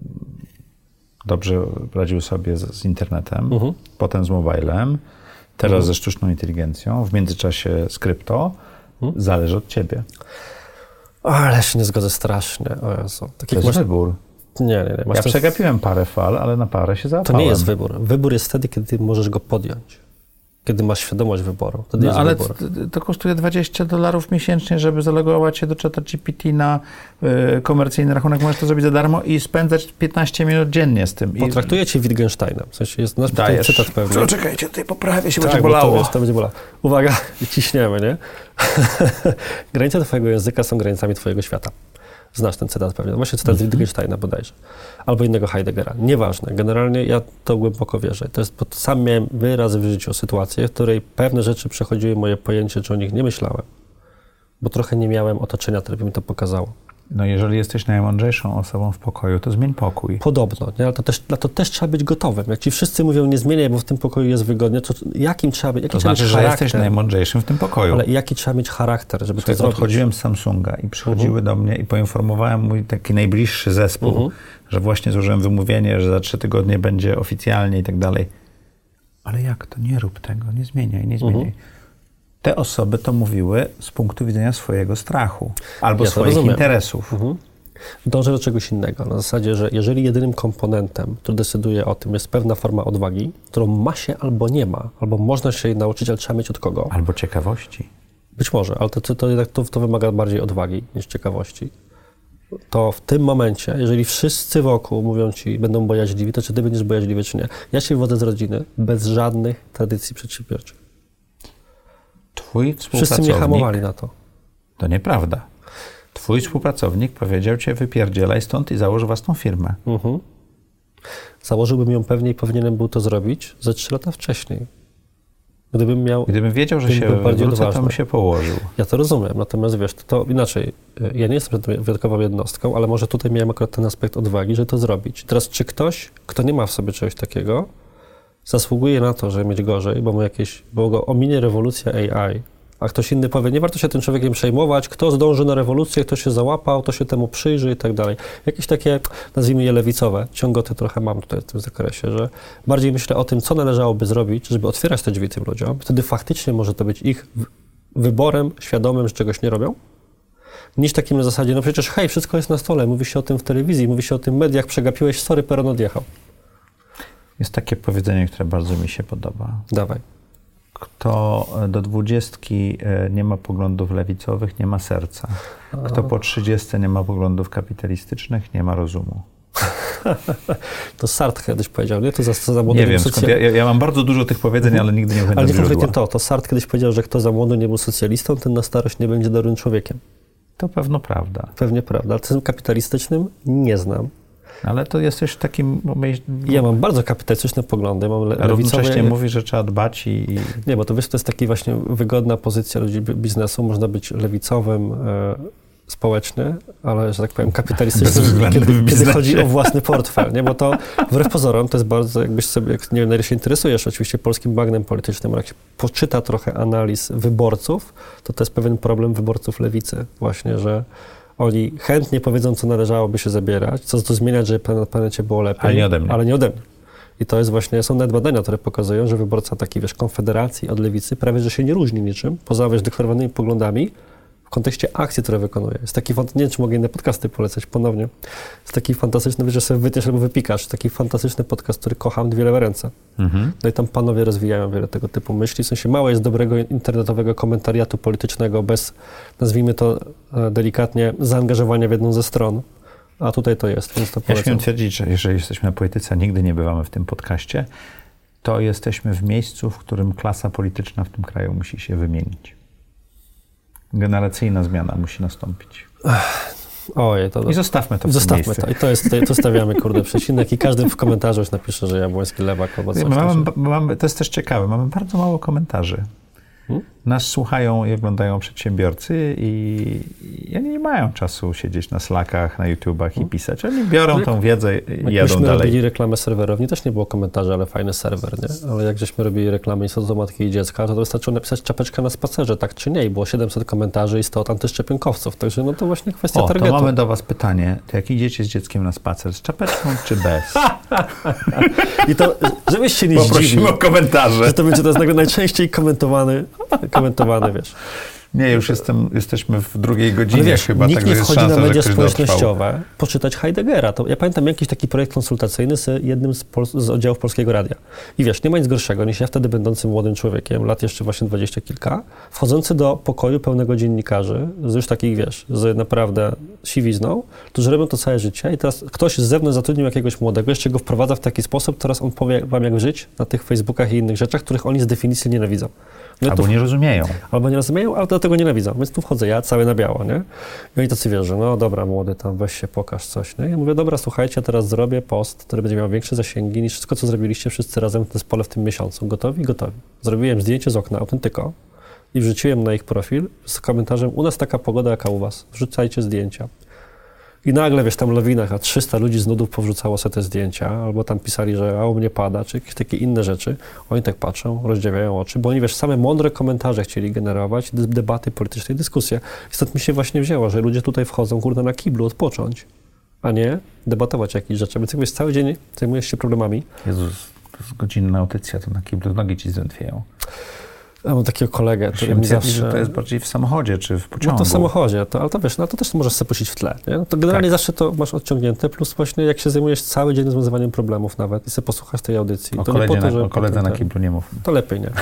dobrze radził sobie z, z internetem, uh-huh. potem z mobilem, teraz uh-huh. ze sztuczną inteligencją, w międzyczasie z krypto, uh-huh. zależy od ciebie. O, ale się nie zgodzę strasznie. O Jezu. Tak to jest masz... wybór. Nie, nie, nie. Masz ja ten... przegapiłem parę fal, ale na parę się załapałem. To nie jest wybór. Wybór jest wtedy, kiedy ty możesz go podjąć. Kiedy masz świadomość wyboru. Wtedy no, jest ale wybór. To, to kosztuje dwadzieścia dolarów miesięcznie, żeby zalogować się do ChatGPT na y, komercyjny rachunek. Możesz to zrobić za darmo i spędzać piętnaście minut dziennie z tym. Potraktuję I... cię Wittgensteinem. W sensie jest nasz cytat pewnie. No, czekajcie, tutaj poprawię się, tak, będzie bolało. To, wiesz, to będzie bolało. Uwaga, ciśniemy, nie? Granice twojego języka są granicami twojego świata. Znasz ten cytat pewnie. Właśnie cytat mm-hmm. z Wittgensteina bodajże. Albo innego Heideggera. Nieważne. Generalnie ja to głęboko wierzę. To jest, bo sam miałem wyrazy w życiu sytuację, w której pewne rzeczy przechodziły moje pojęcie, czy o nich nie myślałem. Bo trochę nie miałem otoczenia, które by mi to pokazało. No jeżeli jesteś najmądrzejszą osobą w pokoju, to zmień pokój. Podobno, nie? Ale to też, na to też trzeba być gotowym. Jak ci wszyscy mówią, nie zmieniaj, bo w tym pokoju jest wygodnie, to jakim trzeba być? Jaki to trzeba znaczy, mieć że charakter? jesteś najmądrzejszym w tym pokoju. Ale jaki trzeba mieć charakter, żeby Słuchaj, to zrobić? Odchodziłem z Samsunga i przychodziły uh-huh. do mnie i poinformowałem mój taki najbliższy zespół, uh-huh. że właśnie złożyłem wymówienie, że za trzy tygodnie będzie oficjalnie i tak dalej. Ale jak to? Nie rób tego, nie zmieniaj, nie zmieniaj. Uh-huh. Te osoby to mówiły z punktu widzenia swojego strachu albo ja swoich interesów. Uh-huh. Dążę do czegoś innego. Na zasadzie, że jeżeli jedynym komponentem, który decyduje o tym, jest pewna forma odwagi, którą ma się albo nie ma, albo można się jej nauczyć, ale trzeba mieć od kogo. Albo ciekawości. Być może, ale to, to, to, to, to wymaga bardziej odwagi niż ciekawości. To w tym momencie, jeżeli wszyscy wokół mówią ci, będą bojaźliwi, to czy ty będziesz bojaźliwy, czy nie? Ja się wywodzę z rodziny bez żadnych tradycji przedsiębiorczych. Twój współpracownik... Wszyscy mnie hamowali na to. To nieprawda. Twój współpracownik powiedział cię, wypierdzielaj stąd i załóż własną firmę. Mhm. Założyłbym ją pewnie i powinienem był to zrobić ze trzy lata wcześniej. Gdybym miał... Gdybym wiedział, że się wrócę, to bym się położył. Ja to rozumiem, natomiast wiesz, to, to inaczej. Ja nie jestem wyjątkową jednostką, ale może tutaj miałem akurat ten aspekt odwagi, żeby to zrobić. Teraz czy ktoś, kto nie ma w sobie czegoś takiego, zasługuje na to, żeby mieć gorzej, bo mu jakieś, bo go ominie rewolucja A I, a ktoś inny powie, nie warto się tym człowiekiem przejmować, kto zdąży na rewolucję, kto się załapał, to się temu przyjrzy i tak dalej. Jakieś takie, nazwijmy je lewicowe, ciągoty trochę mam tutaj w tym zakresie, że bardziej myślę o tym, co należałoby zrobić, żeby otwierać te drzwi tym ludziom. Wtedy faktycznie może to być ich wyborem świadomym, że czegoś nie robią, niż takim na zasadzie, no przecież hej, wszystko jest na stole, mówi się o tym w telewizji, mówi się o tym w mediach, przegapiłeś, sorry, peron odjechał. Jest takie powiedzenie, które bardzo mi się podoba. Dawaj. Kto do dwudziestki nie ma poglądów lewicowych, nie ma serca. Kto po trzydziestce nie ma poglądów kapitalistycznych, nie ma rozumu. To Sartre kiedyś powiedział, nie? To za, za młody nie wiem, socjal... skąd, ja, ja mam bardzo dużo tych powiedzeń, mhm. ale nigdy nie pamiętam Ale nie konkretnie to, to Sartre kiedyś powiedział, że kto za młody nie był socjalistą, ten na starość nie będzie dobrym człowiekiem. To pewno prawda. Pewnie prawda, ale tym kapitalistycznym nie znam. Ale to jesteś w takim... Ja mam bardzo kapitalistyczne poglądy, mam le- A równocześnie lewicowe... mówi, że trzeba dbać i... Nie, bo to wiesz, to jest taka właśnie wygodna pozycja ludzi biznesu. Można być lewicowym, e, społeczny, ale, że tak powiem, kapitalistyczny, kiedy, kiedy chodzi o własny portfel, nie? Bo to wbrew pozorom to jest bardzo, jakbyś sobie, jak, nie wiem, na ile się interesujesz oczywiście polskim bagnem politycznym, ale jak się poczyta trochę analiz wyborców, to to jest pewien problem wyborców lewicy właśnie, że oni chętnie powiedzą, co należałoby się zabierać, co to zmieniać, żeby na planecie było lepiej. Ale nie ode mnie. Ale nie ode mnie. I to jest właśnie, są nawet badania, które pokazują, że wyborca takiej, wiesz, konfederacji od lewicy prawie, że się nie różni niczym, poza, wiesz, deklarowanymi poglądami w kontekście akcji, które wykonuje. Jest taki, nie wiem, czy mogę inne podcasty polecać ponownie. Jest taki fantastyczny, wiesz, że sobie wytniesz albo wypikasz, taki fantastyczny podcast, który kocham, Dwie lewe ręce. Mhm. No i tam panowie rozwijają wiele tego typu myśli. W sensie mało jest dobrego internetowego komentariatu politycznego bez, nazwijmy to delikatnie, zaangażowania w jedną ze stron. A tutaj to jest, więc to polecam. Ja śmiem twierdzić, że jeżeli jesteśmy na polityce, a nigdy nie bywamy w tym podcaście, to jesteśmy w miejscu, w którym klasa polityczna w tym kraju musi się wymienić. Generacyjna zmiana musi nastąpić. Ojej, to... I zostawmy to w Zostawmy tym to. I to jest, to stawiamy, kurde, przecinek i każdy w komentarzu już napisze, że Jabłoński lewak albo coś. Mamy, mamy, to jest też ciekawe, mamy bardzo mało komentarzy. Hmm? Nas słuchają i oglądają przedsiębiorcy i, i oni nie mają czasu siedzieć na Slackach, na YouTubach hmm? i pisać. Oni biorą tą wiedzę i jak jadą dalej. Jak robili reklamę serwerowni, też nie było komentarzy, ale fajny serwer, nie? Ale jak żeśmy robili reklamy Instytutu Matki i Dziecka, to wystarczyło napisać czapeczkę na spacerze, tak czy nie? I było siedemset komentarzy i sto od antyszczepionkowców. Także no to właśnie kwestia o, targetu. To mamy do was pytanie. To jak idziecie z dzieckiem na spacer, z czapeczką czy bez? I to, żebyś się nie Poprosimy zdziwił, o komentarze. Że to będzie to jest najczęściej komentowany, komentowany, wiesz. Nie, już jestem, jesteśmy w drugiej godzinie wiesz, chyba. Nikt tak, nie że wchodzi szansa, na media że społecznościowe poczytać Heideggera. To ja pamiętam jakiś taki projekt konsultacyjny z jednym z, Pol- z oddziałów Polskiego Radia. I wiesz, nie ma nic gorszego niż ja wtedy będący młodym człowiekiem, lat jeszcze właśnie dwadzieścia kilka, wchodzący do pokoju pełnego dziennikarzy, z już takich, wiesz, z naprawdę siwizną, którzy robią to całe życie i teraz ktoś z zewnątrz zatrudnił jakiegoś młodego, jeszcze go wprowadza w taki sposób, teraz on powie wam jak żyć na tych Facebookach i innych rzeczach, których oni z definicji nienawidzą. No albo tu, nie rozumieją. Albo nie rozumieją, ale dlatego nienawidzą. Więc tu wchodzę ja, cały na biało, nie? I oni tacy wierzą, no dobra, młody, tam weź się, pokaż coś, nie? Ja mówię, dobra, słuchajcie, ja teraz zrobię post, który będzie miał większe zasięgi niż wszystko, co zrobiliście wszyscy razem w zespole w tym miesiącu. Gotowi? Gotowi. Zrobiłem zdjęcie z okna, autentyko, i wrzuciłem na ich profil z komentarzem, u nas taka pogoda, jaka u was. Wrzucajcie zdjęcia. I nagle, wiesz, tam lawinach, a trzysta ludzi z nudów powrzucało sobie te zdjęcia, albo tam pisali, że a u mnie pada, czy jakieś takie inne rzeczy. Oni tak patrzą, rozdziawiają oczy, bo oni, wiesz, same mądre komentarze chcieli generować, debaty polityczne, dyskusje. I stąd mi się właśnie wzięło, że ludzie tutaj wchodzą, kurde, na kiblu odpocząć, a nie debatować jakieś rzeczy. Więc jakbyś cały dzień zajmujesz się problemami. Jezus, to jest godzinna audycja, to na kiblu nogi ci zdrętwieją. Ja mam takiego kolegę, który mi zawsze... że to jest bardziej w samochodzie, czy w pociągu. No to w samochodzie, to, ale to wiesz, no to też możesz sobie puścić w tle, nie? No to generalnie tak. Zawsze to masz odciągnięte, plus właśnie jak się zajmujesz cały dzień rozwiązywaniem problemów nawet i sobie posłuchasz tej audycji. O to koledze, nie po to, na, że o koledze na ten, kiblu nie mów. To lepiej nie.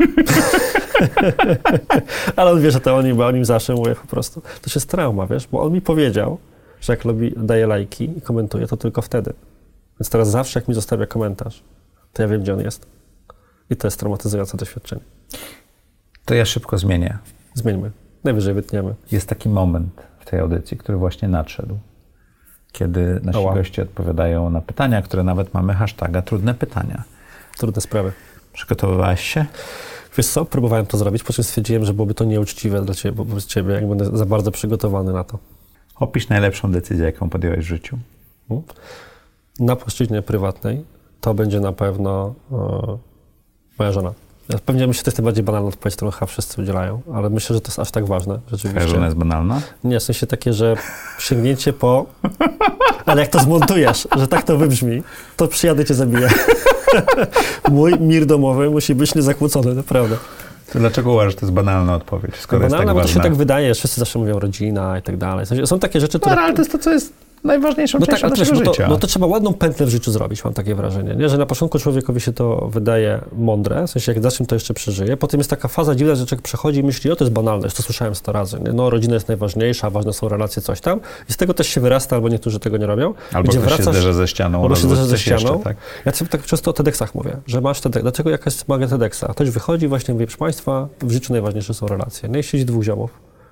Ale on wie, że to o nim, bo o nim zawsze mówię po prostu. To jest trauma, wiesz, bo on mi powiedział, że jak lubi, daje lajki i komentuje, to tylko wtedy. Więc teraz zawsze jak mi zostawia komentarz, to ja wiem, gdzie on jest. I to jest traumatyzujące doświadczenie. To ja szybko zmienię. Zmieńmy. Najwyżej wytniemy. Jest taki moment w tej audycji, który właśnie nadszedł, kiedy nasi Oła. goście odpowiadają na pytania, które nawet mamy hashtaga trudne pytania. Trudne sprawy. Przygotowywałeś się? Wiesz co, próbowałem to zrobić, po czym stwierdziłem, że byłoby to nieuczciwe dla ciebie, wobec ciebie, jak będę za bardzo przygotowany na to. Opisz najlepszą decyzję, jaką podjąłeś w życiu. Na płaszczyźnie prywatnej to będzie na pewno e, moja żona. Ja pewnie myślę, że to jest najbardziej banalna odpowiedź, którą chyba wszyscy udzielają, ale myślę, że to jest aż tak ważne, rzeczywiście. Twoja żona jest banalna? Nie, w sensie takie, że sięgnięcie po... Ale jak to zmontujesz, że tak to wybrzmi, to przyjadę cię zabiję. Mój mir domowy musi być niezakłócony, naprawdę. To dlaczego uważasz, że to jest banalna odpowiedź, skoro banalna, jest tak bo ważna? to się tak wydaje, wszyscy zawsze mówią rodzina i tak dalej. W sensie są takie rzeczy, które... No, ale to jest to, co jest najważniejszą no częścią tak, naszego wiesz, no życia. to, no to trzeba ładną pętlę w życiu zrobić, mam takie wrażenie, nie? Że na początku człowiekowi się to wydaje mądre, w sensie jak za czym to jeszcze przeżyje, potem jest taka faza dziwna, że człowiek przechodzi i myśli, o to jest banalne, już to słyszałem sto razy, nie? No rodzina jest najważniejsza, ważne są relacje, coś tam i z tego też się wyrasta, albo niektórzy tego nie robią. Albo gdzie ktoś wracasz, się zderza ze ścianą. Albo się zderza ze ścianą. Jeszcze, tak? Ja sobie tak często o TEDxach mówię, że masz TEDx, dlaczego jakaś jest magia TEDxa? Ktoś wychodzi właśnie, mówi, proszę Państwa, w życiu najważniejsze są relacje. No i siedzi dwóch ziomów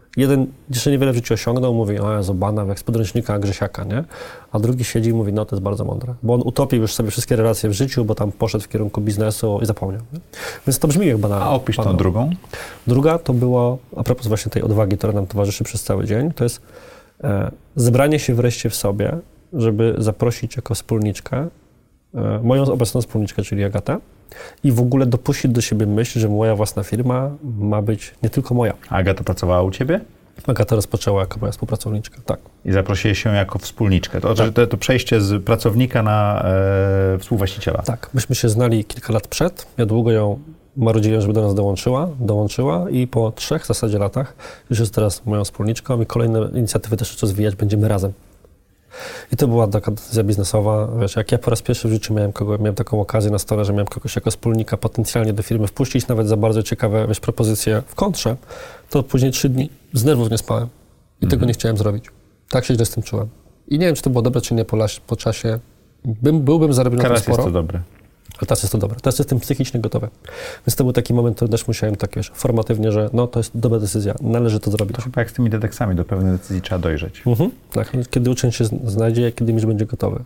Jeden jeszcze niewiele w życiu osiągnął, mówi, o Jezu, bana, jak z podręcznika Grzesiaka, nie? A drugi siedzi i mówi, no to jest bardzo mądre. Bo on utopił już sobie wszystkie relacje w życiu, bo tam poszedł w kierunku biznesu i zapomniał. Nie? Więc to brzmi jak banalne. A opisz tą drugą? Druga to było, a propos właśnie tej odwagi, która nam towarzyszy przez cały dzień, to jest e, zebranie się wreszcie w sobie, żeby zaprosić jako wspólniczkę e, moją obecną wspólniczkę, czyli Agatę, i w ogóle dopuścić do siebie myśl, że moja własna firma ma być nie tylko moja. A Agata pracowała u ciebie? Agata rozpoczęła jako moja współpracowniczka, tak. I zaprosiłeś ją jako wspólniczkę. To, tak. to, to przejście z pracownika na e, współwłaściciela. Tak, myśmy się znali kilka lat przed. Ja długo ją marudziłem, żeby do nas dołączyła, dołączyła i po trzech w zasadzie latach już jest teraz moją wspólniczką i kolejne inicjatywy też jeszcze rozwijać będziemy razem. I to była taka decyzja biznesowa. Wiesz, jak ja po raz pierwszy w życiu miałem, kogo, miałem taką okazję na stole, że miałem kogoś jako wspólnika potencjalnie do firmy wpuścić, nawet za bardzo ciekawe, wiesz, propozycje w kontrze, to później trzy dni z nerwów nie spałem. I mhm. tego nie chciałem zrobić. Tak się źle z tym czułem. I nie wiem, czy to było dobre, czy nie po, las, po czasie. Bym, byłbym zarobiony na to sporo. Teraz jest to dobre. Ale teraz jest to dobre. Teraz jestem psychicznie gotowy. Więc to był taki moment, który też musiałem tak, wiesz, formatywnie, że no to jest dobra decyzja, należy to zrobić. To chyba jak z tymi deteksami, do pewnej decyzji trzeba dojrzeć. Mhm. Tak, kiedy uczeń się znajdzie, kiedy już będzie gotowy.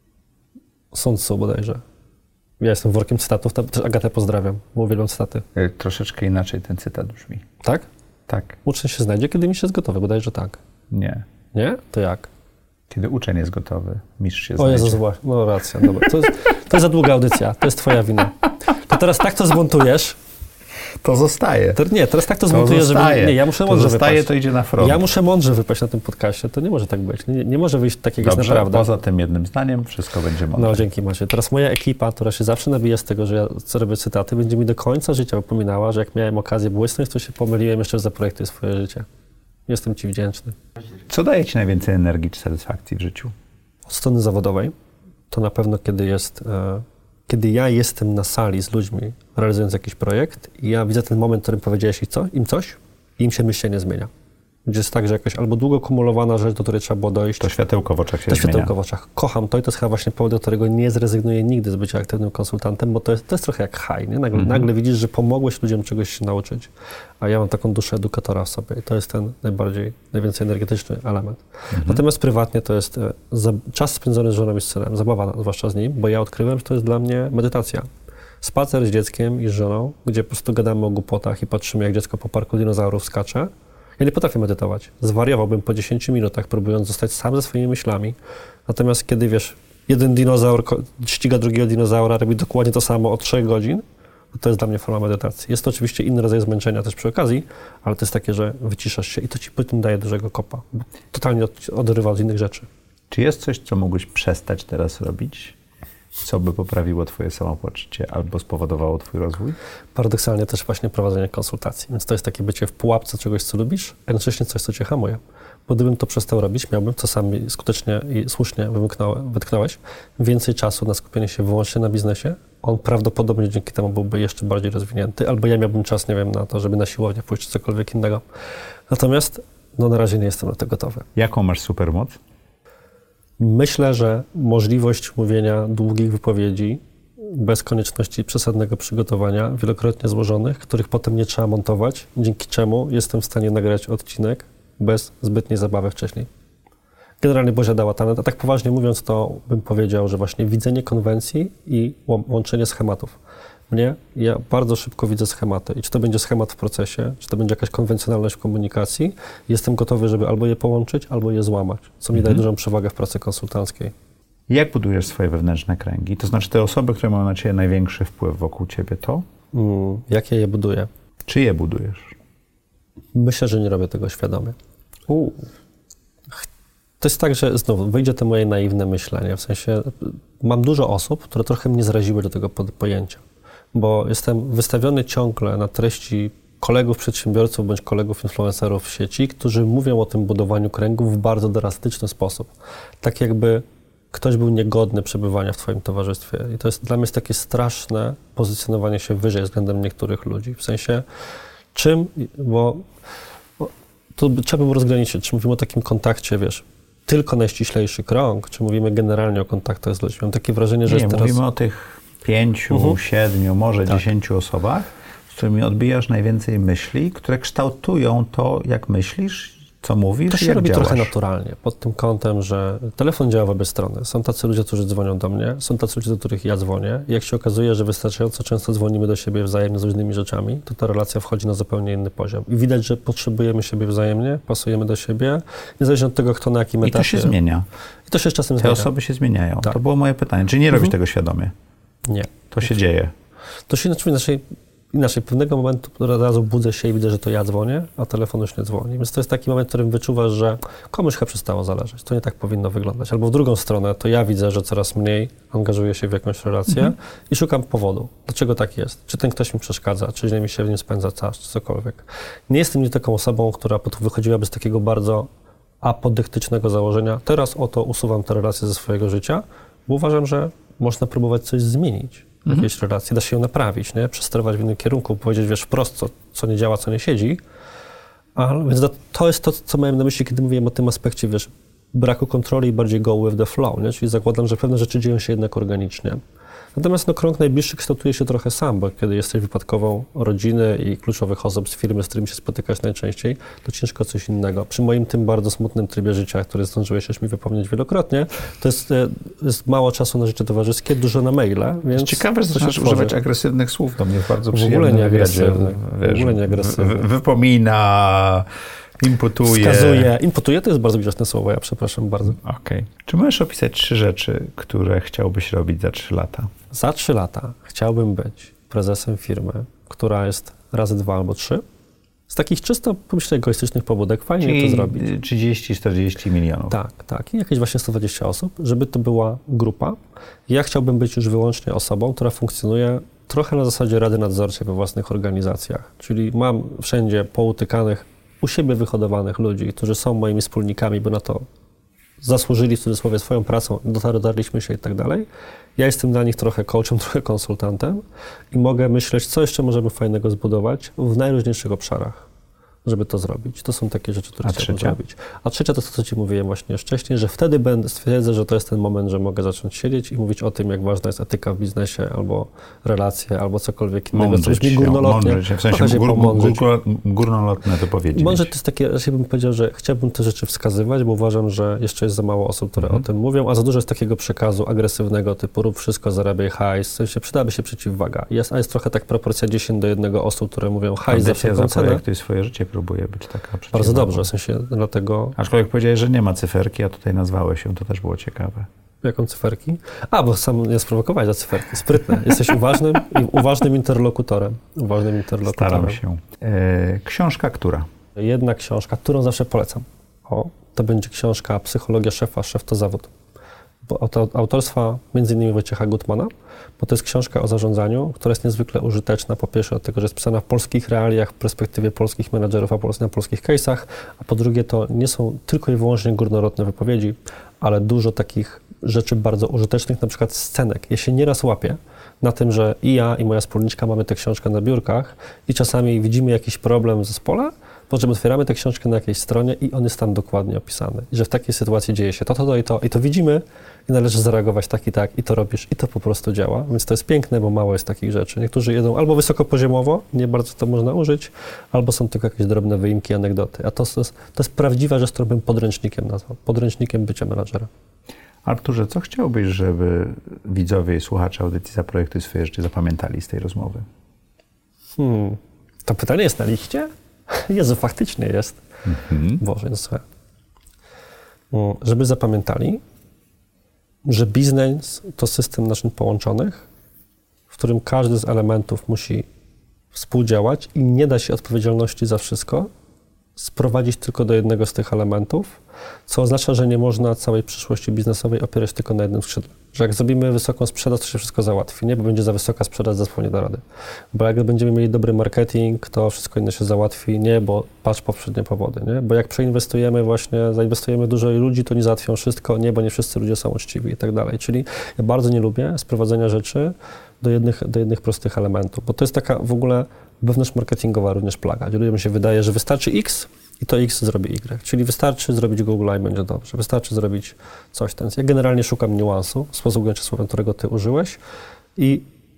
Sun Tzu bodajże. Ja jestem workiem cytatów, też Agatę pozdrawiam, bo uwielbiam cytaty. Troszeczkę inaczej ten cytat brzmi. Tak? Tak. Uczeń się znajdzie, kiedy mistrz jest gotowy, bodajże tak. Nie. Nie? To jak? Kiedy uczeń jest gotowy, mistrz się o znajdzie. O Jezus, właśnie, no racja, dobra. To jest, to jest za długa audycja, to jest twoja wina. To teraz tak to zmontujesz. To zostaje. To, nie, teraz tak to zmontuję, żeby... Nie, ja muszę mądrze to zostaje, wypaść. To idzie na front. Ja muszę mądrze wypaść na tym podcaście, to nie może tak być. Nie, nie może wyjść tak, jak Dobrze, jest naprawdę. poza tym jednym zdaniem wszystko będzie mądre. No, dzięki Macie. Teraz moja ekipa, która się zawsze nabija z tego, że ja co robię cytaty, będzie mi do końca życia upominała, że jak miałem okazję błysnąć, to się pomyliłem jeszcze, że zaprojektuję swoje życie. Jestem ci wdzięczny. Co daje ci najwięcej energii czy satysfakcji w życiu? Od strony zawodowej, to na pewno kiedy jest... E, Kiedy ja jestem na sali z ludźmi, realizując jakiś projekt i ja widzę ten moment, w którym powiedziałeś im coś i im się myślenie zmienia. Gdzie jest tak, że jakaś albo długo kumulowana rzecz, do której trzeba było dojść. To światełko w oczach się To zmienia. światełko w oczach. Kocham to i to jest chyba właśnie powód, do którego nie zrezygnuję nigdy z bycia aktywnym konsultantem, bo to jest, to jest trochę jak high, nie? Nagle, mm-hmm. nagle widzisz, że pomogłeś ludziom czegoś się nauczyć, a ja mam taką duszę edukatora w sobie i to jest ten najbardziej, najwięcej energetyczny element. Mm-hmm. Natomiast prywatnie to jest e, za, czas spędzony z żoną i z synem, zabawa zwłaszcza z nim, bo ja odkryłem, że to jest dla mnie medytacja. Spacer z dzieckiem i z żoną, gdzie po prostu gadamy o głupotach i patrzymy, jak dziecko po parku dinozaurów skacze. Ja nie potrafię medytować. Zwariowałbym po dziesięciu minutach, próbując zostać sam ze swoimi myślami. Natomiast kiedy, wiesz, jeden dinozaur ściga drugiego dinozaura, robi dokładnie to samo od trzech godzin, to, to jest dla mnie forma medytacji. Jest to oczywiście inny rodzaj zmęczenia też przy okazji, ale to jest takie, że wyciszasz się i to ci potem daje dużego kopa. Totalnie od, odrywa od innych rzeczy. Czy jest coś, co mógłbyś przestać teraz robić? Co by poprawiło twoje samopoczucie albo spowodowało twój rozwój? Paradoksalnie też właśnie prowadzenie konsultacji. Więc to jest takie bycie w pułapce czegoś, co lubisz, a jednocześnie coś, co cię hamuje. Bo gdybym to przestał robić, miałbym, co sam skutecznie i słusznie wytknąłeś, więcej czasu na skupienie się wyłącznie na biznesie. On prawdopodobnie dzięki temu byłby jeszcze bardziej rozwinięty, albo ja miałbym czas, nie wiem, na to, żeby na siłownię pójść czy cokolwiek innego. Natomiast no, na razie nie jestem na to gotowy. Jaką masz supermoc? Myślę, że możliwość mówienia długich wypowiedzi bez konieczności przesadnego przygotowania, wielokrotnie złożonych, których potem nie trzeba montować, dzięki czemu jestem w stanie nagrać odcinek bez zbytniej zabawy wcześniej. Generalnie Bozia dała talent, a tak poważnie mówiąc, to bym powiedział, że właśnie widzenie konwencji i łączenie schematów. Mnie, ja bardzo szybko widzę schematy i czy to będzie schemat w procesie, czy to będzie jakaś konwencjonalność w komunikacji, jestem gotowy, żeby albo je połączyć, albo je złamać, co mi mhm. daje dużą przewagę w pracy konsultanckiej. Jak budujesz swoje wewnętrzne kręgi? To znaczy te osoby, które mają na ciebie największy wpływ wokół ciebie, to? Mm, jak ja je buduję? Czy je budujesz? Myślę, że nie robię tego świadomie. U. To jest tak, że znowu wyjdzie to moje naiwne myślenie, w sensie mam dużo osób, które trochę mnie zraziły do tego pojęcia. Bo jestem wystawiony ciągle na treści kolegów przedsiębiorców bądź kolegów influencerów w sieci, którzy mówią o tym budowaniu kręgów w bardzo drastyczny sposób. Tak jakby ktoś był niegodny przebywania w twoim towarzystwie. I to jest dla mnie jest takie straszne pozycjonowanie się wyżej względem niektórych ludzi. W sensie czym, bo, bo to trzeba było rozgraniczyć, czy mówimy o takim kontakcie, wiesz, tylko najściślejszy krąg, czy mówimy generalnie o kontaktach z ludźmi. Mam takie wrażenie, że nie, jest mówimy teraz... o tych pięciu, uh-huh. siedmiu, może tak. dziesięciu osobach, z którymi odbijasz najwięcej myśli, które kształtują to, jak myślisz, co mówisz, to się jak robi działasz. trochę naturalnie, pod tym kątem, że telefon działa w obie strony. Są tacy ludzie, którzy dzwonią do mnie, są tacy ludzie, do których ja dzwonię. I jak się okazuje, że wystarczająco często dzwonimy do siebie wzajemnie z różnymi rzeczami, to ta relacja wchodzi na zupełnie inny poziom. I widać, że potrzebujemy siebie wzajemnie, pasujemy do siebie, niezależnie od tego, kto na jakim I etapie. to się zmienia. I to się z czasem Te zmienia. osoby się zmieniają. Tak. To było moje pytanie. Czy nie robisz Mhm. tego świadomie? Nie. To się dzieje. To się inaczej, inaczej, inaczej, pewnego momentu od razu budzę się i widzę, że to ja dzwonię, a telefon już nie dzwoni. Więc to jest taki moment, w którym wyczuwasz, że komuś chyba przestało zależeć. To nie tak powinno wyglądać. Albo w drugą stronę, to ja widzę, że coraz mniej angażuję się w jakąś relację mhm. i szukam powodu. Dlaczego tak jest? Czy ten ktoś mi przeszkadza? Czy źle mi się w nim spędza czas? Czy cokolwiek? Nie jestem nie taką osobą, która wychodziłaby z takiego bardzo apodyktycznego założenia. Teraz oto usuwam tę relację ze swojego życia, bo uważam, że można próbować coś zmienić. Mhm. Jakiejś relacji, da się ją naprawić, nie? Przesterować w innym kierunku, powiedzieć, wiesz, wprost, co, co nie działa, co nie siedzi. A, więc to, to jest to, co miałem na myśli, kiedy mówiłem o tym aspekcie, wiesz, braku kontroli i bardziej go with the flow, nie? Czyli zakładam, że pewne rzeczy dzieją się jednak organicznie. Natomiast no, krąg najbliższy kształtuje się trochę sam, bo kiedy jesteś wypadkową rodziny i kluczowych osób z firmy, z którymi się spotykasz najczęściej, to ciężko coś innego. Przy moim tym bardzo smutnym trybie życia, który zdążyłeś już mi wypomnieć wielokrotnie, to jest, jest mało czasu na życie towarzyskie, dużo na maile, więc... Ciekawe, że zaczynasz używać agresywnych słów, do mnie jest bardzo przyjemne. W ogóle nie wywiadzie, agresywny. wiesz, W ogóle nie agresywny. wy- Wypomina, imputuje. Wskazuje. Imputuje to jest bardzo grzeczne słowo, ja przepraszam bardzo. Okej. Okay. Czy możesz opisać trzy rzeczy, które chciałbyś robić za trzy lata? Za trzy lata chciałbym być prezesem firmy, która jest razy dwa albo trzy. Z takich czysto, myślę, egoistycznych pobudek. Fajnie Czyli to zrobić. trzydzieści czterdzieści milionów. Tak, tak. I jakieś właśnie sto dwadzieścia osób, żeby to była grupa. Ja chciałbym być już wyłącznie osobą, która funkcjonuje trochę na zasadzie rady nadzorczej we własnych organizacjach. Czyli mam wszędzie poutykanych, u siebie wyhodowanych ludzi, którzy są moimi wspólnikami, bo na to zasłużyli w cudzysłowie swoją pracą, dotarliśmy się i tak dalej. Ja jestem dla nich trochę coachem, trochę konsultantem i mogę myśleć, co jeszcze możemy fajnego zbudować w najróżniejszych obszarach, żeby to zrobić. To są takie rzeczy, które A chciałbym trzecia? zrobić. A trzecia to to, co ci mówiłem właśnie wcześniej, że wtedy będę stwierdzę, że to jest ten moment, że mogę zacząć siedzieć i mówić o tym, jak ważna jest etyka w biznesie, albo relacje, albo cokolwiek innego, co brzmi górnolotnie. Mądrzyć się, w sensie Trochę się gór, pomądrzyć. gór, górnolotne wypowiedzi. Może mieć. to jest takie, raczej bym powiedział, że chciałbym te rzeczy wskazywać, bo uważam, że jeszcze jest za mało osób, które Mhm. o tym mówią, a za dużo jest takiego przekazu agresywnego typu rób wszystko, zarabiaj hajs, w sensie przydałaby się przeciwwaga. Jest, a jest trochę tak proporcja dziesięć do jednego osób, które mówią hajs za wszelką cenę. Zaprojektuj swoje życie, próbuje być taka przeciwwaga. Bardzo dobrze, w sensie dlatego... Aczkolwiek powiedziałeś, że nie ma cyferki, a tutaj nazwałeś ją, to też było ciekawe. Jaką cyferki? A, bo sam nie sprowokowałeś za cyferki. Sprytne. Jesteś uważnym i uważnym interlokutorem. Uważnym interlokutorem. Staram się. E, książka która? Jedna książka, którą zawsze polecam. O, to będzie książka Psychologia szefa, szef to zawód. Bo to autorstwa między innymi Wojciecha Gutmana, bo to jest książka o zarządzaniu, która jest niezwykle użyteczna, po pierwsze dlatego, że jest pisana w polskich realiach, w perspektywie polskich menadżerów, a na polskich case'ach, a po drugie to nie są tylko i wyłącznie górnolotne wypowiedzi, ale dużo takich rzeczy bardzo użytecznych, na przykład scenek. Ja się nieraz łapię na tym, że i ja, i moja wspólniczka mamy tę książkę na biurkach i czasami widzimy jakiś problem w zespole, po czym otwieramy tę książkę na jakiejś stronie i on jest tam dokładnie opisany. I że w takiej sytuacji dzieje się to, to, to i to. I to widzimy i należy zareagować tak i tak i to robisz i to po prostu działa. Więc to jest piękne, bo mało jest takich rzeczy. Niektórzy jedą albo wysokopoziomowo, nie bardzo to można użyć, albo są tylko jakieś drobne wyimki, anegdoty. A to, to, jest, to jest prawdziwa rzecz, którą bym podręcznikiem nazwał. Podręcznikiem bycia menadżera. Arturze, co chciałbyś, żeby widzowie i słuchacze audycji Zaprojektuj swoje życie zapamiętali z tej rozmowy? Hmm. To pytanie jest na liście? Jezu, faktycznie jest. Mhm. Boże, no słuchaj. Żeby zapamiętali, że biznes to system naczyń połączonych, w którym każdy z elementów musi współdziałać i nie da się odpowiedzialności za wszystko sprowadzić tylko do jednego z tych elementów, co oznacza, że nie można całej przyszłości biznesowej opierać tylko na jednym skrzydle. Że jak zrobimy wysoką sprzedaż, to się wszystko załatwi, nie? Bo będzie za wysoka sprzedaż, zespół nie da rady. Bo jak będziemy mieli dobry marketing, to wszystko inne się załatwi, nie? Bo patrz poprzednie powody, nie? Bo jak przeinwestujemy właśnie, zainwestujemy dużo ludzi, to nie załatwią wszystko, nie? Bo nie wszyscy ludzie są uczciwi i tak dalej. Czyli ja bardzo nie lubię sprowadzenia rzeczy do jednych, do jednych prostych elementów, bo to jest taka w ogóle wewnątrzmarketingowa również plaga, gdzie ludziom się wydaje, że wystarczy X i to X zrobi Y. Czyli wystarczy zrobić Google i będzie dobrze. Wystarczy zrobić coś ten. Ja generalnie szukam niuansu, sposób graniczy słowem, którego ty użyłeś i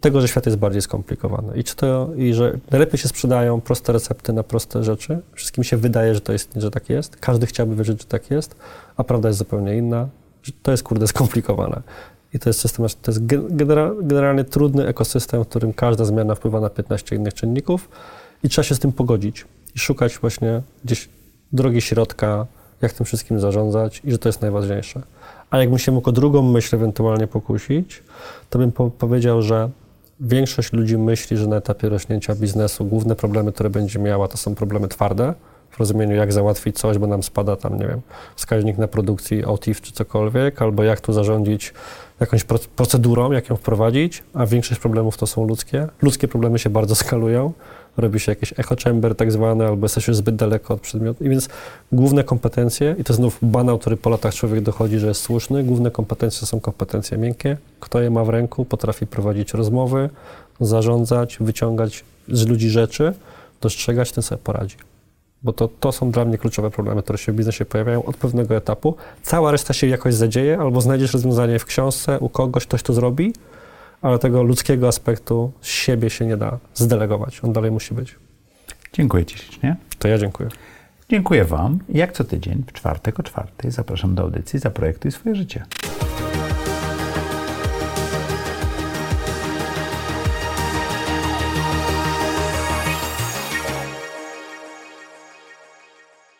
tego, że świat jest bardziej skomplikowany i, czy to, i że najlepiej się sprzedają proste recepty na proste rzeczy. Wszystkim się wydaje, że to jest, że tak jest. Każdy chciałby wierzyć, że tak jest, a prawda jest zupełnie inna. Że to jest, kurde, skomplikowane. I to jest system, to jest genera, generalnie trudny ekosystem, w którym każda zmiana wpływa na piętnaście innych czynników i trzeba się z tym pogodzić i szukać właśnie gdzieś drogi środka, jak tym wszystkim zarządzać i że to jest najważniejsze. A jakbym się mógł o drugą myśl ewentualnie pokusić, to bym po powiedział, że większość ludzi myśli, że na etapie rośnięcia biznesu główne problemy, które będzie miała, to są problemy twarde, w rozumieniu jak załatwić coś, bo nam spada tam, nie wiem, wskaźnik na produkcji O T I F czy cokolwiek, albo jak tu zarządzić jakąś procedurą, jak ją wprowadzić, a większość problemów to są ludzkie. Ludzkie problemy się bardzo skalują, robi się jakieś echo chamber tak zwane, albo jesteś zbyt daleko od przedmiotu. I więc główne kompetencje, i to znów banał, który po latach człowiek dochodzi, że jest słuszny, główne kompetencje to są kompetencje miękkie. Kto je ma w ręku, potrafi prowadzić rozmowy, zarządzać, wyciągać z ludzi rzeczy, dostrzegać, ten sobie poradzi. Bo to, to są dla mnie kluczowe problemy, które się w biznesie pojawiają od pewnego etapu. Cała reszta się jakoś zadzieje, albo znajdziesz rozwiązanie w książce, u kogoś, ktoś to zrobi, ale tego ludzkiego aspektu z siebie się nie da zdelegować. On dalej musi być. Dziękuję Ci ślicznie. To ja dziękuję. Dziękuję Wam. Jak co tydzień w czwartek o czwartej zapraszam do audycji Zaprojektuj swoje życie.